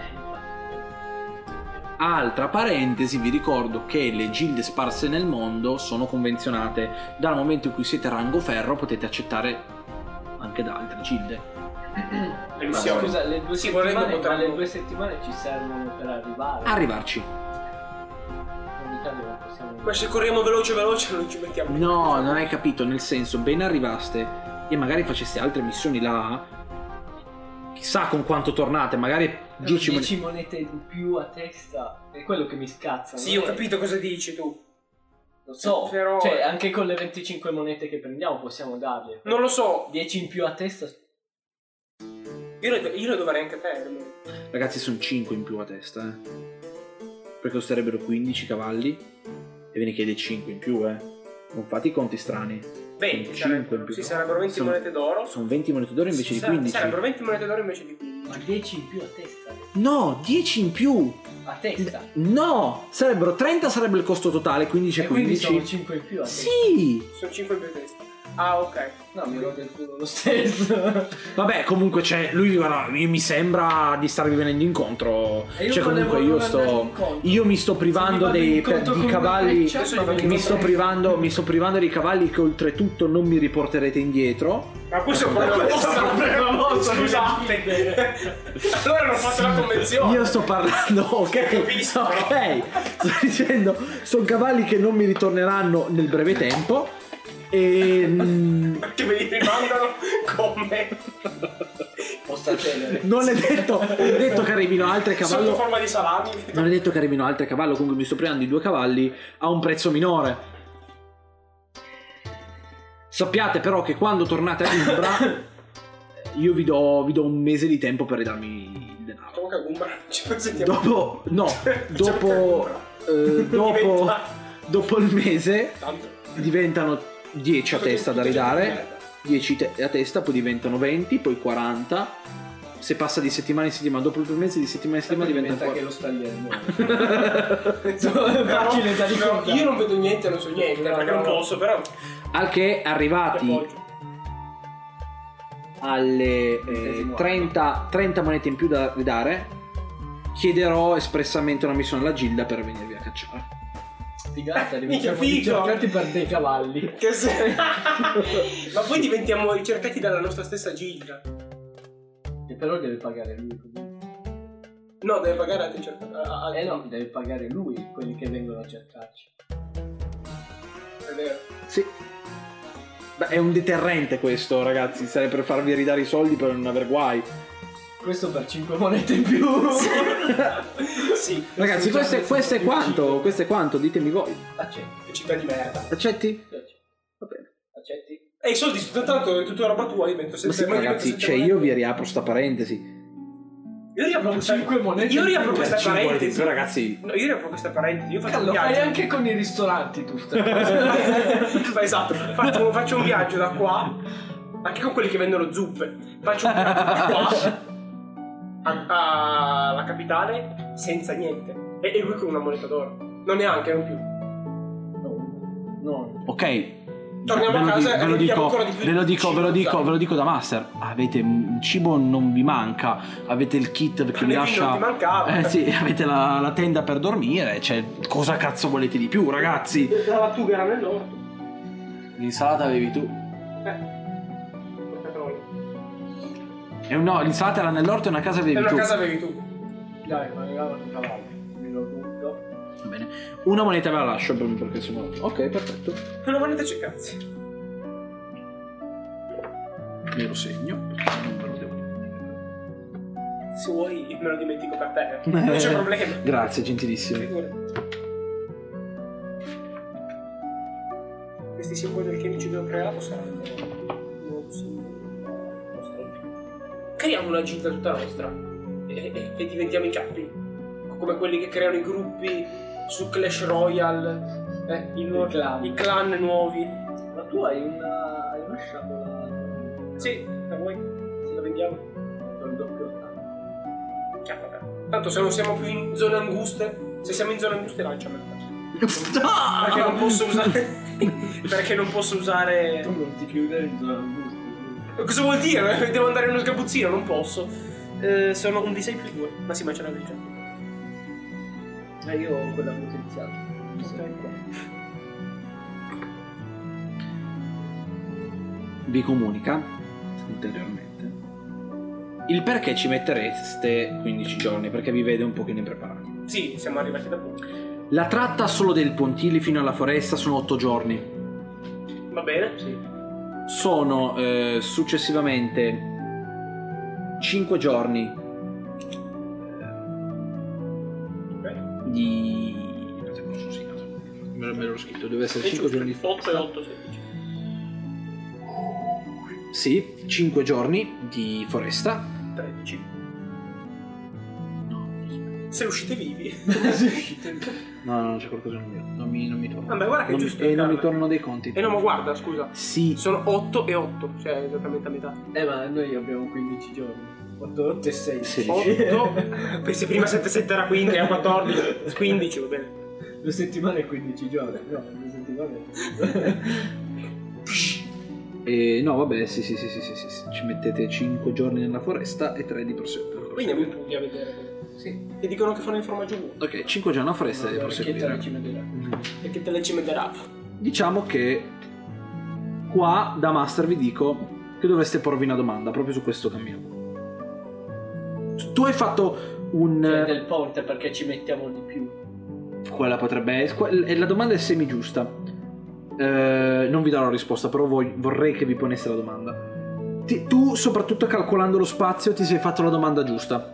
Altra parentesi, vi ricordo che le gilde sparse nel mondo sono convenzionate. Dal momento in cui siete rango ferro potete accettare anche da altre gilde. Le Ma missioni. scusa, le due Sì, volendo settimane, ma potremmo- le due settimane ci servono per arrivare. Arrivarci. Ogni tanto non possiamo. Ma se corriamo veloce veloce non ci mettiamo. No, non hai capito, nel senso, ben arrivaste e magari faceste altre missioni là, chissà con quanto tornate, magari dieci dieci monete in più a testa. È quello che mi scazza. Sì, non ho è- capito cosa dici tu. Lo so. Però- Cioè, anche con le venticinque monete che prendiamo possiamo darle. Non lo so. dieci in più a testa. Io le, io le dovrei anche perdere. Ragazzi, sono cinque in più a testa, eh. Perché costerebbero quindici cavalli e ve ne chiede cinque in più, eh. Non fate i conti strani. venti Sono sarebbero. cinque in più. Sì, sarebbero venti Sono- monete d'oro. Sono venti monete d'oro invece Sì, di sa- quindici. Sarebbero venti monete d'oro invece di quindici. Ma dieci in più a testa. No, dieci in più. A testa. No, sarebbero trenta, sarebbe il costo totale, quindici E e quindi quindici. sono cinque in più a testa. Sì. Sono cinque in più a testa. Ah, ok. No, mi rode il culo lo stesso. Vabbè, comunque c'è. Lui guarda, mi sembra di starvi venendo incontro. E io Cioè, comunque volevo io non sto. andare incontro. Io mi sto privando Se mi dei vado incontro di con una cavalli. freccia, Adesso mi mi Mi sto vado- privando. Mi sto privando dei cavalli che oltretutto non mi riporterete indietro. Ma questo è un problema vostro. Scusate. Allora non fate la convenzione. Io sto parlando, ok, Capisco, ok, sto dicendo, sono cavalli che non mi ritorneranno nel breve tempo e mm, Che ve li rimandano come? Posta tenere. non è detto, non è detto che arrivino altre Sotto cavallo, forma di salami. non è detto che arrivino altre cavallo, comunque mi sto prendendo i due cavalli a un prezzo minore. Sappiate però che quando tornate a Umbra io vi do, vi do un mese di tempo per ridarmi il denaro. Comunque Umbra, ci presentiamo. Dopo, no, dopo, eh, dopo, dopo il mese Tanto. diventano dieci a testa da ridare, dieci te- a testa, poi diventano venti, poi quaranta. Se passa di settimana in settimana, dopo il primo mese di settimana in settimana diventa diventa ancora. che lo stagliere è facile da No, ricordare. io non vedo niente, non so niente, No, perché no. non posso, però. Al che arrivati Appoggio. alle eh, Ventesimo trenta, trenta monete in più da ridare, chiederò espressamente una missione alla Gilda per venirvi a cacciare. Figata, Minchia, diventiamo figo. ricercati per dei cavalli. Che se... Ma poi diventiamo ricercati dalla nostra stessa gilda. E però deve pagare lui comunque. No, deve pagare altri ricercatori. Ah, ah, Eh no, deve pagare lui quelli che vengono a cercarci. È vero. Sì. Beh, è un deterrente questo, ragazzi, sarebbe per farvi ridare i soldi per non aver guai. Questo per cinque monete in più. Sì, Ragazzi, questo è, questo è quanto? Questo è quanto? Ditemi voi. Accetti. che città di merda. Accetti? Va bene. Accetti? E i soldi, tanto è tutta roba tua, io metto Ma sempre. sì, ragazzi, cioè io vi riapro sta parentesi. Io riapro questa cinque monete. Io riapro questa cinque monete in parentesi. più, ragazzi. No, io riapro questa parentesi. Io faccio un Lo fai viaggio. anche con i ristoranti tu stai facendo. Esatto, faccio, faccio un viaggio da qua. Anche con quelli che vendono zuppe. Faccio un viaggio da qua a- alla capitale senza niente. E, e lui con una moneta d'oro. Non neanche, non più. No, no. Ok. Torniamo Ve a lo casa di- e ve lo riempiamo dico, ancora di più ve lo di dico, ve lo cibo, dico, sai. ve lo dico da master. Avete il cibo, non vi manca. Avete il kit che vi Le lascia. non ti mancava. Eh sì, avete la, la tenda per dormire. Cioè, cosa cazzo volete di più, ragazzi? La lattuga era nell'orto. L'insalata avevi tu. Eh. Porca troia. E un- no, l'insalata era nell'orto e una casa E avevi una tu. casa avevi tu. Dai, ma regalano i cavalli. Mi lo conto. Va bene. Una moneta ve la lascio per- perché sono. Ok, perfetto. Una moneta c'è cazzi. Me lo segno. Non me lo devo dimenticare. Se vuoi me lo dimentico per te. Non c'è problema. Grazie, gentilissimo. Figurati. Questi simboli del chimici che ho creato saranno nuovo simbolo nostro. Creiamo una gilda tutta nostra e, e- e diventiamo i capi, come quelli che creano i gruppi su Clash Royale, eh, i, nuovi, I clan. i clan nuovi. Ma tu hai una. hai una sciabola. Sì, la vuoi? Se la vendiamo? Col doppio attacco. Chiamala. Tanto se non siamo più in zone anguste, se siamo in zone anguste lanciamela. Ah! Perché non posso usare. Perché non posso usare. Tu non ti chiudere in zona angusta. Cosa vuol dire? Devo andare in uno sgabuzzino, non posso. Eh, sono un D sei più due. Ma sì, ma ce l'avevi già. Eh, io ho quella potenziale. Vi comunica ulteriormente il perché ci mettereste quindici giorni, perché vi vede un pochino impreparati. Sì, siamo arrivati da poco. La tratta solo del pontile fino alla foresta sono otto giorni. Va bene? Sì. Sono eh, successivamente cinque giorni Ok. di... Aspetta, cosa sono segnato? Me lo- me l'ho scritto, deve essere cinque giorni di otto e otto, sedici. Sì, cinque giorni di foresta. tredici. No, Se uscite vivi. no, no, c'è qualcosa che non mi, non mi, non mi torna. Vabbè, guarda che è Non mi- giusto. E non mi Carla. tornano dei conti. Eh no, ma guarda, scusa. Sì, Sono otto e otto, cioè esattamente a metà. Eh, ma noi abbiamo quindici giorni. otto, otto e sei. Sedici. otto. Pensi prima sette sette era quindici, era quattordici. quindici, va bene. Due settimane e quindici giorni. No, due settimane. E no, vabbè, sì, sì, sì, sì, sì, sì, sì. Ci mettete cinque giorni nella foresta e tre di proseguire. Quindi andiamo in Puglia a vedere. Sì. E dicono che fanno il formaggio buono. Ok, cinque giorni nella foresta e di Allora, chi te proseguire. la ci metterà? Mm. E che te le ci metterà. Diciamo che qua da master vi dico che dovreste porvi una domanda proprio su questo cammino. Tu hai fatto un... Cioè, del ponte, perché ci mettiamo di più? Quella potrebbe essere... e la domanda è semi giusta. Eh, non vi darò risposta, però voi- vorrei che vi ponesse la domanda. Ti- tu, soprattutto calcolando lo spazio, ti sei fatto la domanda giusta.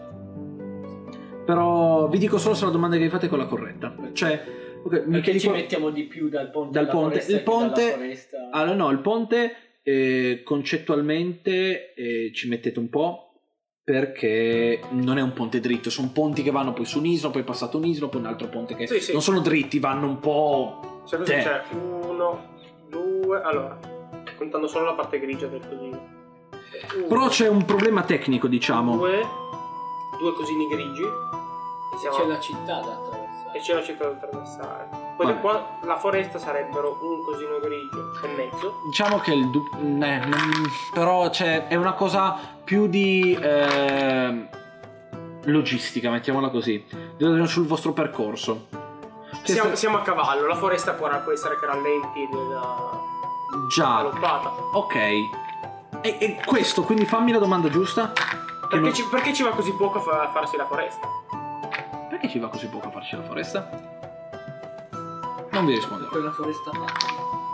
Però vi dico solo se la domanda che vi fate è quella corretta. Cioè, ok, mi Perché chiedi ci qua- mettiamo di più dal ponte dal alla ponte. foresta Il che dalla ponte... foresta? Allora no, il ponte eh, concettualmente eh, ci mettete un po'. Perché non è un ponte dritto, sono ponti che vanno poi su un'isola, poi è passato un'isola, poi un altro ponte che Sì, sì. non sono dritti, vanno un po'. Cioè, così Te. c'è uno, due, allora, contando solo la parte grigia del cosino. Uno, Però c'è un problema tecnico, diciamo. due, due cosini grigi. E siamo- C'è la città da attraversare. e c'è la città da attraversare. Poi da Vabbè. qua la foresta sarebbero un cosino grigio e mezzo. Diciamo che il du- eh, non- però c'è, è una cosa più di eh, logistica, mettiamola così. Sul vostro percorso. Cioè, Siamo, sta- siamo a cavallo, la foresta può, può essere che rallenti della Già, galoppata. ok. E, e questo, quindi fammi la domanda giusta. Che Perché, non- ci, perché ci va così poco a fa- a farsi la foresta? Perché ci va così poco a farci la foresta? Non vi rispondo. Per una foresta facile.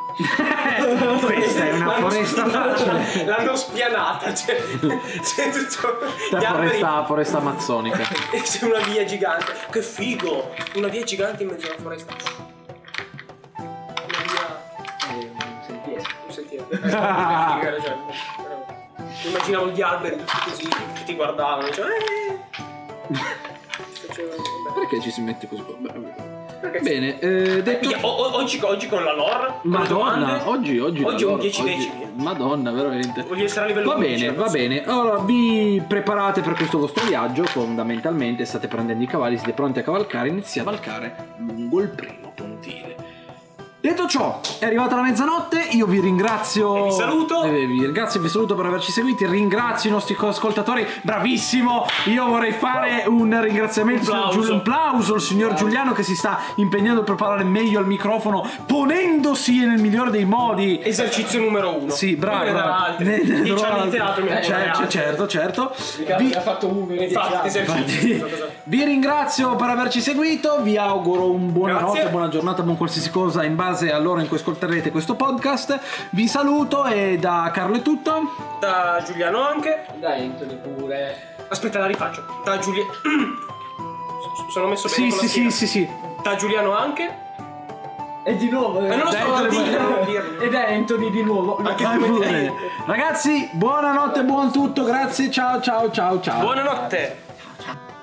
Questa è una L'hanno foresta spianata, facile. L'hanno spianata, c'è, c'è tutto. La gli alberi- foresta, foresta amazzonica. E c'è una via gigante. Che figo! Una via gigante in mezzo alla foresta. Una via. È un sentiero. Non sentire. Eh, figa, hai ragione. Immaginavo gli alberi tutti così che ti guardavano. Cioè, eh. Facevano- vabbè. Perché ci si mette così? Vabbè. Perché sì. Bene, eh, detto... Minchia, o- o- oggi, oggi con la lore, con le Madonna, domande, oggi, oggi, oggi la un loro- dieci oggi- decimi. Madonna, veramente. Voglio essere a livello Va undici, bene, va ragazzi. bene. Allora vi preparate per questo vostro viaggio. Fondamentalmente state prendendo i cavalli, siete pronti a cavalcare. Iniziate a cavalcare lungo il primo pontile. Detto ciò, è arrivata la mezzanotte. Io vi ringrazio. E vi saluto. Eh, vi ringrazio e vi saluto per averci seguiti. Ringrazio i nostri ascoltatori. Bravissimo. Io vorrei fare un ringraziamento. Un al plauso. Giul- Un plauso al signor Giuliano che si sta impegnando per parlare meglio al microfono, ponendosi nel migliore dei modi. Esercizio numero uno. Sì, bravo. Ne darà bravo. altri. Ne- ne Dieci darò anni di altri. teatro mi Eh, ne darà certo, altri. certo, certo. Vi Vi, ha fatto uno in dieci Infatti, anni. esercizio. infatti, vi ringrazio per averci seguito. Vi auguro un buonanotte, Grazie. buona giornata, buon qualsiasi cosa in base all'ora in cui ascolterete questo podcast. Vi saluto e da Carlo è tutto. Da Giuliano anche. Dai, Anthony pure. Aspetta, la rifaccio. Da Giuliano. Sono messo bene Sì, con la sì, schiena. sì, sì, sì. Da Giuliano anche. E di nuovo. Eh, non lo so, Dai, non dai, dirlo, dai. non dirlo. Ed è Anthony di nuovo. Anche Vai tu metti- pure. Ragazzi, buonanotte, buon tutto. Grazie, ciao, ciao, ciao, ciao. Buonanotte.